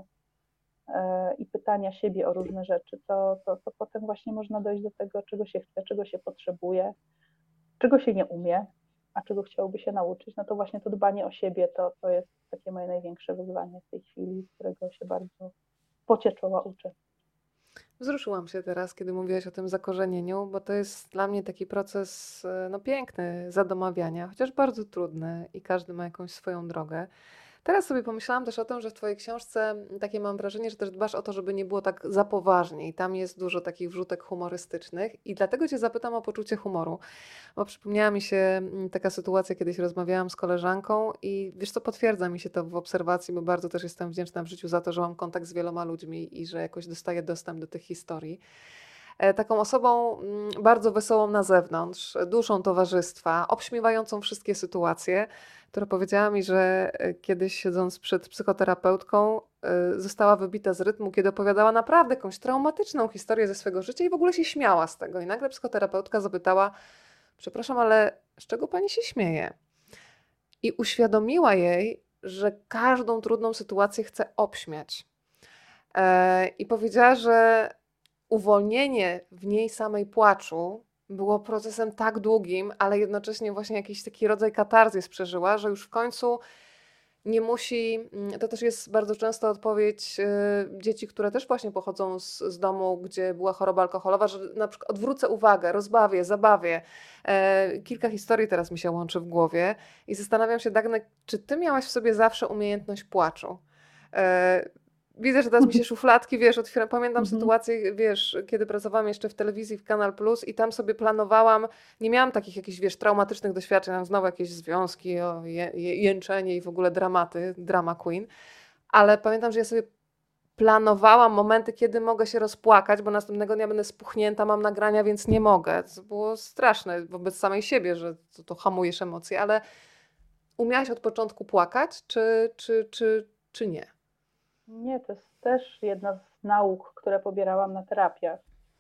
i pytania siebie o różne rzeczy, to, to, to potem właśnie można dojść do tego, czego się chce, czego się potrzebuje, czego się nie umie, a czego chciałoby się nauczyć, no to właśnie to dbanie o siebie to, to jest takie moje największe wyzwanie w tej chwili, którego się bardzo w pocie czoła uczę. Wzruszyłam się teraz, kiedy mówiłaś o tym zakorzenieniu, bo to jest dla mnie taki proces no, piękny zadomawiania, chociaż bardzo trudny i każdy ma jakąś swoją drogę. Teraz sobie pomyślałam też o tym, że w Twojej książce takie mam wrażenie, że też dbasz o to, żeby nie było tak za poważnie i tam jest dużo takich wrzutek humorystycznych i dlatego Cię zapytam o poczucie humoru, bo przypomniała mi się taka sytuacja, kiedyś rozmawiałam z koleżanką i wiesz co, potwierdza mi się to w obserwacji, bo bardzo też jestem wdzięczna w życiu za to, że mam kontakt z wieloma ludźmi i że jakoś dostaję dostęp do tych historii. Taką osobą bardzo wesołą na zewnątrz, duszą towarzystwa, obśmiewającą wszystkie sytuacje, która powiedziała mi, że kiedyś siedząc przed psychoterapeutką została wybita z rytmu, kiedy opowiadała naprawdę jakąś traumatyczną historię ze swego życia i w ogóle się śmiała z tego. I nagle psychoterapeutka zapytała, przepraszam, ale z czego pani się śmieje? I uświadomiła jej, że każdą trudną sytuację chce obśmiać. I powiedziała, że uwolnienie w niej samej płaczu było procesem tak długim, ale jednocześnie właśnie jakiś taki rodzaj katarzis przeżyła, że już w końcu nie musi, to też jest bardzo często odpowiedź dzieci, które też właśnie pochodzą z, z domu, gdzie była choroba alkoholowa, że na przykład odwrócę uwagę, rozbawię, zabawię. E, kilka historii teraz mi się łączy w głowie i zastanawiam się, Dagne, czy ty miałaś w sobie zawsze umiejętność płaczu? E, Widzę, że teraz mi się szufladki, wiesz, otwieram. Pamiętam Mhm. sytuację, wiesz, kiedy pracowałam jeszcze w telewizji, w Kanal Plus i tam sobie planowałam, nie miałam takich jakichś, wiesz, traumatycznych doświadczeń, tam znowu jakieś związki, o, je, je, jęczenie i w ogóle dramaty, drama queen, ale pamiętam, że ja sobie planowałam momenty, kiedy mogę się rozpłakać, bo następnego dnia będę spuchnięta, mam nagrania, więc nie mogę. To było straszne wobec samej siebie, że to, to hamujesz emocje, ale umiałaś od początku płakać, czy, czy, czy, czy nie? Nie, to jest też jedna z nauk, które pobierałam na terapiach.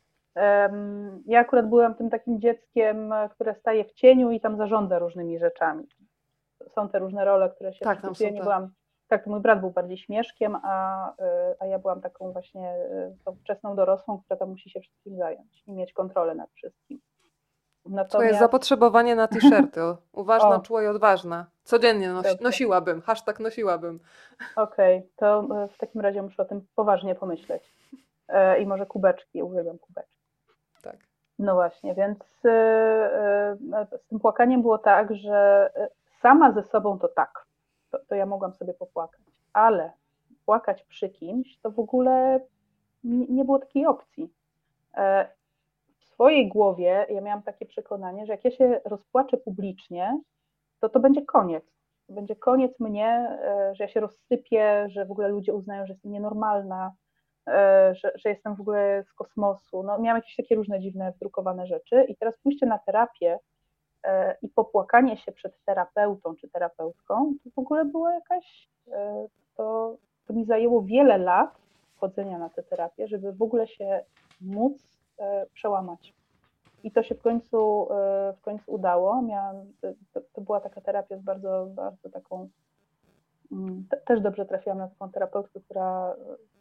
Ja akurat byłam tym takim dzieckiem, które staje w cieniu i tam zarządza różnymi rzeczami. Są te różne role, które się Tak, tam przypisuje. są Nie te... byłam, tak, to mój brat był bardziej śmieszkiem, a, a ja byłam taką właśnie tą wczesną dorosłą, która tam musi się wszystkim zająć i mieć kontrolę nad wszystkim. Twoje Natomiast, zapotrzebowanie na t-shirty. o, Uważna, o, czuła i odważna. Codziennie nosi, dobrze, nosiłabym. Hashtag nosiłabym. okej, to e, w takim razie muszę o tym poważnie pomyśleć. E, I może kubeczki, uwielbiam kubeczki. Tak. No właśnie, więc e, e, z tym płakaniem było tak, że e, sama ze sobą to tak, to, to ja mogłam sobie popłakać, ale płakać przy kimś to w ogóle nie, nie było takiej opcji. E, W swojej głowie ja miałam takie przekonanie, że jak ja się rozpłaczę publicznie, to to będzie koniec. To będzie koniec mnie, e, że ja się rozsypię, że w ogóle ludzie uznają, że jestem nienormalna, e, że, że jestem w ogóle z kosmosu. No, miałam jakieś takie różne dziwne, wdrukowane rzeczy i teraz pójście na terapię e, i popłakanie się przed terapeutą czy terapeutką, to w ogóle była jakaś, e, to, to mi zajęło wiele lat chodzenia na tę terapię, żeby w ogóle się móc e, przełamać. I to się w końcu, e, w końcu udało. Miałam, to, to była taka terapia z bardzo, bardzo taką, mm, te, też dobrze trafiłam na taką terapeutkę, która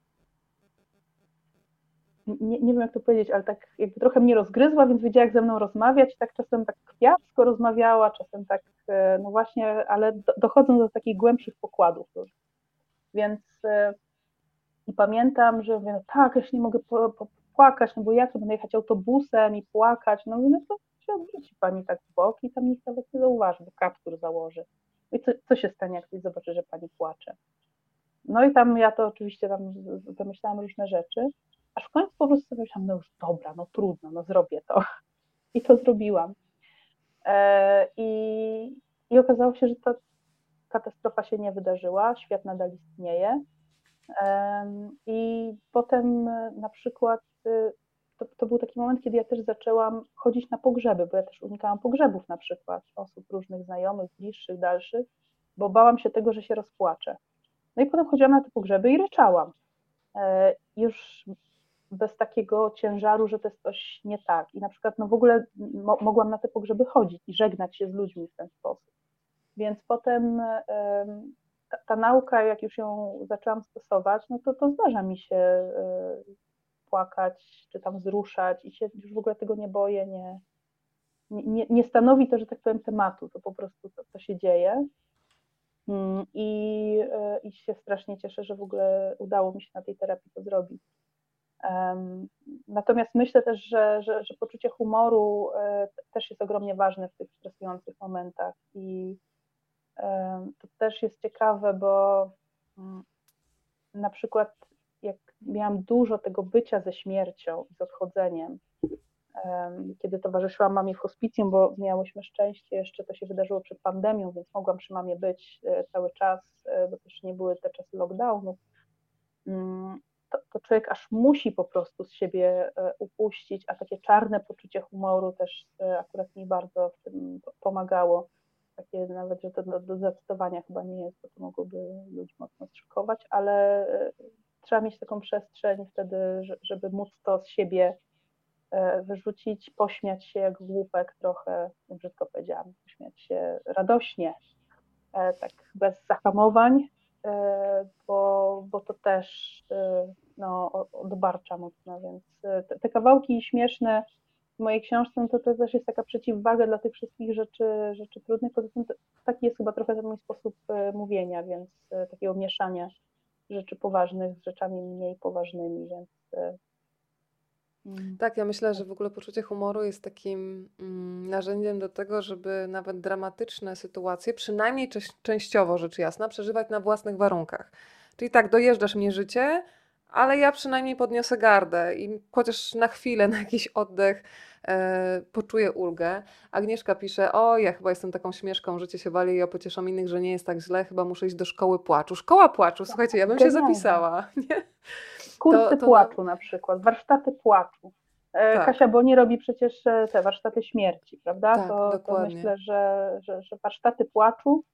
nie, nie wiem jak to powiedzieć, ale tak jakby trochę mnie rozgryzła, więc wiedziała jak ze mną rozmawiać, tak czasem tak kwiatsko rozmawiała, czasem tak, e, no właśnie, ale do, dochodząc do takich głębszych pokładów już. Więc e, i pamiętam, że mówię, no tak, ja się nie mogę po, po, płakać, no bo jak to będę jechać autobusem i płakać, no mówię, no to się odwróci pani tak w bok i tam nikt nawet nie zauważy, bo kaptur założy. I co, co się stanie, jak ktoś zobaczy, że pani płacze? No i tam ja to oczywiście tam wymyślałam różne rzeczy, aż w końcu po prostu sobie myślałam, no już dobra, no trudno, no zrobię to. I to zrobiłam. E, i, I okazało się, że ta katastrofa się nie wydarzyła, świat nadal istnieje. I potem na przykład to, to był taki moment, kiedy ja też zaczęłam chodzić na pogrzeby, bo ja też unikałam pogrzebów na przykład osób różnych znajomych, bliższych, dalszych, bo bałam się tego, że się rozpłaczę. No i potem chodziłam na te pogrzeby i ryczałam. Już bez takiego ciężaru, że to jest coś nie tak. I na przykład no w ogóle mo- mogłam na te pogrzeby chodzić i żegnać się z ludźmi w ten sposób. Więc potem ta, ta nauka, jak już ją zaczęłam stosować, no to, to zdarza mi się płakać, czy tam wzruszać i się już w ogóle tego nie boję, nie, nie, nie stanowi to, że tak powiem, tematu, to po prostu to, to się dzieje. I, I się strasznie cieszę, że w ogóle udało mi się na tej terapii to zrobić. Um, natomiast myślę też, że, że, że poczucie humoru e, też jest ogromnie ważne w tych stresujących momentach i e, to też jest ciekawe, bo um, na przykład jak miałam dużo tego bycia ze śmiercią i z odchodzeniem, um, kiedy towarzyszyłam mamie w hospicjum, bo miałyśmy szczęście, jeszcze to się wydarzyło przed pandemią, więc mogłam przy mamie być e, cały czas, e, bo też nie były te czasy lockdownu. Um, To, to człowiek aż musi po prostu z siebie upuścić, a takie czarne poczucie humoru też akurat mi bardzo w tym pomagało. Takie nawet, że to do, do zacytowania chyba nie jest, bo to mogłoby ludzi mocno zszokować, ale trzeba mieć taką przestrzeń wtedy, żeby móc to z siebie wyrzucić, pośmiać się jak głupek trochę, brzydko powiedziałam, pośmiać się radośnie, tak bez zahamowań, bo, bo to też no, odbarcza mocno, więc te, te kawałki śmieszne w mojej książce, to, to też jest taka przeciwwaga dla tych wszystkich rzeczy, rzeczy trudnych. Poza tym to, taki jest chyba trochę ten mój sposób mówienia, więc takiego mieszania rzeczy poważnych z rzeczami mniej poważnymi, więc Tak, ja myślę, że w ogóle poczucie humoru jest takim mm, narzędziem do tego, żeby nawet dramatyczne sytuacje, przynajmniej część- częściowo rzecz jasna, przeżywać na własnych warunkach. Czyli tak, dojeżdżasz mnie życie, ale ja przynajmniej podniosę gardę i chociaż na chwilę, na jakiś oddech e, poczuję ulgę. Agnieszka pisze, o ja chyba jestem taką śmieszką, życie się wali i ja pocieszam innych, że nie jest tak źle, chyba muszę iść do szkoły płaczu. Szkoła płaczu, słuchajcie, ja bym się genialne. zapisała. Nie? To, Kursy to na... płaczu na przykład, warsztaty płaczu. Tak, Kasia Boni robi przecież te warsztaty śmierci, prawda? tak, To, to dokładnie. myślę, że, że, że warsztaty płaczu,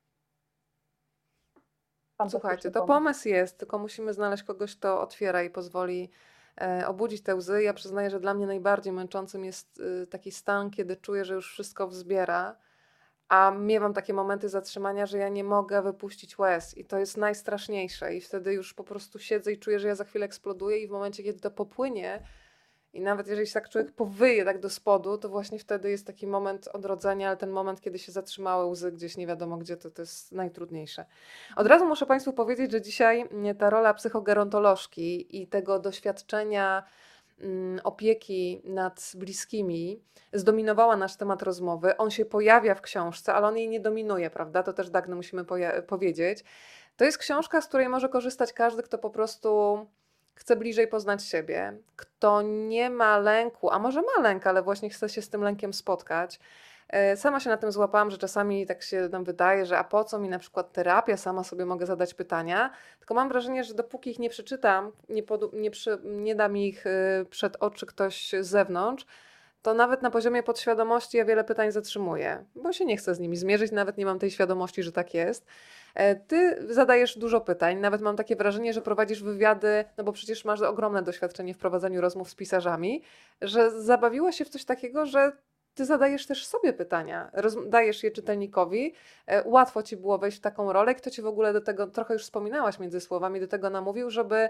Słuchajcie, fantastyczny to pomysł. pomysł jest, tylko musimy znaleźć kogoś, kto otwiera i pozwoli e, obudzić te łzy. Ja przyznaję, że dla mnie najbardziej męczącym jest y, taki stan, kiedy czuję, że już wszystko wzbiera, a miewam takie momenty zatrzymania, że ja nie mogę wypuścić łez i to jest najstraszniejsze i wtedy już po prostu siedzę i czuję, że ja za chwilę eksploduję i w momencie, kiedy to popłynie I nawet jeżeli się tak człowiek powyje tak do spodu, to właśnie wtedy jest taki moment odrodzenia, ale ten moment, kiedy się zatrzymały łzy gdzieś nie wiadomo gdzie, to to jest najtrudniejsze. Od razu muszę Państwu powiedzieć, że dzisiaj mm, ta rola psychogerontolożki i tego doświadczenia mm, opieki nad bliskimi zdominowała nasz temat rozmowy. On się pojawia w książce, ale on jej nie dominuje, prawda? To też Dagny musimy poja- powiedzieć. To jest książka, z której może korzystać każdy, kto po prostu chce bliżej poznać siebie, kto nie ma lęku, a może ma lęk, ale właśnie chce się z tym lękiem spotkać. E, Sama się na tym złapałam, że czasami tak się nam wydaje, że a po co mi na przykład terapia, sama sobie mogę zadać pytania, tylko mam wrażenie, że dopóki ich nie przeczytam, nie, podu- nie, przy- nie da mi ich y, przed oczy ktoś z zewnątrz, to nawet na poziomie podświadomości ja wiele pytań zatrzymuję, bo się nie chcę z nimi zmierzyć, nawet nie mam tej świadomości, że tak jest. E, Ty zadajesz dużo pytań, nawet mam takie wrażenie, że prowadzisz wywiady, no bo przecież masz ogromne doświadczenie w prowadzeniu rozmów z pisarzami, że zabawiło się w coś takiego, że ty zadajesz też sobie pytania, roz- dajesz je czytelnikowi, e, łatwo ci było wejść w taką rolę. Kto ci w ogóle do tego, trochę już wspominałaś między słowami, do tego namówił, żeby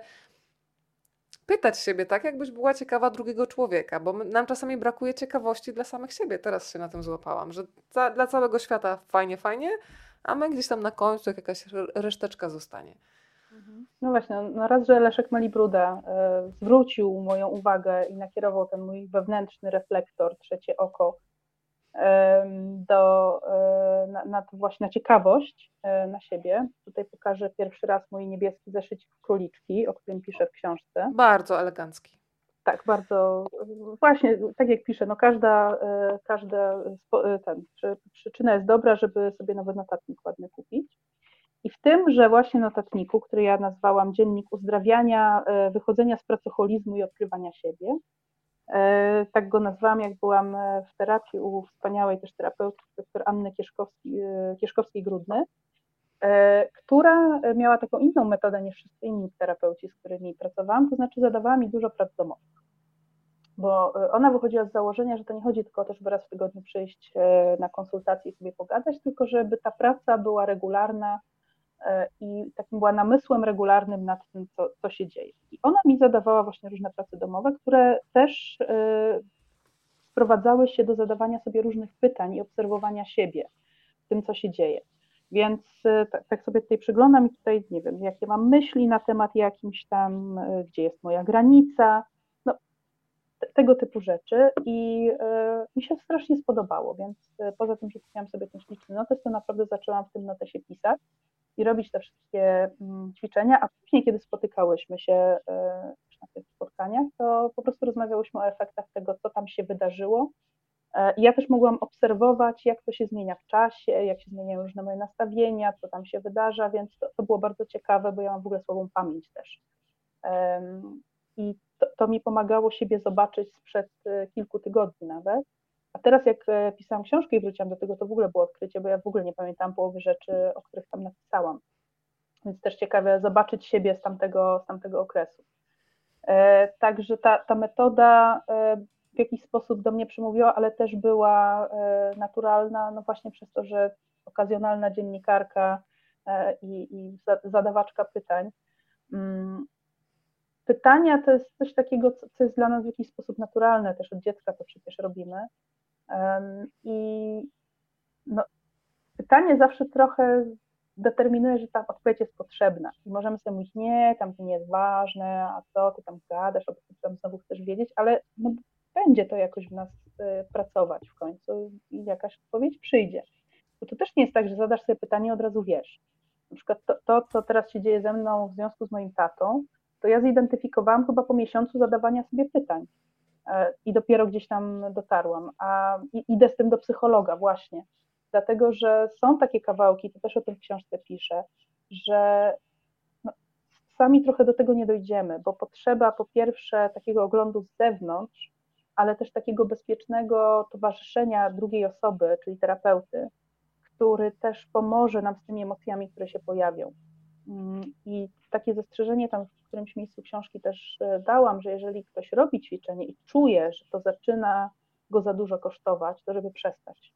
pytać siebie tak, jakbyś była ciekawa drugiego człowieka, bo my, nam czasami brakuje ciekawości dla samych siebie. Teraz się na tym złapałam, że za, dla całego świata fajnie, fajnie, a my gdzieś tam na końcu jak jakaś r- reszteczka zostanie. No właśnie, no no raz, że Leszek Malibruda e, zwrócił moją uwagę i nakierował ten mój wewnętrzny reflektor, trzecie oko, em, do, e, na, na to właśnie na ciekawość e, na siebie. Tutaj pokażę pierwszy raz mój niebieski zeszycik króliczki, o którym piszę w książce. Bardzo elegancki. Tak, bardzo, właśnie tak jak piszę, no każda, e, każda spo- e, ten, przy- przyczyna jest dobra, żeby sobie nowy notatnik ładny kupić. I w tymże właśnie notatniku, który ja nazwałam Dziennik uzdrawiania, e, wychodzenia z pracoholizmu i odkrywania siebie, e, tak go nazwałam, jak byłam e, w terapii u wspaniałej też terapeutki, dr Anny Kieszkowski, e, Kieszkowskiej-Grudny, e, która miała taką inną metodę niż wszyscy inni terapeuci, z którymi pracowałam, to znaczy zadawała mi dużo prac domowych. Bo e, ona wychodziła z założenia, że to nie chodzi tylko o to, żeby raz w tygodniu przyjść e, na konsultację i sobie pogadać, tylko żeby ta praca była regularna, e, i takim była namysłem regularnym nad tym, co, co się dzieje. I ona mi zadawała właśnie różne prace domowe, które też e, sprowadzały się do zadawania sobie różnych pytań i obserwowania siebie w tym, co się dzieje. Więc e, tak, tak sobie tutaj przyglądam i tutaj nie wiem, jakie mam myśli na temat jakimś tam, e, gdzie jest moja granica, no, te- tego typu rzeczy i e, mi się strasznie spodobało, więc e, poza tym, że pisałam sobie ten śliczny notes, to naprawdę zaczęłam w tym notesie pisać i robić te wszystkie mm, ćwiczenia, a później, kiedy spotykałyśmy się e, na tych spotkaniach, to po prostu rozmawiałyśmy o efektach tego, co tam się wydarzyło. E, I ja też mogłam obserwować, jak to się zmienia w czasie, jak się zmieniają różne moje nastawienia, co tam się wydarza, więc to, to było bardzo ciekawe, bo ja mam w ogóle słabą pamięć też. Em, I to, to mi pomagało siebie zobaczyć sprzed e, kilku tygodni nawet. A teraz jak e, pisałam książkę i wróciłam do tego, to w ogóle było odkrycie, bo ja w ogóle nie pamiętam połowy rzeczy, o których tam napisałam. Więc też ciekawe zobaczyć siebie z tamtego, z tamtego okresu. E, Także ta, ta metoda e, w jakiś sposób do mnie przemówiła, ale też była e, naturalna, no właśnie przez to, że okazjonalna dziennikarka e, i, i zadawaczka pytań. Mm, Pytania to jest coś takiego, co, co jest dla nas w jakiś sposób naturalne, też od dziecka to przecież robimy. Em, I no, pytanie zawsze trochę determinuje, że ta odpowiedź jest potrzebna. I możemy sobie mówić, nie, tam to nie jest ważne, a co ty tam gadasz, albo ty tam znowu chcesz wiedzieć, ale no, będzie to jakoś w nas y, pracować w końcu i jakaś odpowiedź przyjdzie. Bo to też nie jest tak, że zadasz sobie pytanie i od razu wiesz. Na przykład to, to, co teraz się dzieje ze mną w związku z moim tatą, to ja zidentyfikowałam chyba po miesiącu zadawania sobie pytań. E, I dopiero gdzieś tam dotarłam. A i, idę z tym do psychologa właśnie, dlatego że są takie kawałki, to też o tym w książce piszę, że no, sami trochę do tego nie dojdziemy, bo potrzeba po pierwsze takiego oglądu z zewnątrz, ale też takiego bezpiecznego towarzyszenia drugiej osoby, czyli terapeuty, który też pomoże nam z tymi emocjami, które się pojawią. I takie zastrzeżenie tam w którymś miejscu książki też dałam, że jeżeli ktoś robi ćwiczenie i czuje, że to zaczyna go za dużo kosztować, to żeby przestać.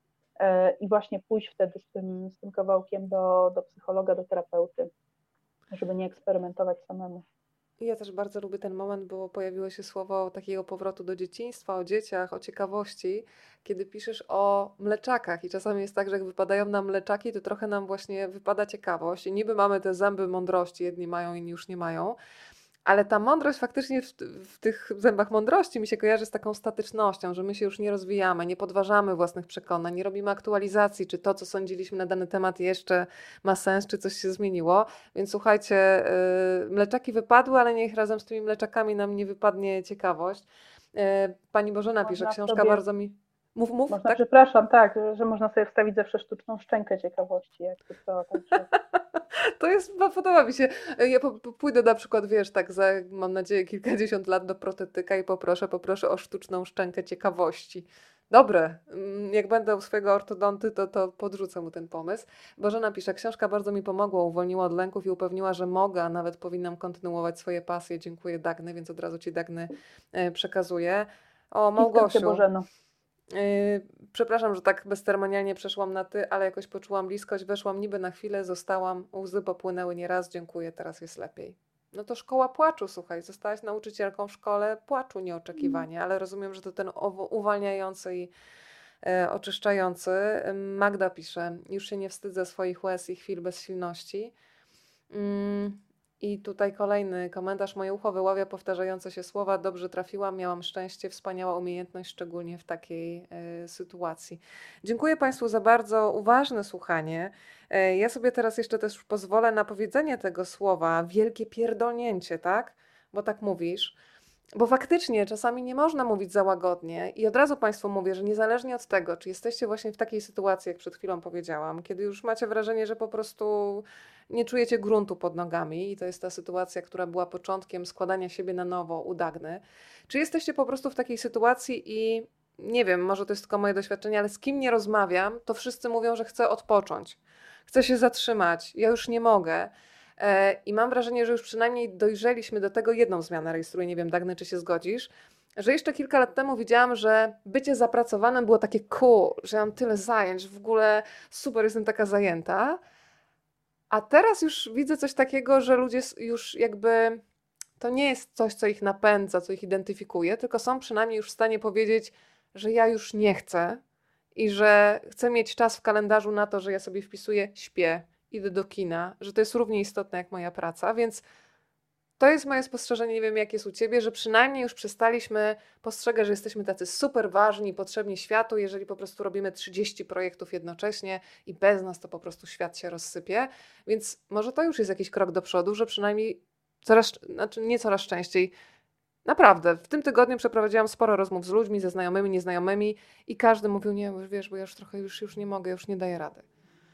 I właśnie pójść wtedy z tym, z tym kawałkiem do, do psychologa, do terapeuty, żeby nie eksperymentować samemu. Ja też bardzo lubię ten moment, bo pojawiło się słowo takiego powrotu do dzieciństwa, o dzieciach, o ciekawości, kiedy piszesz o mleczakach i czasami jest tak, że jak wypadają nam mleczaki, to trochę nam właśnie wypada ciekawość i niby mamy te zęby mądrości, jedni mają, inni już nie mają, ale ta mądrość faktycznie w, w tych zębach mądrości mi się kojarzy z taką statycznością, że my się już nie rozwijamy, nie podważamy własnych przekonań, nie robimy aktualizacji, czy to, co sądziliśmy na dany temat jeszcze ma sens, czy coś się zmieniło. Więc słuchajcie, yy, mleczaki wypadły, ale niech razem z tymi mleczakami nam nie wypadnie ciekawość. Yy, Pani Bożena pisze, Można książka sobie, bardzo mi... Mów, mów, można, tak? przepraszam, tak, że można sobie wstawić zawsze sztuczną szczękę ciekawości, jakby to, także To jest, bo podoba mi się. Ja po, po- pójdę na przykład, wiesz, tak za, mam nadzieję, kilkadziesiąt lat do protetyka i poproszę, poproszę o sztuczną szczękę ciekawości. Dobre. Mm, Jak będę u swojego ortodonty, to, to podrzucę mu ten pomysł. Bożena pisze, książka bardzo mi pomogła, uwolniła od lęków i upewniła, że mogę, a nawet powinnam kontynuować swoje pasje. Dziękuję, Dagny, więc od razu Ci, Dagny, e, przekazuję. O, ściskam Cię, Małgosiu. Bożeno. Yy, przepraszam, że tak bezceremonialnie przeszłam na ty, ale jakoś poczułam bliskość, weszłam niby na chwilę, zostałam, łzy popłynęły nieraz, dziękuję, teraz jest lepiej. No to szkoła płaczu, słuchaj, zostałaś nauczycielką w szkole płaczu nieoczekiwanie, ale rozumiem, że to ten owo- uwalniający i e, oczyszczający. Magda pisze, już się nie wstydzę swoich łez i chwil bezsilności. Mm, I tutaj kolejny komentarz. Moje ucho wyławia powtarzające się słowa. Dobrze trafiłam, miałam szczęście, wspaniała umiejętność, szczególnie w takiej e, sytuacji. Dziękuję Państwu za bardzo uważne słuchanie. E, ja sobie teraz jeszcze też pozwolę na powiedzenie tego słowa. Wielkie pierdolnięcie, tak? Bo tak mówisz. Bo faktycznie czasami nie można mówić za łagodnie i od razu Państwu mówię, że niezależnie od tego, czy jesteście właśnie w takiej sytuacji, jak przed chwilą powiedziałam, kiedy już macie wrażenie, że po prostu nie czujecie gruntu pod nogami i to jest ta sytuacja, która była początkiem składania siebie na nowo u Dagny, czy jesteście po prostu w takiej sytuacji i nie wiem, może to jest tylko moje doświadczenie, ale z kim nie rozmawiam, to wszyscy mówią, że chcę odpocząć, chcę się zatrzymać, ja już nie mogę. E, I mam wrażenie, że już przynajmniej dojrzeliśmy do tego, jedną zmianę rejestruję, nie wiem, Dagny, czy się zgodzisz, że jeszcze kilka lat temu widziałam, że bycie zapracowanym było takie cool, że mam tyle zajęć, w ogóle super, jestem taka zajęta. A teraz już widzę coś takiego, że ludzie s- już jakby to nie jest coś, co ich napędza, co ich identyfikuje, tylko są przynajmniej już w stanie powiedzieć, że ja już nie chcę i że chcę mieć czas w kalendarzu na to, że ja sobie wpisuję, śpię, idę do kina, że to jest równie istotne jak moja praca, więc to jest moje spostrzeżenie, nie wiem jak jest u Ciebie, że przynajmniej już przestaliśmy postrzegać, że jesteśmy tacy super ważni, potrzebni światu, jeżeli po prostu robimy trzydzieści projektów jednocześnie i bez nas to po prostu świat się rozsypie. Więc może to już jest jakiś krok do przodu, że przynajmniej coraz, znaczy nie coraz częściej, naprawdę, w tym tygodniu przeprowadziłam sporo rozmów z ludźmi, ze znajomymi, nieznajomymi i każdy mówił, nie, wiesz, bo ja już trochę już, już nie mogę, już nie daję rady.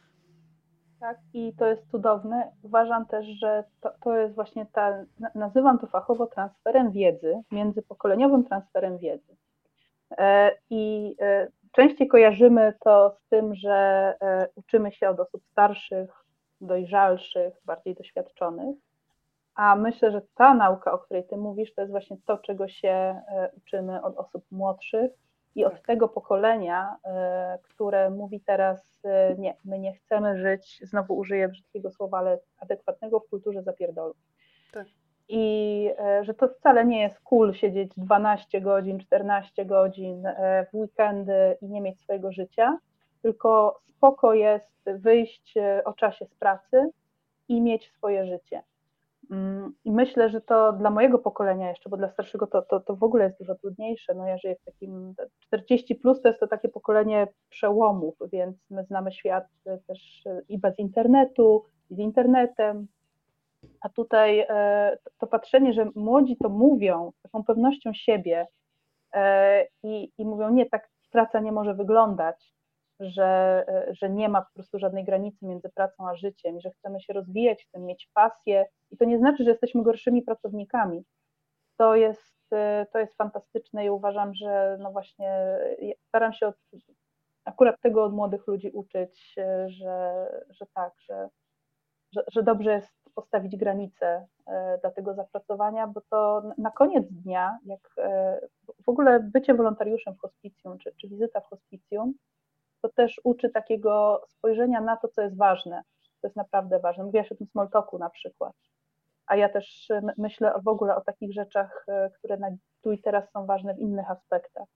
Tak, i to jest cudowne. Uważam też, że to, to jest właśnie ta, nazywam to fachowo transferem wiedzy, międzypokoleniowym transferem wiedzy. E, I e, częściej kojarzymy to z tym, że e, uczymy się od osób starszych, dojrzalszych, bardziej doświadczonych, a myślę, że ta nauka, o której ty mówisz, to jest właśnie to, czego się e, uczymy od osób młodszych i od Tak, tego pokolenia, e, które mówi teraz, e, nie, my nie chcemy żyć, znowu użyję brzydkiego słowa, ale adekwatnego w kulturze zapierdolu. tak. I e, że to wcale nie jest cool siedzieć dwanaście godzin, czternaście godzin e, w weekendy i nie mieć swojego życia, tylko spoko jest wyjść e, o czasie z pracy i mieć swoje życie. Mm, I myślę, że to dla mojego pokolenia jeszcze, bo dla starszego to, to, to w ogóle jest dużo trudniejsze. No ja żyję w takim czterdzieści plus, to jest to takie pokolenie przełomów, więc my znamy świat też i bez internetu, i z internetem. A tutaj e, to patrzenie, że młodzi to mówią z taką pewnością siebie e, i, i mówią, nie, tak praca nie może wyglądać, że, e, że nie ma po prostu żadnej granicy między pracą a życiem i że chcemy się rozwijać, chcemy mieć pasję. I to nie znaczy, że jesteśmy gorszymi pracownikami. To jest, e, to jest fantastyczne i uważam, że no właśnie ja staram się od, akurat tego od młodych ludzi uczyć, e, że, że tak, że że, że dobrze jest postawić granice e, dla tego zapracowania, bo to na koniec dnia, jak e, w ogóle bycie wolontariuszem w hospicjum, czy, czy wizyta w hospicjum, to też uczy takiego spojrzenia na to, co jest ważne, co jest naprawdę ważne. Mówiłaś o tym small talku na przykład. a ja też my- myślę w ogóle o takich rzeczach, e, które na tu i teraz są ważne w innych aspektach,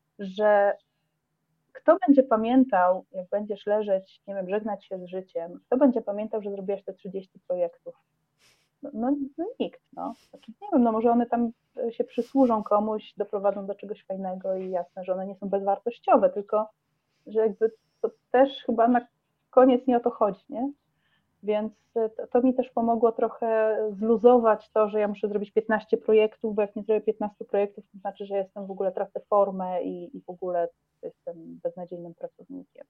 że kto będzie pamiętał, jak będziesz leżeć, nie wiem, żegnać się z życiem, kto będzie pamiętał, że zrobiłaś te trzydzieści projektów? No, no, no nikt, no. Znaczy, nie wiem, no może one tam się przysłużą komuś, doprowadzą do czegoś fajnego i jasne, że one nie są bezwartościowe, tylko że jakby to też chyba na koniec nie o to chodzi, nie? Więc to, to mi też pomogło trochę zluzować to, że ja muszę zrobić piętnaście projektów, bo jak nie zrobię piętnaście projektów, to znaczy, że jestem w ogóle tracę formę i, i w ogóle jestem beznadziejnym pracownikiem.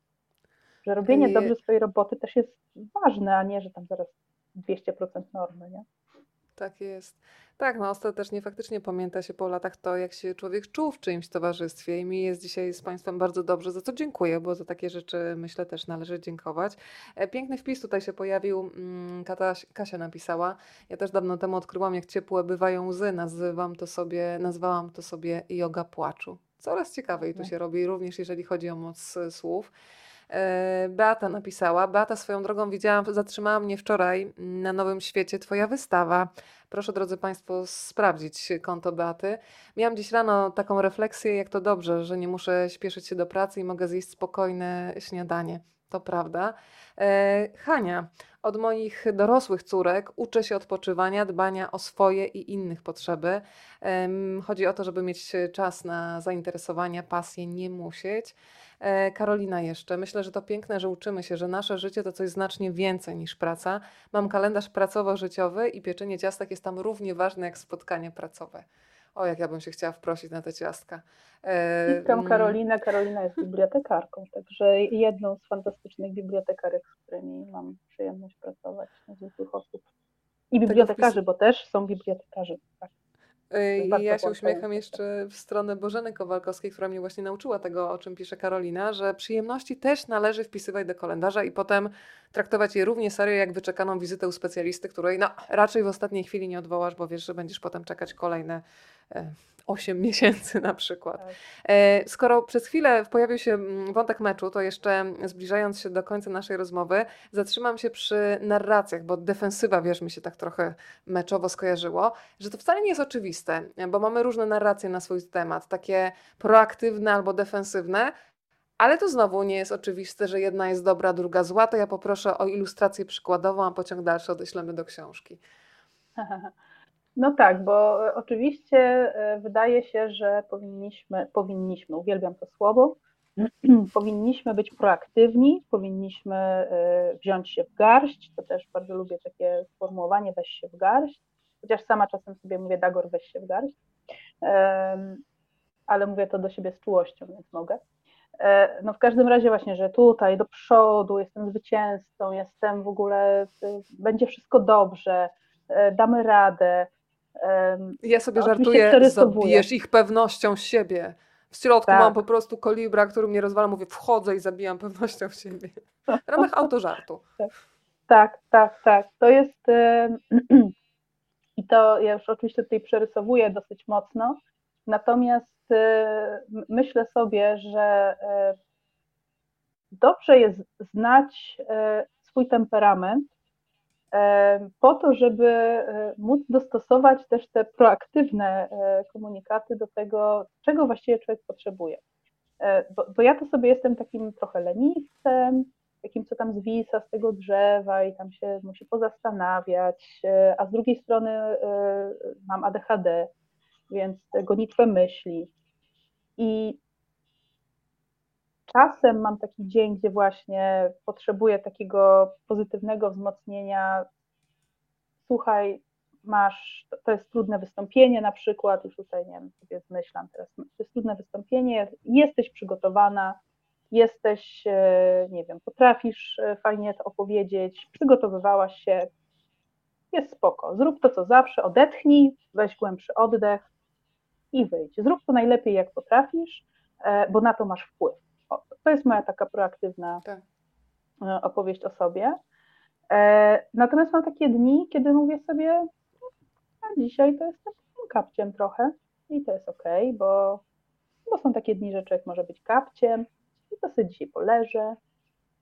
Że robienie I dobrze swojej roboty też jest ważne, a nie, że tam zaraz dwieście procent normy, nie? tak jest. Tak, no ostatecznie faktycznie pamięta się po latach to, jak się człowiek czuł w czyimś towarzystwie i mi jest dzisiaj z Państwem bardzo dobrze, za co dziękuję, bo za takie rzeczy myślę też należy dziękować. E, Piękny wpis tutaj się pojawił, mm, Kataś, Kasia napisała. Ja też dawno temu odkryłam, jak ciepłe bywają łzy, nazywam to sobie, nazwałam to sobie yoga płaczu. Coraz ciekawiej tu No. się robi, również jeżeli chodzi o moc e, słów. E, Beata napisała. Beata, swoją drogą widziałam, zatrzymała mnie wczoraj na Nowym Świecie Twoja wystawa. Proszę, drodzy Państwo, sprawdzić konto Beaty. Miałam dziś rano taką refleksję, jak to dobrze, że nie muszę śpieszyć się do pracy i mogę zjeść spokojne śniadanie. To prawda. E, Hania, od moich dorosłych córek uczę się odpoczywania, dbania o swoje i innych potrzeby. Em, Chodzi o to, żeby mieć czas na zainteresowania, pasje, nie musieć. E, Karolina jeszcze. Myślę, że to piękne, że uczymy się, że nasze życie to coś znacznie więcej niż praca. Mam kalendarz pracowo-życiowy i pieczenie ciastek jest tam równie ważne jak spotkanie pracowe. O, jak ja bym się chciała wprosić na te ciastka. E, Ściskam mm, Karolinę. Karolina jest bibliotekarką, także jedną z fantastycznych bibliotekarek, z którymi mam przyjemność pracować, niezwykłych osób. I tego wpisu. bibliotekarzy, bo też są bibliotekarze. Tak, to Y, jest I bardzo ja się uśmiecham włączające. jeszcze w stronę Bożeny Kowalkowskiej, która mnie właśnie nauczyła tego, o czym pisze Karolina, że przyjemności też należy wpisywać do kalendarza i potem traktować je równie serio jak wyczekaną wizytę u specjalisty, której no, raczej w ostatniej chwili nie odwołasz, bo wiesz, że będziesz potem czekać kolejne e, osiem miesięcy na przykład. Tak. E, Skoro przez chwilę pojawił się mm, wątek meczu, to jeszcze zbliżając się do końca naszej rozmowy, zatrzymam się przy narracjach, bo defensywa, wiesz, mi się tak trochę meczowo skojarzyło, że to wcale nie jest oczywiste, bo mamy różne narracje na swój temat, takie proaktywne albo defensywne, ale to znowu nie jest oczywiste, że jedna jest dobra, druga zła. To ja poproszę o ilustrację przykładową, a pociąg dalszy odeślemy do książki. No tak, bo e, oczywiście e, wydaje się, że powinniśmy, powinniśmy, uwielbiam to słowo, powinniśmy być proaktywni, powinniśmy e, wziąć się w garść. To też bardzo lubię takie sformułowanie, weź się w garść. Chociaż sama czasem sobie mówię, Dagor, weź się w garść. Em, ale mówię to do siebie z czułością, więc mogę. E, No w każdym razie właśnie, że tutaj do przodu, jestem zwycięzcą, jestem w ogóle, y, będzie wszystko dobrze, e, damy radę. Em, Ja sobie No oczywiście żartuję, przerysowuję, zabijesz ich pewnością siebie. W środku mam po tak. prostu kolibra, który mnie rozwala, mówię, wchodzę i zabijam pewnością siebie. W ramach autożartu. Tak, tak, tak. To jest em, i to ja już oczywiście tutaj przerysowuję dosyć mocno, natomiast e, m- myślę sobie, że e, dobrze jest znać e, swój temperament, e, po to, żeby e, móc dostosować też te proaktywne e, komunikaty do tego, czego właściwie człowiek potrzebuje. E, Bo, bo ja to sobie jestem takim trochę leniwcem, takim, co tam zwisa z tego drzewa i tam się musi pozastanawiać, e, a z drugiej strony e, mam A D H D, więc gonitwę myśli. I czasem mam taki dzień, gdzie właśnie potrzebuję takiego pozytywnego wzmocnienia. Słuchaj, masz, to jest trudne wystąpienie na przykład, już tutaj nie wiem, sobie zmyślam teraz, to jest trudne wystąpienie, jesteś przygotowana, jesteś, e, nie wiem, potrafisz e, fajnie to opowiedzieć, przygotowywałaś się, jest spoko, zrób to co zawsze, odetchnij, weź głębszy oddech i wyjdź. Zrób to najlepiej jak potrafisz, e, bo na to masz wpływ. O, to jest moja taka proaktywna Tak. e, opowieść o sobie. E, Natomiast mam takie dni, kiedy mówię sobie, a dzisiaj to jestem takim kapciem trochę i to jest okej, okay, bo, bo są takie dni, że człowiek może być kapciem i to sobie dzisiaj poleżę,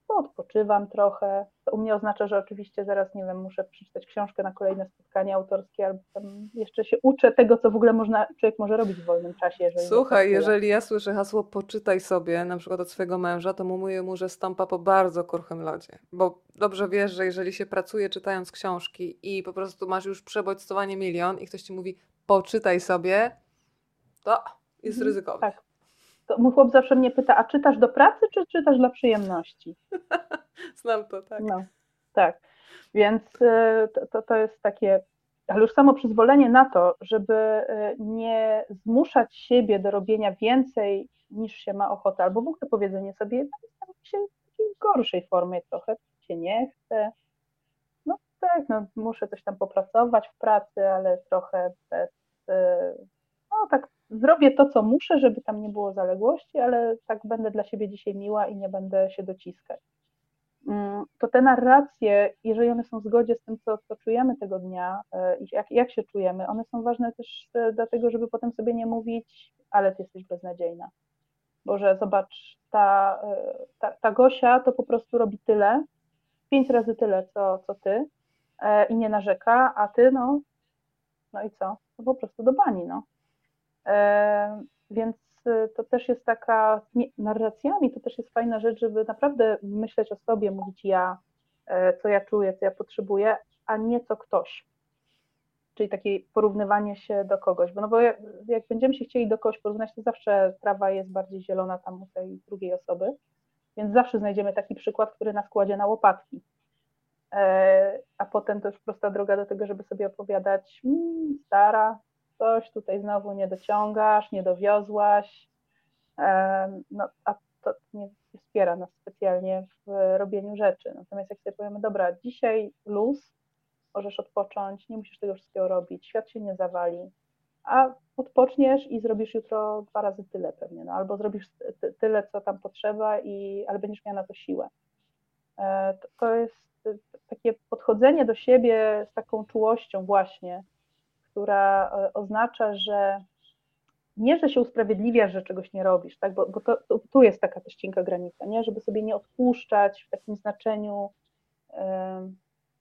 odpoczywam trochę. To u mnie oznacza, że oczywiście zaraz, nie wiem, muszę przeczytać książkę na kolejne spotkanie autorskie, albo tam jeszcze się uczę tego, co w ogóle można, człowiek może robić w wolnym czasie, jeżeli nie Słuchaj, pracuje. jeżeli ja słyszę hasło poczytaj sobie, na przykład od swojego męża, to mówię mu, że stąpa po bardzo kruchym lodzie. Bo dobrze wiesz, że jeżeli się pracuje czytając książki i po prostu masz już przebodźcowanie milion i ktoś ci mówi poczytaj sobie, to jest Mhm, ryzykowne. tak. To mój chłop zawsze mnie pyta, a czytasz do pracy, czy czytasz dla przyjemności? Znam to, tak. No, tak. Więc y, to, to, to jest takie, ale już samo przyzwolenie na to, żeby y, nie zmuszać siebie do robienia więcej niż się ma ochotę, albo w ogóle powiedzenie sobie, "No, się w takiej gorszej formie trochę, się nie chce. No tak, no, muszę coś tam popracować w pracy, ale trochę bez, y, no tak, zrobię to, co muszę, żeby tam nie było zaległości, ale tak będę dla siebie dzisiaj miła i nie będę się dociskać. Mm, To te narracje, jeżeli one są w zgodzie z tym, co, co czujemy tego dnia y, i jak, jak się czujemy, one są ważne też y, dlatego, żeby potem sobie nie mówić, ale ty jesteś beznadziejna. Boże, zobacz, ta, y, ta, ta Gosia to po prostu robi tyle, pięć razy tyle, co, co ty y, i nie narzeka, a ty, no, no i co? To po prostu do bani, no. E, Więc y, to też jest taka, z nie- narracjami to też jest fajna rzecz, żeby naprawdę myśleć o sobie, mówić ja, e, co ja czuję, co ja potrzebuję, a nie co ktoś. Czyli takie porównywanie się do kogoś, bo no bo jak, jak będziemy się chcieli do kogoś porównać, to zawsze trawa jest bardziej zielona tam u tej drugiej osoby, więc zawsze znajdziemy taki przykład, który nas kładzie na łopatki. E, A potem to już prosta droga do tego, żeby sobie opowiadać, mmm, stara, coś tutaj znowu nie dociągasz, nie dowiozłaś, e, no a to nie wspiera nas specjalnie w robieniu rzeczy. Natomiast jak sobie powiemy, dobra, dzisiaj luz, możesz odpocząć, nie musisz tego wszystkiego robić, świat się nie zawali, a odpoczniesz i zrobisz jutro dwa razy tyle pewnie, no, albo zrobisz ty- tyle, co tam potrzeba, i, ale będziesz miała na to siłę. E, To, to jest e, takie podchodzenie do siebie z taką czułością właśnie, która e, oznacza, że nie, że się usprawiedliwiasz, że czegoś nie robisz, tak? Bo, bo to, to, tu jest taka też cienka granica, nie? Żeby sobie nie odpuszczać w takim znaczeniu, em,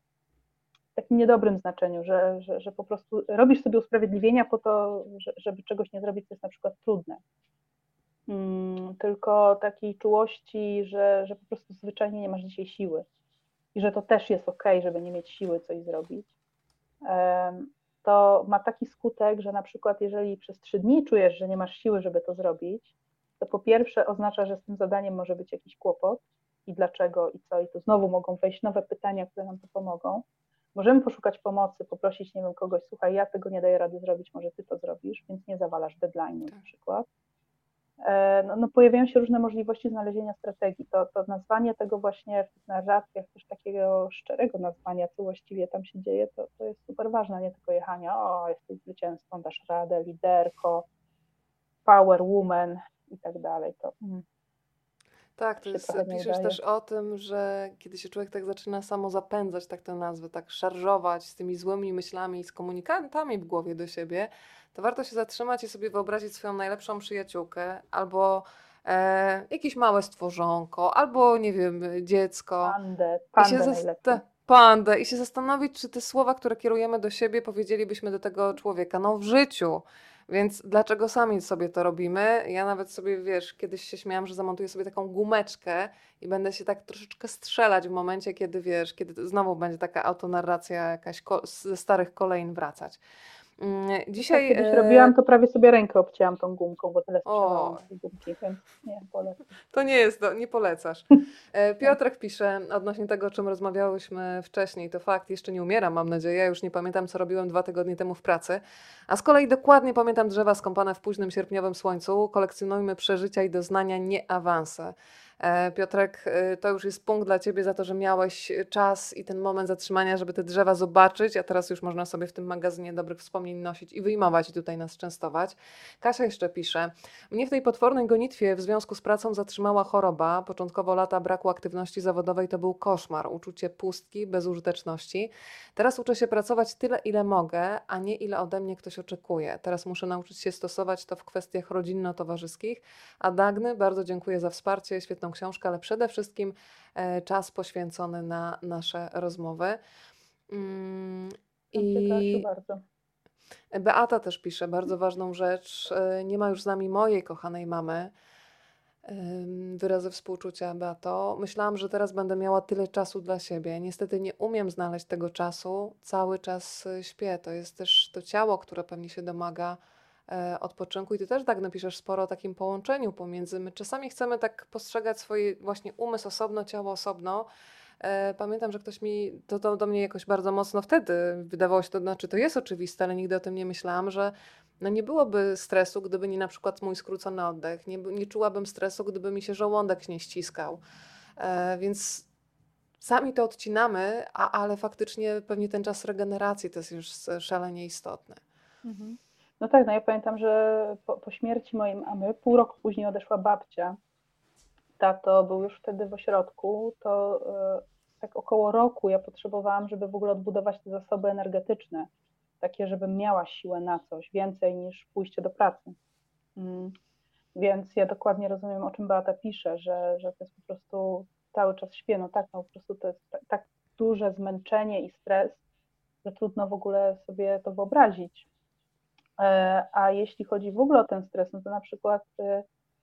w takim niedobrym znaczeniu, że, że, że po prostu robisz sobie usprawiedliwienia po to, że, żeby czegoś nie zrobić, co jest na przykład trudne. Mm, tylko takiej czułości, że, że po prostu zwyczajnie nie masz dzisiaj siły i że to też jest okej, żeby nie mieć siły coś zrobić. Em, To ma taki skutek, że na przykład jeżeli przez trzy dni czujesz, że nie masz siły, żeby to zrobić, to po pierwsze oznacza, że z tym zadaniem może być jakiś kłopot i dlaczego i co, i tu znowu mogą wejść nowe pytania, które nam to pomogą. Możemy poszukać pomocy, poprosić, nie wiem, kogoś, słuchaj, ja tego nie daję rady zrobić, może ty to zrobisz, więc nie zawalasz deadline'u na przykład. E, No, no pojawiają się różne możliwości znalezienia strategii. To, to nazwanie tego właśnie w tych narracjach, też takiego szczerego nazwania, co właściwie tam się dzieje, to, to jest super ważne, nie tylko jechania, o, jesteś zwycięzcą, dasz radę, liderko, power woman i tak dalej. To mm, Tak, to się jest, trochę nie piszesz udaje. też o tym, że kiedy się człowiek tak zaczyna samo zapędzać, tak tę nazwę, tak szarżować z tymi złymi myślami, z komunikatami w głowie do siebie, to warto się zatrzymać i sobie wyobrazić swoją najlepszą przyjaciółkę, albo e, jakieś małe stworzonko, albo nie wiem, dziecko. Pandę, I się pandę najlepiej. zasta- pandę i się zastanowić, czy te słowa, które kierujemy do siebie, powiedzielibyśmy do tego człowieka, no w życiu. Więc dlaczego sami sobie to robimy? Ja nawet sobie, wiesz, kiedyś się śmiałam, że zamontuję sobie taką gumeczkę i będę się tak troszeczkę strzelać w momencie, kiedy, wiesz, kiedy znowu będzie taka autonarracja jakaś ko- ze starych kolejn wracać. Mm, No tak Dzisiaj... kiedyś e, robiłam, to prawie sobie rękę obcięłam tą gumką, bo tyle O, strzelałam z tej gumki, więc nie, polecam. to nie jest, do, nie polecasz. E, Nie. Piotrek pisze odnośnie tego, o czym rozmawiałyśmy wcześniej. To fakt, jeszcze nie umieram, mam nadzieję. Ja już nie pamiętam, co robiłem dwa tygodnie temu w pracy. A z kolei dokładnie pamiętam drzewa skąpane w późnym sierpniowym słońcu. Kolekcjonujmy przeżycia i doznania, nie awanse. E, Piotrek, e, to już jest punkt dla Ciebie za to, że miałeś czas i ten moment zatrzymania, żeby te drzewa zobaczyć, a teraz już można sobie w tym magazynie dobrych wspomnień nosić i wyjmować i tutaj nas częstować. Kasia jeszcze pisze: mnie w tej potwornej gonitwie w związku z pracą zatrzymała choroba. Początkowo lata braku aktywności zawodowej to był koszmar, uczucie pustki, bezużyteczności. Teraz uczę się pracować tyle, ile mogę, a nie ile ode mnie ktoś oczekuje. Teraz muszę nauczyć się stosować to w kwestiach rodzinno-towarzyskich. A Dagny, bardzo dziękuję za wsparcie, świetną tą książkę, ale przede wszystkim e, czas poświęcony na nasze rozmowy. Mm, Dziękuję, Kasiu, I bardzo. Beata też pisze bardzo ważną rzecz. e, Nie ma już z nami mojej kochanej mamy. Ym, Wyrazy współczucia, Beato. Myślałam, że teraz będę miała tyle czasu dla siebie. Niestety nie umiem znaleźć tego czasu. Cały czas y, śpię. To jest też to ciało, które pewnie się domaga e, odpoczynku. I ty też tak napiszesz sporo o takim połączeniu pomiędzy. My czasami chcemy tak postrzegać swój właśnie umysł osobno, ciało osobno. E, Pamiętam, że ktoś mi, to, to do mnie jakoś bardzo mocno wtedy wydawało się, to znaczy to jest oczywiste, ale nigdy o tym nie myślałam, że no nie byłoby stresu, gdyby nie na przykład mój skrócony oddech. Nie, by- nie czułabym stresu, gdyby mi się żołądek nie ściskał. E, więc sami to odcinamy, a, ale faktycznie pewnie ten czas regeneracji to jest już s- szalenie istotny. Mhm. No tak, no ja pamiętam, że po, po śmierci mojej mamy, pół roku później odeszła babcia. Tato był już wtedy w ośrodku, to e, tak około roku ja potrzebowałam, żeby w ogóle odbudować te zasoby energetyczne, takie, żebym miała siłę na coś więcej niż pójście do pracy. Mm. Więc ja dokładnie rozumiem, o czym Beata pisze, że, że to jest po prostu cały czas śpię. No tak, no po prostu to jest tak, tak duże zmęczenie i stres, że trudno w ogóle sobie to wyobrazić. E, A jeśli chodzi w ogóle o ten stres, no to na przykład e,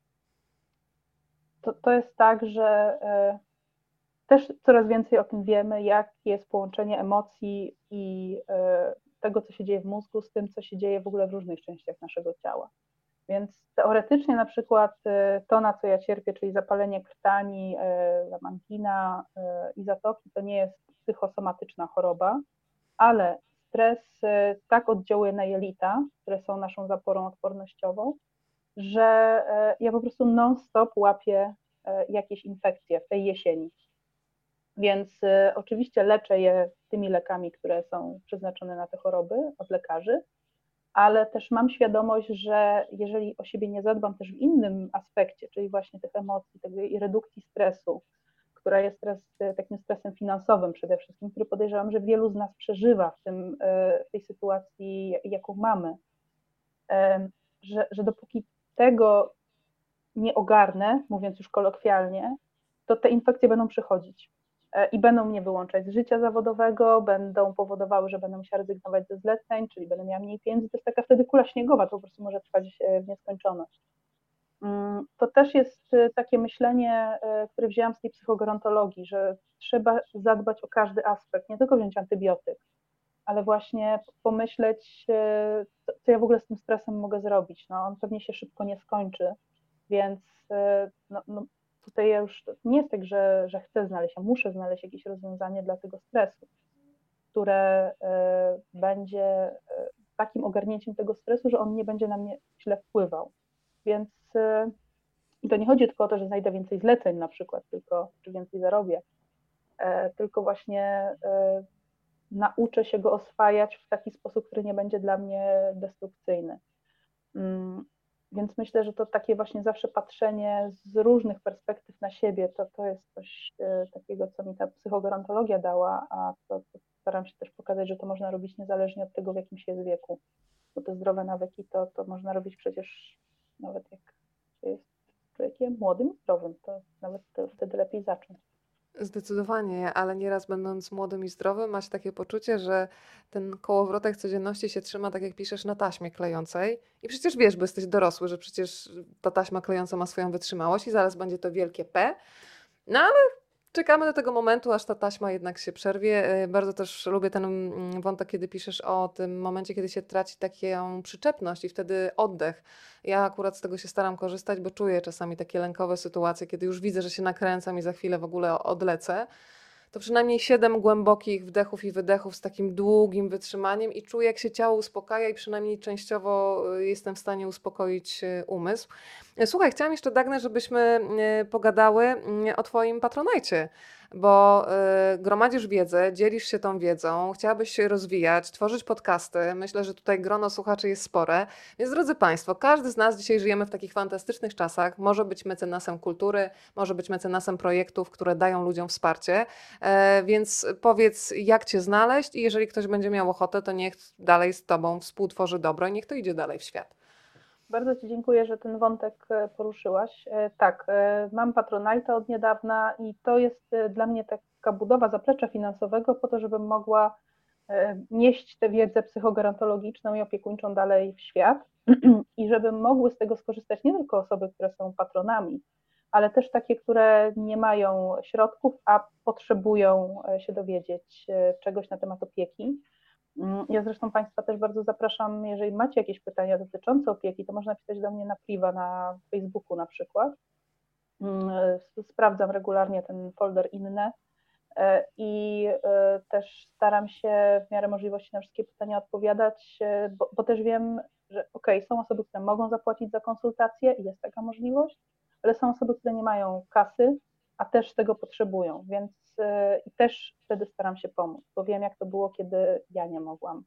to, to jest tak, że e, też coraz więcej o tym wiemy, jakie jest połączenie emocji i e, tego, co się dzieje w mózgu, z tym, co się dzieje w ogóle w różnych częściach naszego ciała. Więc teoretycznie na przykład e, to, na co ja cierpię, czyli zapalenie krtani, e, angina e, i zatoki, to nie jest psychosomatyczna choroba, ale stres e, tak oddziałuje na jelita, które są naszą zaporą odpornościową, że e, ja po prostu non-stop łapię e, jakieś infekcje w tej jesieni. Więc y, oczywiście leczę je tymi lekami, które są przeznaczone na te choroby od lekarzy, ale też mam świadomość, że jeżeli o siebie nie zadbam też w innym aspekcie, czyli właśnie tych emocji, tej redukcji stresu, która jest teraz y, takim stresem finansowym przede wszystkim, który podejrzewam, że wielu z nas przeżywa w, tym, y, w tej sytuacji, jaką mamy, y, że, że dopóki tego nie ogarnę, mówiąc już kolokwialnie, to te infekcje będą przychodzić i będą mnie wyłączać z życia zawodowego, będą powodowały, że będę musiała rezygnować ze zleceń, czyli będę miała mniej pieniędzy. To jest taka wtedy kula śniegowa, to po prostu może trwać w nieskończoność. To też jest takie myślenie, które wzięłam z tej psychogerontologii, że trzeba zadbać o każdy aspekt, nie tylko wziąć antybiotyk, ale właśnie pomyśleć, co ja w ogóle z tym stresem mogę zrobić. No, on pewnie się szybko nie skończy, więc no, no, tutaj ja już nie jest tak, że, że chcę znaleźć, a muszę znaleźć jakieś rozwiązanie dla tego stresu, które y, będzie y, takim ogarnięciem tego stresu, że on nie będzie na mnie źle wpływał. Więc y, to nie chodzi tylko o to, że znajdę więcej zleceń na przykład, tylko, czy więcej zarobię, y, tylko właśnie y, nauczę się go oswajać w taki sposób, który nie będzie dla mnie destrukcyjny. Mm. Więc myślę, że to takie właśnie zawsze patrzenie z różnych perspektyw na siebie, to, to jest coś e, takiego, co mi ta psychogerontologia dała, a to, to staram się też pokazać, że to można robić niezależnie od tego, w jakim się jest wieku. Bo te zdrowe nawyki to, to można robić przecież nawet jak się jest człowiekiem młodym i zdrowym, to nawet to wtedy lepiej zacząć. Zdecydowanie, ale nieraz będąc młodym i zdrowym, ma się takie poczucie, że ten kołowrotek codzienności się trzyma, tak jak piszesz, na taśmie klejącej. I przecież wiesz, bo jesteś dorosły, że przecież ta taśma klejąca ma swoją wytrzymałość i zaraz będzie to wielkie P. No ale czekamy do tego momentu, aż ta taśma jednak się przerwie. E, Bardzo też lubię ten mm, wątek, kiedy piszesz o tym momencie, kiedy się traci taką przyczepność i wtedy oddech. Ja akurat z tego się staram korzystać, bo czuję czasami takie lękowe sytuacje, kiedy już widzę, że się nakręcam i za chwilę w ogóle odlecę. To przynajmniej siedem głębokich wdechów i wydechów z takim długim wytrzymaniem i czuję, jak się ciało uspokaja i przynajmniej częściowo y, jestem w stanie uspokoić y, umysł. Y, Słuchaj, chciałam jeszcze, Dagne, żebyśmy y, pogadały y, o Twoim Patronajcie, bo y, gromadzisz wiedzę, dzielisz się tą wiedzą, chciałabyś się rozwijać, tworzyć podcasty. Myślę, że tutaj grono słuchaczy jest spore. Więc drodzy Państwo, każdy z nas dzisiaj żyjemy w takich fantastycznych czasach. Może być mecenasem kultury, może być mecenasem projektów, które dają ludziom wsparcie. E, Więc powiedz, jak Cię znaleźć i jeżeli ktoś będzie miał ochotę, to niech dalej z Tobą współtworzy dobro i niech to idzie dalej w świat. Bardzo Ci dziękuję, że ten wątek e, poruszyłaś. E, Tak, e, mam Patronite'a od niedawna i to jest e, dla mnie taka budowa zaplecza finansowego po to, żebym mogła e, nieść tę wiedzę psychogerontologiczną i opiekuńczą dalej w świat i żeby mogły z tego skorzystać nie tylko osoby, które są patronami, ale też takie, które nie mają środków, a potrzebują e, się dowiedzieć e, czegoś na temat opieki. Mm, Ja zresztą Państwa też bardzo zapraszam, jeżeli macie jakieś pytania dotyczące opieki, to można pisać do mnie na priwa na Facebooku na przykład. Mm, Sprawdzam regularnie ten folder inne e, i e, też staram się w miarę możliwości na wszystkie pytania odpowiadać, e, bo, bo też wiem, że okej, okay, są osoby, które mogą zapłacić za konsultację i jest taka możliwość, ale są osoby, które nie mają kasy, a też tego potrzebują, więc e, i też wtedy staram się pomóc, bo wiem, jak to było, kiedy ja nie mogłam.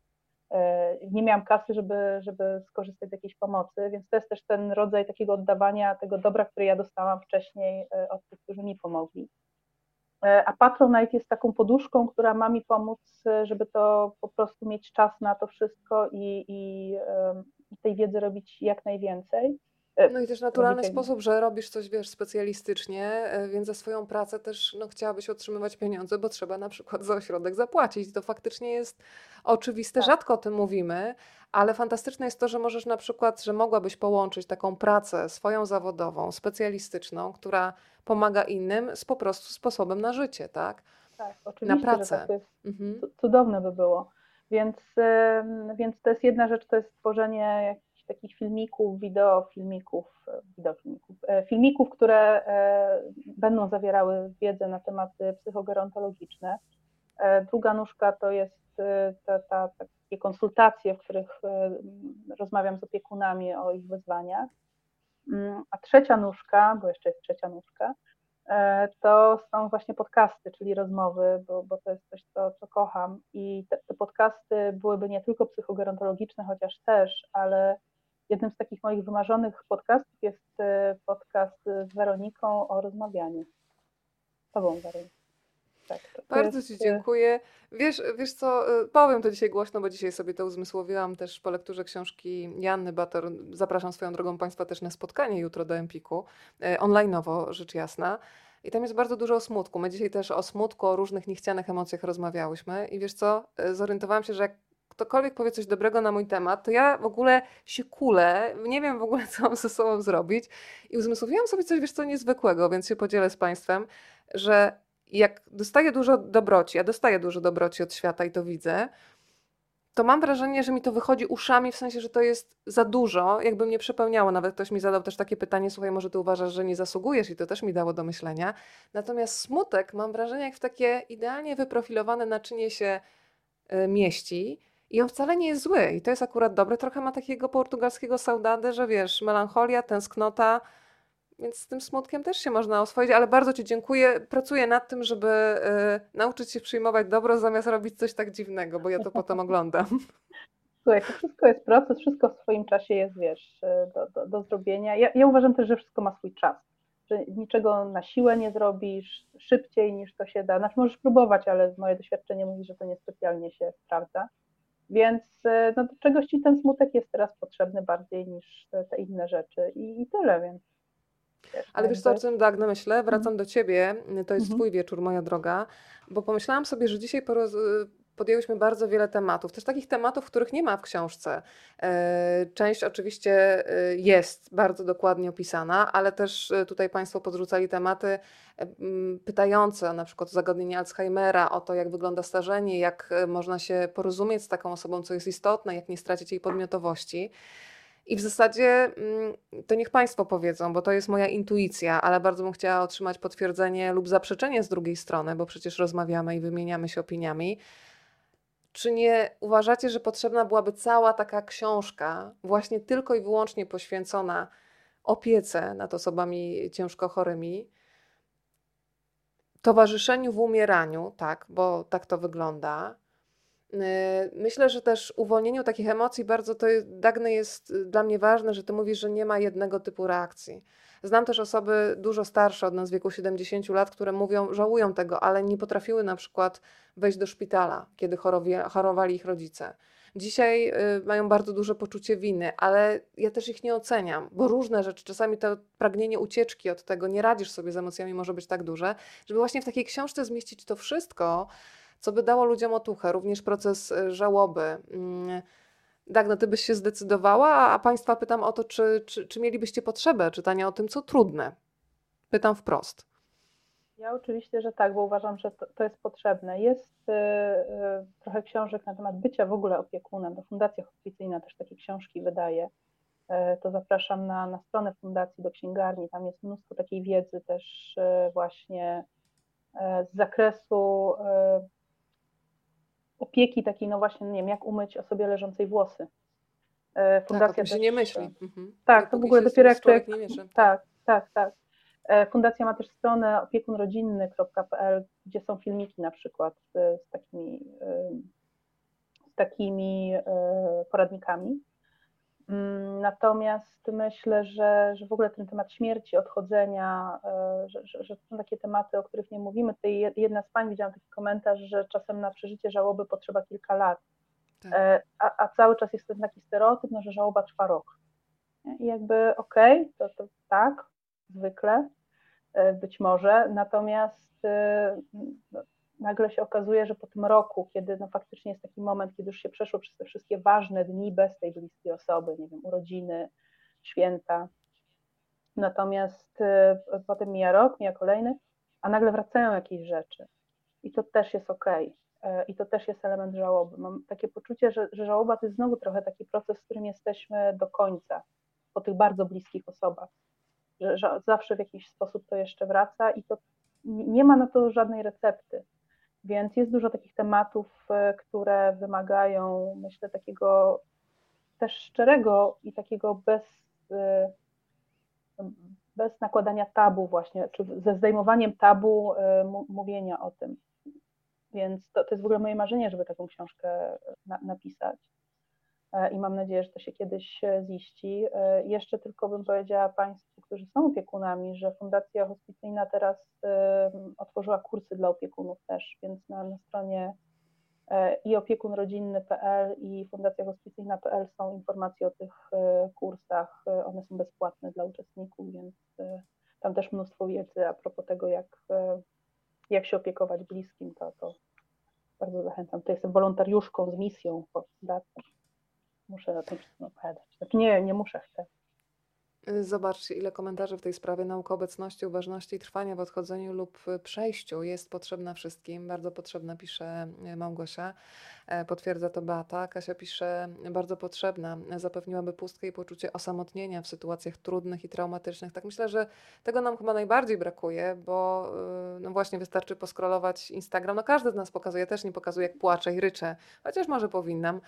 E, Nie miałam kasy, żeby, żeby skorzystać z jakiejś pomocy, więc to jest też ten rodzaj takiego oddawania tego dobra, które ja dostałam wcześniej e, od tych, którzy mi pomogli. E, A Patronite jest taką poduszką, która ma mi pomóc, e, żeby to po prostu mieć czas na to wszystko i, i, e, i tej wiedzy robić jak najwięcej. E, No i też Robić naturalny jak... sposób, że robisz coś, wiesz, specjalistycznie, e, więc za swoją pracę też no, chciałabyś otrzymywać pieniądze, bo trzeba na przykład za ośrodek zapłacić. To faktycznie jest oczywiste, Tak, rzadko o tym mówimy, ale fantastyczne jest to, że możesz na przykład, że mogłabyś połączyć taką pracę swoją zawodową, specjalistyczną, która pomaga innym z po prostu sposobem na życie, tak? tak, Na oczywiście, że tak, pracę. to jest Mhm. cudowne by było. Więc, więc to jest jedna rzecz, to jest tworzenie jakichś takich filmików, wideo, filmików, wideo filmików, filmików, które będą zawierały wiedzę na tematy psychogerontologiczne. Druga nóżka to jest ta, ta, takie konsultacje, w których rozmawiam z opiekunami o ich wyzwaniach. A trzecia nóżka, bo jeszcze jest trzecia nóżka, to są właśnie podcasty, czyli rozmowy, bo, bo to jest coś, co, co kocham. I te, te podcasty byłyby nie tylko psychogerontologiczne, chociaż też, ale jednym z takich moich wymarzonych podcastów jest podcast z Weroniką o rozmawianiu. Z Tobą, Weroniką. Tak, to, to Bardzo jest... Ci dziękuję. Wiesz, wiesz co, y, powiem to dzisiaj głośno, bo dzisiaj sobie to uzmysłowiłam też po lekturze książki Joanny Bator. Zapraszam swoją drogą Państwa też na spotkanie jutro do Empiku, y, online'owo, rzecz jasna. I tam jest bardzo dużo o smutku. My dzisiaj też o smutku, o różnych niechcianych emocjach rozmawiałyśmy. I wiesz co, y, zorientowałam się, że jak ktokolwiek powie coś dobrego na mój temat, to ja w ogóle się kulę, nie wiem w ogóle, co mam ze sobą zrobić. I uzmysłowiłam sobie coś, wiesz co, niezwykłego, więc się podzielę z Państwem, że jak dostaję dużo dobroci, ja dostaję dużo dobroci od świata i to widzę, to mam wrażenie, że mi to wychodzi uszami, w sensie, że to jest za dużo, jakby mnie przepełniało. Nawet ktoś mi zadał też takie pytanie, słuchaj, może ty uważasz, że nie zasługujesz i to też mi dało do myślenia. Natomiast smutek, mam wrażenie, jak w takie idealnie wyprofilowane naczynie się y, mieści i on wcale nie jest zły i to jest akurat dobre. Trochę ma takiego portugalskiego saudade, że wiesz, melancholia, tęsknota, więc z tym smutkiem też się można oswoić, ale bardzo Ci dziękuję. Pracuję nad tym, żeby y, nauczyć się przyjmować dobro, zamiast robić coś tak dziwnego, bo ja to potem oglądam. Słuchaj, to wszystko jest proces, wszystko w swoim czasie jest, wiesz, do, do, do zrobienia. Ja, ja uważam też, że wszystko ma swój czas, że niczego na siłę nie zrobisz szybciej niż to się da. Znaczy możesz próbować, ale moje doświadczenie mówi, że to niespecjalnie się sprawdza. Więc no, do czegoś Ci ten smutek jest teraz potrzebny bardziej niż te, te inne rzeczy i, i tyle, więc wiesz, no Ale wiesz co, o jakby... czym Dagne myślę? Mhm. Wracam do Ciebie, to jest Mhm. Twój wieczór, moja droga, bo pomyślałam sobie, że dzisiaj poroz... podjęłyśmy bardzo wiele tematów, też takich tematów, których nie ma w książce. E, Część oczywiście e, jest bardzo dokładnie opisana, ale też e, tutaj Państwo podrzucali tematy e, m, pytające na przykład o zagadnienie Alzheimera, o to, jak wygląda starzenie, jak e, można się porozumieć z taką osobą, co jest istotne, jak nie stracić jej podmiotowości. I w zasadzie mm, to niech Państwo powiedzą, bo to jest moja intuicja, ale bardzo bym chciała otrzymać potwierdzenie lub zaprzeczenie z drugiej strony, bo przecież rozmawiamy i wymieniamy się opiniami. Czy nie uważacie, że potrzebna byłaby cała taka książka, właśnie tylko i wyłącznie poświęcona opiece nad osobami ciężko chorymi, towarzyszeniu w umieraniu, tak, bo tak to wygląda. Yy, Myślę, że też uwolnieniu takich emocji bardzo to jest, Dagne, jest y, dla mnie ważne, że ty mówisz, że nie ma jednego typu reakcji. Znam też osoby dużo starsze od nas w wieku siedemdziesięciu lat, które mówią, żałują tego, ale nie potrafiły na przykład wejść do szpitala, kiedy chorowie, chorowali ich rodzice. Dzisiaj y, mają bardzo duże poczucie winy, ale ja też ich nie oceniam, bo różne rzeczy, czasami to pragnienie ucieczki od tego, nie radzisz sobie z emocjami, może być tak duże, żeby właśnie w takiej książce zmieścić to wszystko, co by dało ludziom otuchę, również proces y, żałoby. Mm, Dagno, ty byś się zdecydowała, a a państwa pytam o to, czy, czy, czy mielibyście potrzebę czytania o tym, co trudne? Pytam wprost. Ja oczywiście, że tak, bo uważam, że to, to jest potrzebne. Jest y, y, trochę książek na temat bycia w ogóle opiekunem, bo Fundacja Hospicyjna też takie książki wydaje. Y, to zapraszam na, na stronę fundacji, do księgarni, tam jest mnóstwo takiej wiedzy też y, właśnie y, z zakresu y, opieki takiej, no właśnie, nie wiem, jak umyć osobie leżącej włosy. Y, Tak, o Fundacja tym się nie też, myśli. Mhm. tak, to w Dopóki ogóle się z dopiero tym jak człowiek człowiek, nie mierzy. Tak. tak, tak, tak. Fundacja ma też stronę opiekunrodzinny kropka p l, gdzie są filmiki na przykład z, z takimi, z takimi poradnikami. Natomiast myślę, że, że w ogóle ten temat śmierci, odchodzenia, że, że, że to są takie tematy, o których nie mówimy. Tutaj jedna z pań, widziałam taki komentarz, że czasem na przeżycie żałoby potrzeba kilka lat, Tak. a, a cały czas jest ten taki stereotyp, no, że żałoba trwa rok. I jakby okej, okay, to, to tak, zwykle, być może, natomiast no, nagle się okazuje, że po tym roku, kiedy no, faktycznie jest taki moment, kiedy już się przeszło przez te wszystkie ważne dni bez tej bliskiej osoby, nie wiem, urodziny, święta, natomiast y, potem mija rok, mija kolejny, a nagle wracają jakieś rzeczy i to też jest okej. Okay. I to też jest element żałoby. Mam takie poczucie, że, że żałoba to jest znowu trochę taki proces, w którym jesteśmy do końca, po tych bardzo bliskich osobach. Że, że zawsze w jakiś sposób to jeszcze wraca i to nie ma na to żadnej recepty. Więc jest dużo takich tematów, które wymagają, myślę, takiego też szczerego i takiego bez, bez nakładania tabu właśnie, czy ze zdejmowaniem tabu mówienia o tym. Więc to, to jest w ogóle moje marzenie, żeby taką książkę na, napisać. I mam nadzieję, że to się kiedyś ziści. Jeszcze tylko bym powiedziała Państwu, którzy są opiekunami, że Fundacja Hospicyjna teraz otworzyła kursy dla opiekunów też, więc na, na stronie i opiekunrodzinny kropka p l i fundacja hospicyjna kropka p l są informacje o tych kursach. One są bezpłatne dla uczestników, więc tam też mnóstwo wiedzy a propos tego, jak, jak się opiekować bliskim, to, to bardzo zachęcam. To jestem wolontariuszką z misją po fundacji. Muszę o tym wszystkim opowiadać. Znaczy nie, nie muszę, chcę. Zobaczcie, ile komentarzy w tej sprawie. Nauka obecności, uważności i trwania w odchodzeniu lub przejściu jest potrzebna wszystkim. Bardzo potrzebna, pisze Małgosia. Potwierdza to Beata. Kasia pisze, bardzo potrzebna. Zapewniłaby pustkę i poczucie osamotnienia w sytuacjach trudnych i traumatycznych. Tak myślę, że tego nam chyba najbardziej brakuje, bo no właśnie wystarczy poskrolować Instagram. No każdy z nas pokazuje, też nie pokazuje, jak płaczę i ryczę, chociaż może powinnam.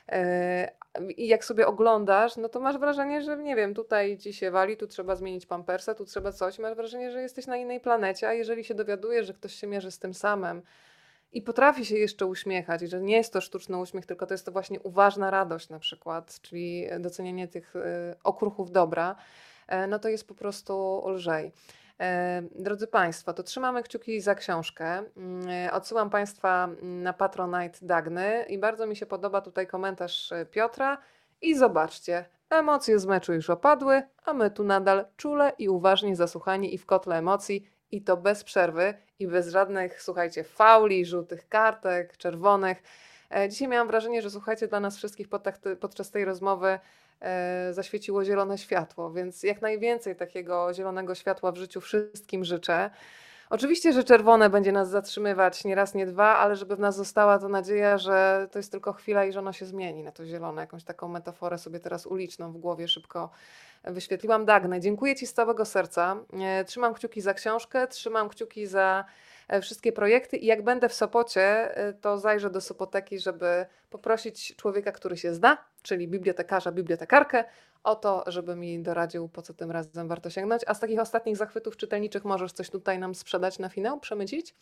I jak sobie oglądasz, no to masz wrażenie, że nie wiem, tutaj ci się wali, tu trzeba zmienić pampersa, tu trzeba coś. Masz wrażenie, że jesteś na innej planecie, a jeżeli się dowiadujesz, że ktoś się mierzy z tym samym i potrafi się jeszcze uśmiechać, i że nie jest to sztuczny uśmiech, tylko to jest to właśnie uważna radość na przykład, czyli docenienie tych y, okruchów dobra, e, no to jest po prostu lżej. E, Drodzy Państwo, to trzymamy kciuki za książkę. Mm, Odsyłam Państwa na Patronite Dagny i bardzo mi się podoba tutaj komentarz Piotra. I zobaczcie, emocje z meczu już opadły, a my tu nadal czule i uważnie zasłuchani i w kotle emocji, i to bez przerwy i bez żadnych, słuchajcie, fauli, żółtych kartek, czerwonych. E, Dzisiaj miałam wrażenie, że słuchajcie, dla nas wszystkich podczas tej rozmowy e, zaświeciło zielone światło, więc jak najwięcej takiego zielonego światła w życiu wszystkim życzę. Oczywiście, że czerwone będzie nas zatrzymywać nie raz, nie dwa, ale żeby w nas została to nadzieja, że to jest tylko chwila i że ono się zmieni na to zielone. Jakąś taką metaforę sobie teraz uliczną w głowie szybko wyświetliłam. Dagnę, dziękuję Ci z całego serca. E, Trzymam kciuki za książkę, trzymam kciuki za e, wszystkie projekty i jak będę w Sopocie, e, to zajrzę do Sopoteki, żeby poprosić człowieka, który się zna, czyli bibliotekarza, bibliotekarkę, o to, żeby mi doradził, po co tym razem warto sięgnąć. A z takich ostatnich zachwytów czytelniczych możesz coś tutaj nam sprzedać na finał, przemycić?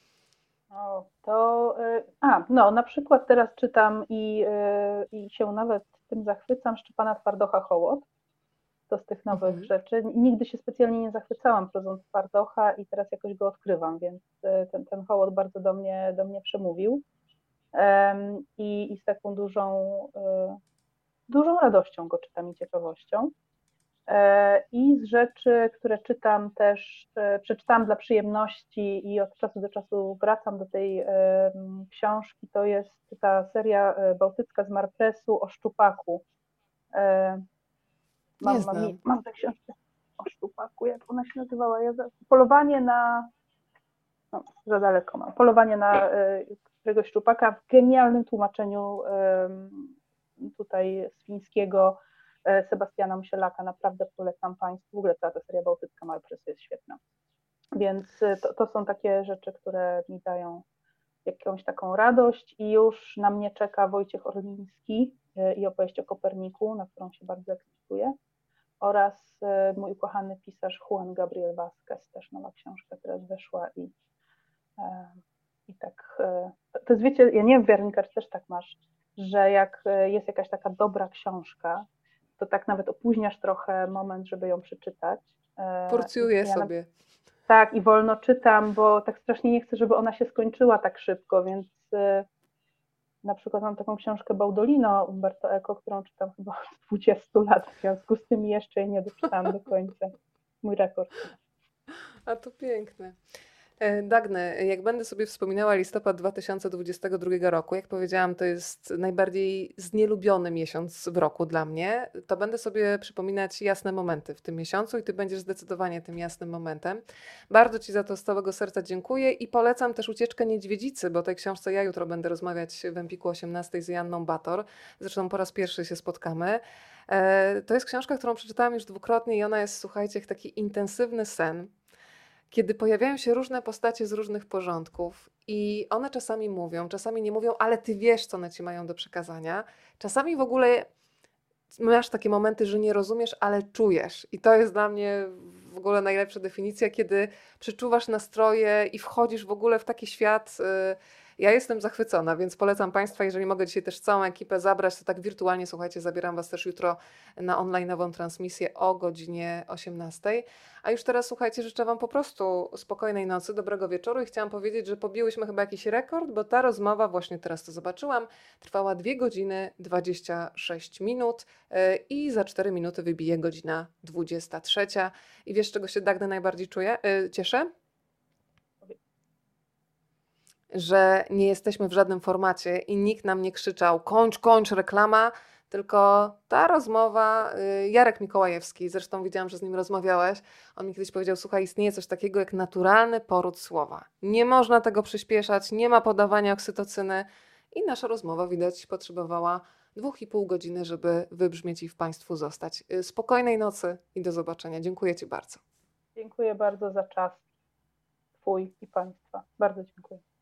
O, to, a, no, na przykład teraz czytam i, i się nawet tym zachwycam, Szczepana Twardocha Hołot. To z tych nowych Mhm. rzeczy. Nigdy się specjalnie nie zachwycałam prozą Twardocha i teraz jakoś go odkrywam, więc ten, ten Hołot bardzo do mnie, do mnie przemówił. i, i z taką dużą, dużą radością go czytam i ciekawością. I z rzeczy, które czytam też, przeczytałam dla przyjemności i od czasu do czasu wracam do tej książki, to jest ta seria bałtycka z Marpresu o szczupaku. Nie Mam, mam, znam. mam tę książkę o szczupaku, jak ona się nazywała? Ja za... Polowanie na... No, za daleko mam. Polowanie na któregoś szczupaka w genialnym tłumaczeniu tutaj z fińskiego Sebastiana Musielaka. Naprawdę polecam Państwu. W ogóle cała ta seria bałtycka Marpresu jest świetna. Więc to, to są takie rzeczy, które mi dają jakąś taką radość i już na mnie czeka Wojciech Orliński i opowieść o Koperniku, na którą się bardzo ekscytuję, oraz mój ukochany pisarz Juan Gabriel Vázquez, też nowa książka teraz wyszła i, i tak, to jest, wiecie, ja nie wiem, Weronika, czy też tak masz, że jak jest jakaś taka dobra książka, to tak nawet opóźniasz trochę moment, żeby ją przeczytać. Porcjuję Ja na... sobie. Tak, i wolno czytam, bo tak strasznie nie chcę, żeby ona się skończyła tak szybko, więc na przykład mam taką książkę Baudolino Umberto Eco, którą czytam chyba od dwudziestu lat, w związku z tym jeszcze jej nie doczytałam do końca. Mój rekord. A to piękne. Dagne, jak będę sobie wspominała listopad dwa tysiące dwudziestego drugiego roku, jak powiedziałam, to jest najbardziej znielubiony miesiąc w roku dla mnie, to będę sobie przypominać jasne momenty w tym miesiącu i Ty będziesz zdecydowanie tym jasnym momentem. Bardzo Ci za to z całego serca dziękuję i polecam też Ucieczkę Niedźwiedzicy, bo o tej książce ja jutro będę rozmawiać w Empiku osiemnastej z Joanną Bator. Zresztą po raz pierwszy się spotkamy. To jest książka, którą przeczytałam już dwukrotnie i ona jest, słuchajcie, jak taki intensywny sen, kiedy pojawiają się różne postacie z różnych porządków i one czasami mówią, czasami nie mówią, ale ty wiesz, co one ci mają do przekazania. Czasami w ogóle masz takie momenty, że nie rozumiesz, ale czujesz. I to jest dla mnie w ogóle najlepsza definicja, kiedy przeczuwasz nastroje i wchodzisz w ogóle w taki świat. Ja jestem zachwycona, więc polecam Państwa, jeżeli mogę dzisiaj też całą ekipę zabrać, to tak wirtualnie, słuchajcie, zabieram Was też jutro na online'ową transmisję o godzinie osiemnastej. A już teraz, słuchajcie, życzę Wam po prostu spokojnej nocy, dobrego wieczoru i chciałam powiedzieć, że pobiłyśmy chyba jakiś rekord, bo ta rozmowa, właśnie teraz to zobaczyłam, trwała dwie godziny dwadzieścia sześć minut i za cztery minuty wybije godzina dwudziesta trzecia. I wiesz, czego się Dagne najbardziej czuję, yy, cieszę? Że nie jesteśmy w żadnym formacie i nikt nam nie krzyczał kończ, kończ, reklama, tylko ta rozmowa, Jarek Mikołajewski, zresztą widziałam, że z nim rozmawiałeś, on mi kiedyś powiedział, słuchaj, istnieje coś takiego jak naturalny poród słowa. Nie można tego przyspieszać, nie ma podawania oksytocyny i nasza rozmowa, widać, potrzebowała dwóch i pół godziny, żeby wybrzmieć i w Państwu zostać. Spokojnej nocy i do zobaczenia. Dziękuję Ci bardzo. Dziękuję bardzo za czas Twój i Państwa. Bardzo dziękuję.